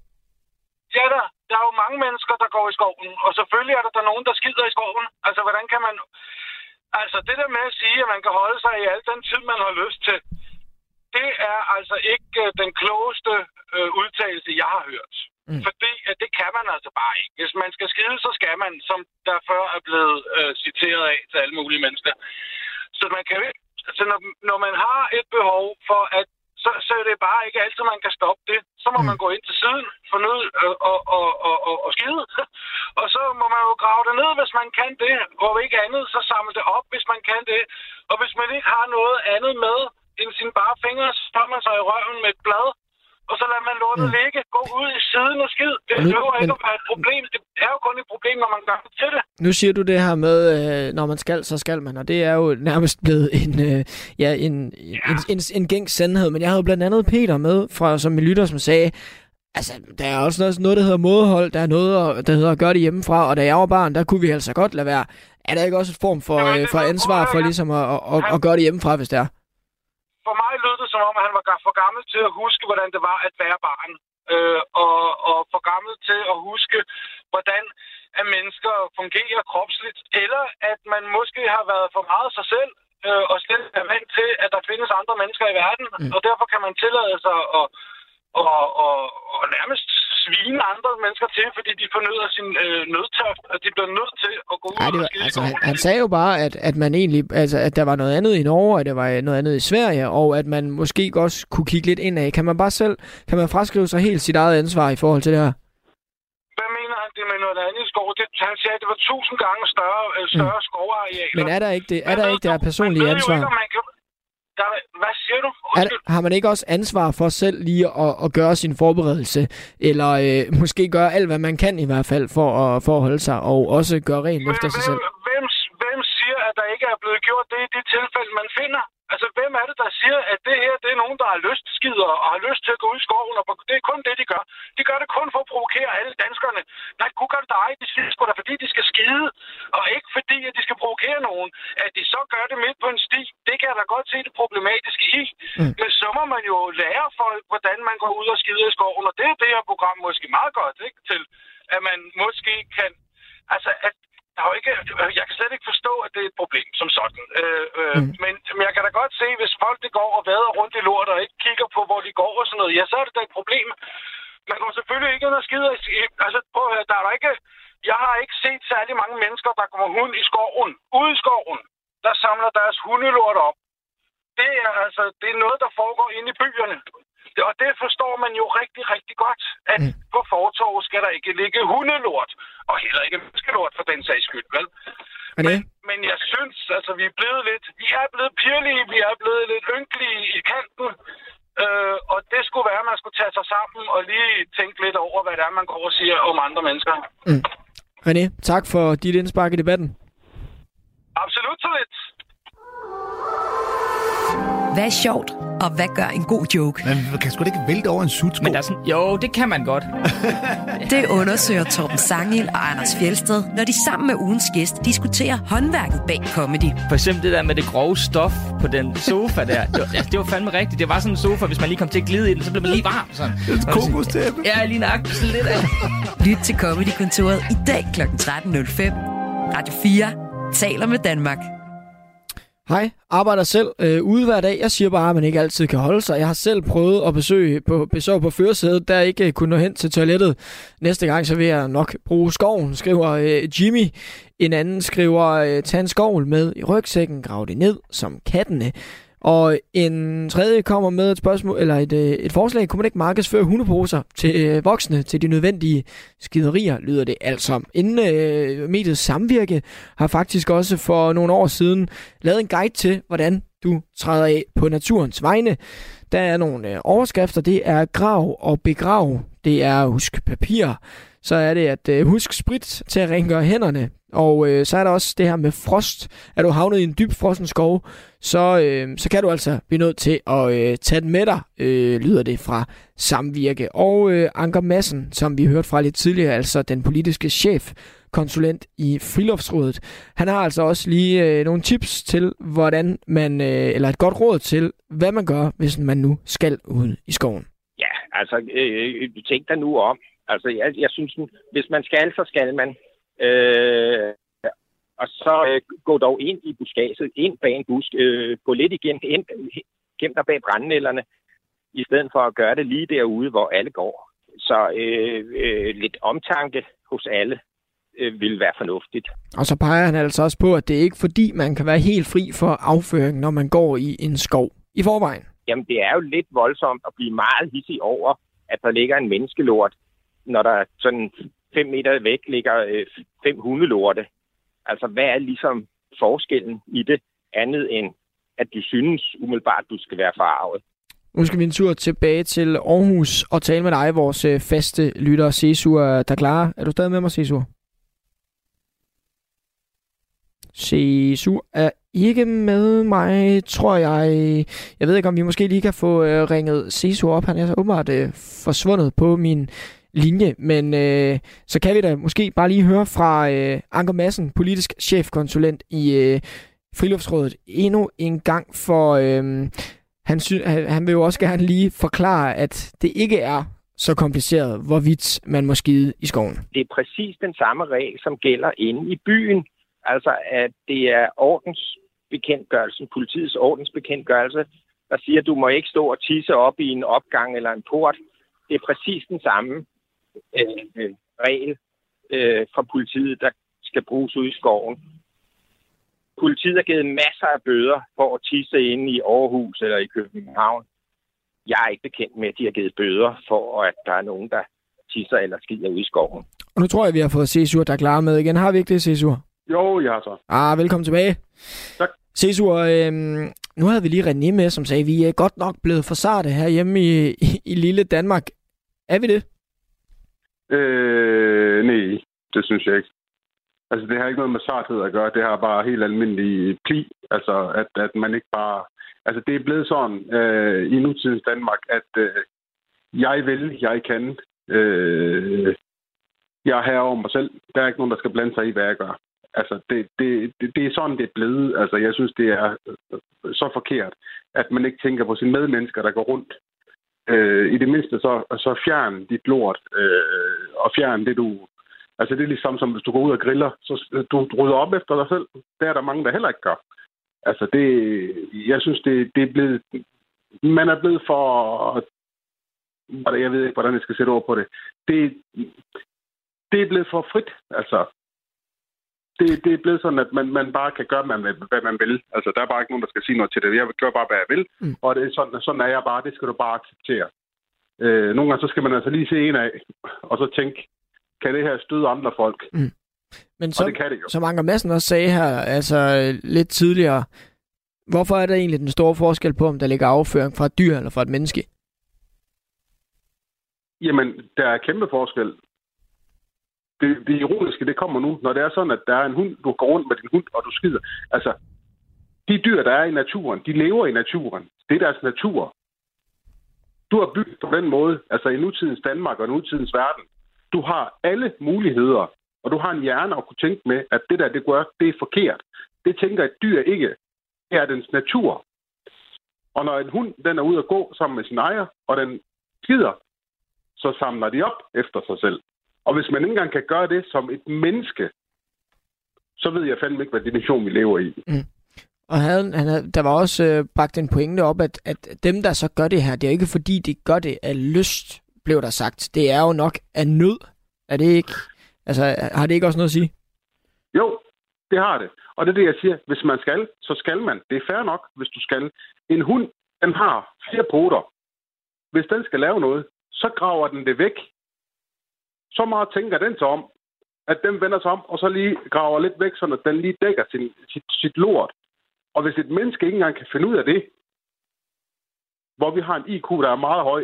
Ja da, der er jo mange mennesker, der går i skoven, og selvfølgelig er der, der nogen, der skider i skoven. Altså, hvordan kan man... Altså, det der med at sige, at man kan holde sig i al den tid, man har lyst til, det er altså ikke øh, den klogeste øh, udtalelse, jeg har hørt. Mm. Fordi at det kan man altså bare ikke. Hvis man skal skide, så skal man, som der før er blevet øh, citeret af til alle mulige mennesker. Så man kan ikke... Altså, når, når man har et behov for at... Så, så er det bare ikke altid, man kan stoppe det. Så må mm. man gå ind til siden, fornød og, og, og, og, og, og skide. Og så må man jo grave det ned, hvis man kan det. Og ikke andet, så samle det op, hvis man kan det. Og hvis man ikke har noget andet med end sine bare fingre, så tager man sig i røven med et blad, og så lader man lortet mm. ligge, gå ud i siden og skid. Det nu, behøver ikke men... at være et problem. Det er jo kun et problem, når man gør til det. Nu siger du det her med, øh, når man skal, så skal man, og det er jo nærmest blevet en, øh, ja, en, ja. en, en, en gængs sandhed. Men jeg havde blandt andet Peter med, fra, som en lytter, som sagde, altså, der er også noget, noget der hedder mådehold, der er noget, der hedder at gøre det hjemmefra, og da jeg var barn, der kunne vi altså godt lade være. Er der ikke også et form for, øh, for ansvar for ligesom at, at, at, at gøre det hjemmefra, hvis det er? For mig lød det som om, at han var for gammel til at huske, hvordan det var at være barn. Øh, og, og for gammel til at huske, hvordan at mennesker fungerer kropsligt. Eller at man måske har været for meget sig selv, øh, og slet er vant til, at der findes andre mennesker i verden. Mm. Og derfor kan man tillade sig at og, og, og nærmest svine andre mennesker til, fordi de fornøder sin øh, nødtørft, og de bliver nødt til at gå ud Ej, var, og skide altså, han, han sagde jo bare, at, at man egentlig, altså, at der var noget andet i Norge, at der var noget andet i Sverige, og at man måske også kunne kigge lidt indad. Kan man bare selv, kan man fraskrive sig helt sit eget ansvar i forhold til det her? Hvad mener han, det med noget andet skov. Det, han sagde, at det var tusind gange større, øh, større mm. skovarealer. Men er der ikke det, er der ikke det her personlige ansvar? Ikke, man kan, der, hvad siger du? Er, har man ikke også ansvar for selv lige at, at gøre sin forberedelse? Eller øh, måske gøre alt, hvad man kan i hvert fald, for at, for at holde sig, og også gøre rent efter sig selv? Hvem, hvem siger, at der ikke er blevet gjort det i de tilfælde, man finder? Altså, hvem er det, der siger, at det her, det er nogen, der har lyst skider og har lyst til at gå ud i skoven, og det er kun det, de gør. De gør det kun for at provokere alle danskerne. Nej, gud gør det dig. De siger sgu da, fordi de skal skide, og ikke fordi, at de skal provokere nogen. At de så gør det midt på en sti, det kan jeg da godt se det problematiske i. Mm. Men så må man jo lære folk, hvordan man går ud og skider i skoven, og det er det her program måske meget godt, ikke? Til, at man måske kan... Altså, at Jeg, har ikke, jeg kan slet ikke forstå, at det er et problem som sådan. Øh, øh, mm. men, men jeg kan da godt se, hvis folk det går og vader rundt i lort og ikke kigger på, hvor de går og sådan noget, ja, så er det da et problem. Man går selvfølgelig ikke ind og skider. Altså, prøv at høre, der er der ikke... Jeg har ikke set særlig mange mennesker, der kommer hund i skoven. Ude i skoven, der samler deres hundelort op. Det er altså det er noget, der foregår inde i byerne. Og det forstår man jo rigtig, rigtig godt, at mm. på fortorvet skal der ikke ligge hundelort, og heller ikke menneskelort for den sags skyld, vel? Men, men, men jeg synes, altså, vi er blevet lidt, vi er blevet pirlige, vi er blevet lidt ynkelige i kanten, øh, og det skulle være, at man skulle tage sig sammen og lige tænke lidt over, hvad det er, man går og siger om andre mennesker. Mm. René, tak for dit indspark i debatten. Absolut så lidt. Hvad er sjovt, og hvad gør en god joke? Man kan sgu da ikke vælte over en sutsko. Men der er sådan, jo, det kan man godt. Det undersøger Torben Sangil og Anders Fjeldsted, når de sammen med ugens gæst diskuterer håndværket bag comedy. For eksempel det der med det grove stof på den sofa der. Det var, ja, det var fandme rigtigt. Det var sådan en sofa, hvis man lige kom til at glide i den, så blev man lige varm. Sådan. Kokostæppe. Ja, lige nøjagtigt sådan lidt af. Lyt til Comedy-kontoret i dag klokken tretten nul fem. Radio fire taler med Danmark. Hej, arbejder selv øh, ude hver dag. Jeg siger bare, at man ikke altid kan holde sig. Jeg har selv prøvet at besøge på, besøge på førersædet, der ikke øh, kunne nå hen til toilettet. Næste gang så vil jeg nok bruge skoven, skriver øh, Jimmy. En anden skriver, øh, tag en skovl med i rygsækken, grav det ned som kattene. Og en tredje kommer med et spørgsmål eller et, øh, et forslag. Kunne man ikke markedsføre hundeposer til øh, voksne til de nødvendige skiderier, lyder det altså. Inden øh, mediet Samvirke har faktisk også for nogle år siden lavet en guide til, hvordan du træder af på naturens vegne. Der er nogle øh, overskrifter. Det er grav og begrav. Det er husk papir. Så er det at øh, husk sprit til at rengøre hænderne. Og øh, så er der også det her med frost. Er du havnet i en dyb frossen skov, så, øh, så kan du altså blive nødt til at øh, tage den med dig, øh, lyder det fra Samvirke. Og øh, Anker Madsen, som vi hørte fra lidt tidligere, altså den politiske chefkonsulent i Friluftsrådet, han har altså også lige øh, nogle tips til, hvordan man, øh, eller et godt råd til, hvad man gør, hvis man nu skal ud i skoven. Ja, altså, øh, tænk dig nu om. Altså, jeg, jeg synes, hvis man skal, så skal man. Øh, og så øh, gå dog ind i buskaget, ind bag en busk, øh, gå lidt igen, ind, gem dig bag brændenælderne, i stedet for at gøre det lige derude, hvor alle går. Så øh, øh, lidt omtanke hos alle øh, vil være fornuftigt. Og så peger han altså også på, at det er ikke fordi, man kan være helt fri for afføring, når man går i en skov i forvejen. Jamen, det er jo lidt voldsomt at blive meget hissig over, at der ligger en menneskelort, når der sådan fem meter væk ligger øh, fem hundelorte. Altså, hvad er ligesom forskellen i det, andet end, at du synes umiddelbart, du skal være forarvet? Nu skal vi en tur tilbage til Aarhus og tale med dig, vores øh, faste lytter, Cesur. Der klar. Er du stadig med mig, Cesur? Cesur er ikke med mig, tror jeg. Jeg ved ikke, om vi måske lige kan få øh, ringet Cesur op. Han er så åbenbart øh, forsvundet på min linje, men øh, så kan vi da måske bare lige høre fra øh, Anker Madsen, politisk chefkonsulent i øh, Friluftsrådet, endnu en gang, for øh, han, sy- han vil jo også gerne lige forklare, at det ikke er så kompliceret, hvorvidt man må skide i skoven. Det er præcis den samme regel, som gælder inde i byen. Altså, at det er ordensbekendtgørelsen, politiets ordensbekendtgørelse, der siger, at du må ikke stå og tisse op i en opgang eller en port. Det er præcis den samme øh, øh, regel øh, fra politiet, der skal bruges ud i skoven. Politiet har givet masser af bøder for at tisse inde i Aarhus eller i København. Jeg er ikke bekendt med, at de har givet bøder for, at der er nogen, der tisser eller skider ud i skoven. Og nu tror jeg, vi har fået Cesur, der er klar med igen. Har vi ikke det, Cesur? Jo, jeg har så. Ah, velkommen tilbage. Tak. Cesur, øh, nu havde vi lige René med, som sagde, at vi er godt nok blevet for sarte herhjemme i, i, i lille Danmark. Er vi det? Øh, nej, det synes jeg ikke. Altså, det har ikke noget med sarthed at gøre. Det har bare helt almindelig pli. Altså, at, at man ikke bare... Altså, det er blevet sådan øh, i nutidens Danmark, at øh, jeg vil, jeg kan. Øh, jeg er herre over mig selv. Der er ikke nogen, der skal blande sig i, hvad jeg gør. Altså, det, det, det, det er sådan, det er blevet. Altså, jeg synes, det er så forkert, at man ikke tænker på sine medmennesker, der går rundt. Øh, I det mindste, så, så fjern dit lort, øh, og fjern det, du... Altså, det er ligesom som, hvis du går ud og griller, så du rydder op efter dig selv. Det er der mange, der heller ikke gør. Altså, det... Jeg synes, det, det er blevet... Man er blevet for... Jeg ved ikke, hvordan jeg skal sætte ord på det. Det, det er blevet for frit, altså... Det, det er blevet sådan, at man, man bare kan gøre, man, hvad man vil. Altså, der er bare ikke nogen, der skal sige noget til det. Jeg gør bare, hvad jeg vil. Mm. Og det er sådan, sådan er jeg bare. Det skal du bare acceptere. Øh, nogle gange, så skal man altså lige se en af, og så tænke, kan det her støde andre folk? Mm. Men så, og det kan det jo. som Anker Madsen også sagde her, altså lidt tidligere, hvorfor er der egentlig den store forskel på, om der ligger afføring fra et dyr eller fra et menneske? Jamen, der er kæmpe forskel. Det, det ironiske, det kommer nu, når det er sådan, at der er en hund, du går rundt med din hund, og du skider. Altså, de dyr, der er i naturen, de lever i naturen. Det er deres natur. Du har bygget på den måde, altså i nutidens Danmark og nutidens verden. Du har alle muligheder, og du har en hjerne at kunne tænke med, at det der, det gør, det er forkert. Det tænker et dyr ikke. Det er dens natur. Og når en hund, den er ude at gå sammen med sin ejer, og den skider, så samler de op efter sig selv. Og hvis man ikke engang kan gøre det som et menneske, så ved jeg fandme ikke, hvad dimension vi lever i. Mm. Og havde, han havde, der var også øh, bragt en pointe op, at, at dem, der så gør det her, det er ikke fordi, de gør det af lyst, blev der sagt. Det er jo nok af nød. Er det ikke? Altså, har det ikke også noget at sige? Jo, det har det. Og det er det, jeg siger. Hvis man skal, så skal man. Det er fair nok, hvis du skal. En hund, den har fire poter. Hvis den skal lave noget, så graver den det væk. Så meget tænker den sig om, at den vender sig om, og så lige graver lidt væk, så den lige dækker sin, sit, sit lort. Og hvis et menneske ikke engang kan finde ud af det, hvor vi har en I Q, der er meget høj,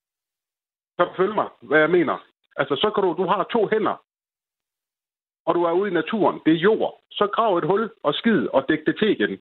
så følg mig, hvad jeg mener. Altså, så kan du, du har to hænder, og du er ude i naturen. Det er jord. Så grav et hul og skid og dæk det til igen.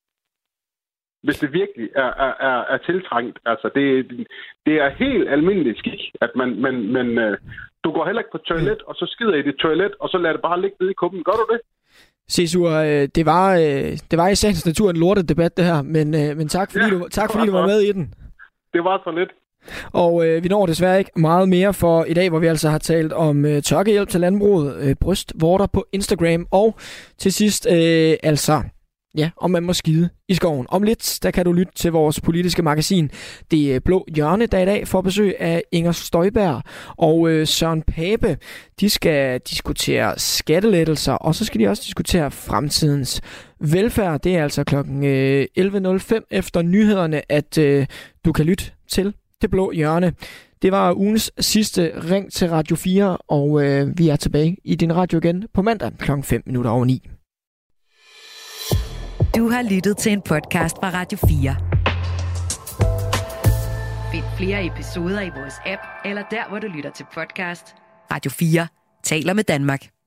Hvis det virkelig er, er, er, er tiltrængt. Altså, det, det er helt almindeligt skik, at man, man, man, du går heller ikke på toilet, og så skider i dit toilet, og så lader det bare ligge nede i kuppen. Gør du det? Cesur, det var, det var i sagens natur en lortet debat, det her, men, men tak fordi, ja, du, tak, fordi du var med i den. Det var så lidt. Og øh, vi når desværre ikke meget mere for i dag, hvor vi altså har talt om øh, tørkehjælp til landbruget, øh, brystvorter på Instagram, og til sidst øh, altså, ja, om man må skide i skoven. Om lidt, der kan du lytte til vores politiske magasin, Det Blå Hjørne, der i dag får besøg af Inger Støjberg og øh, Søren Pape. De skal diskutere skattelettelser, og så skal de også diskutere fremtidens velfærd. Det er altså klokken øh, elleve nul fem efter nyhederne, at øh, du kan lytte til Det Blå Hjørne. Det var ugens sidste ring til Radio fire, og øh, vi er tilbage i din radio igen på mandag klokken fem minutter over ni. Du har lyttet til en podcast fra Radio fire. Find flere episoder i vores app, eller der, hvor du lytter til podcast. Radio fire taler med Danmark.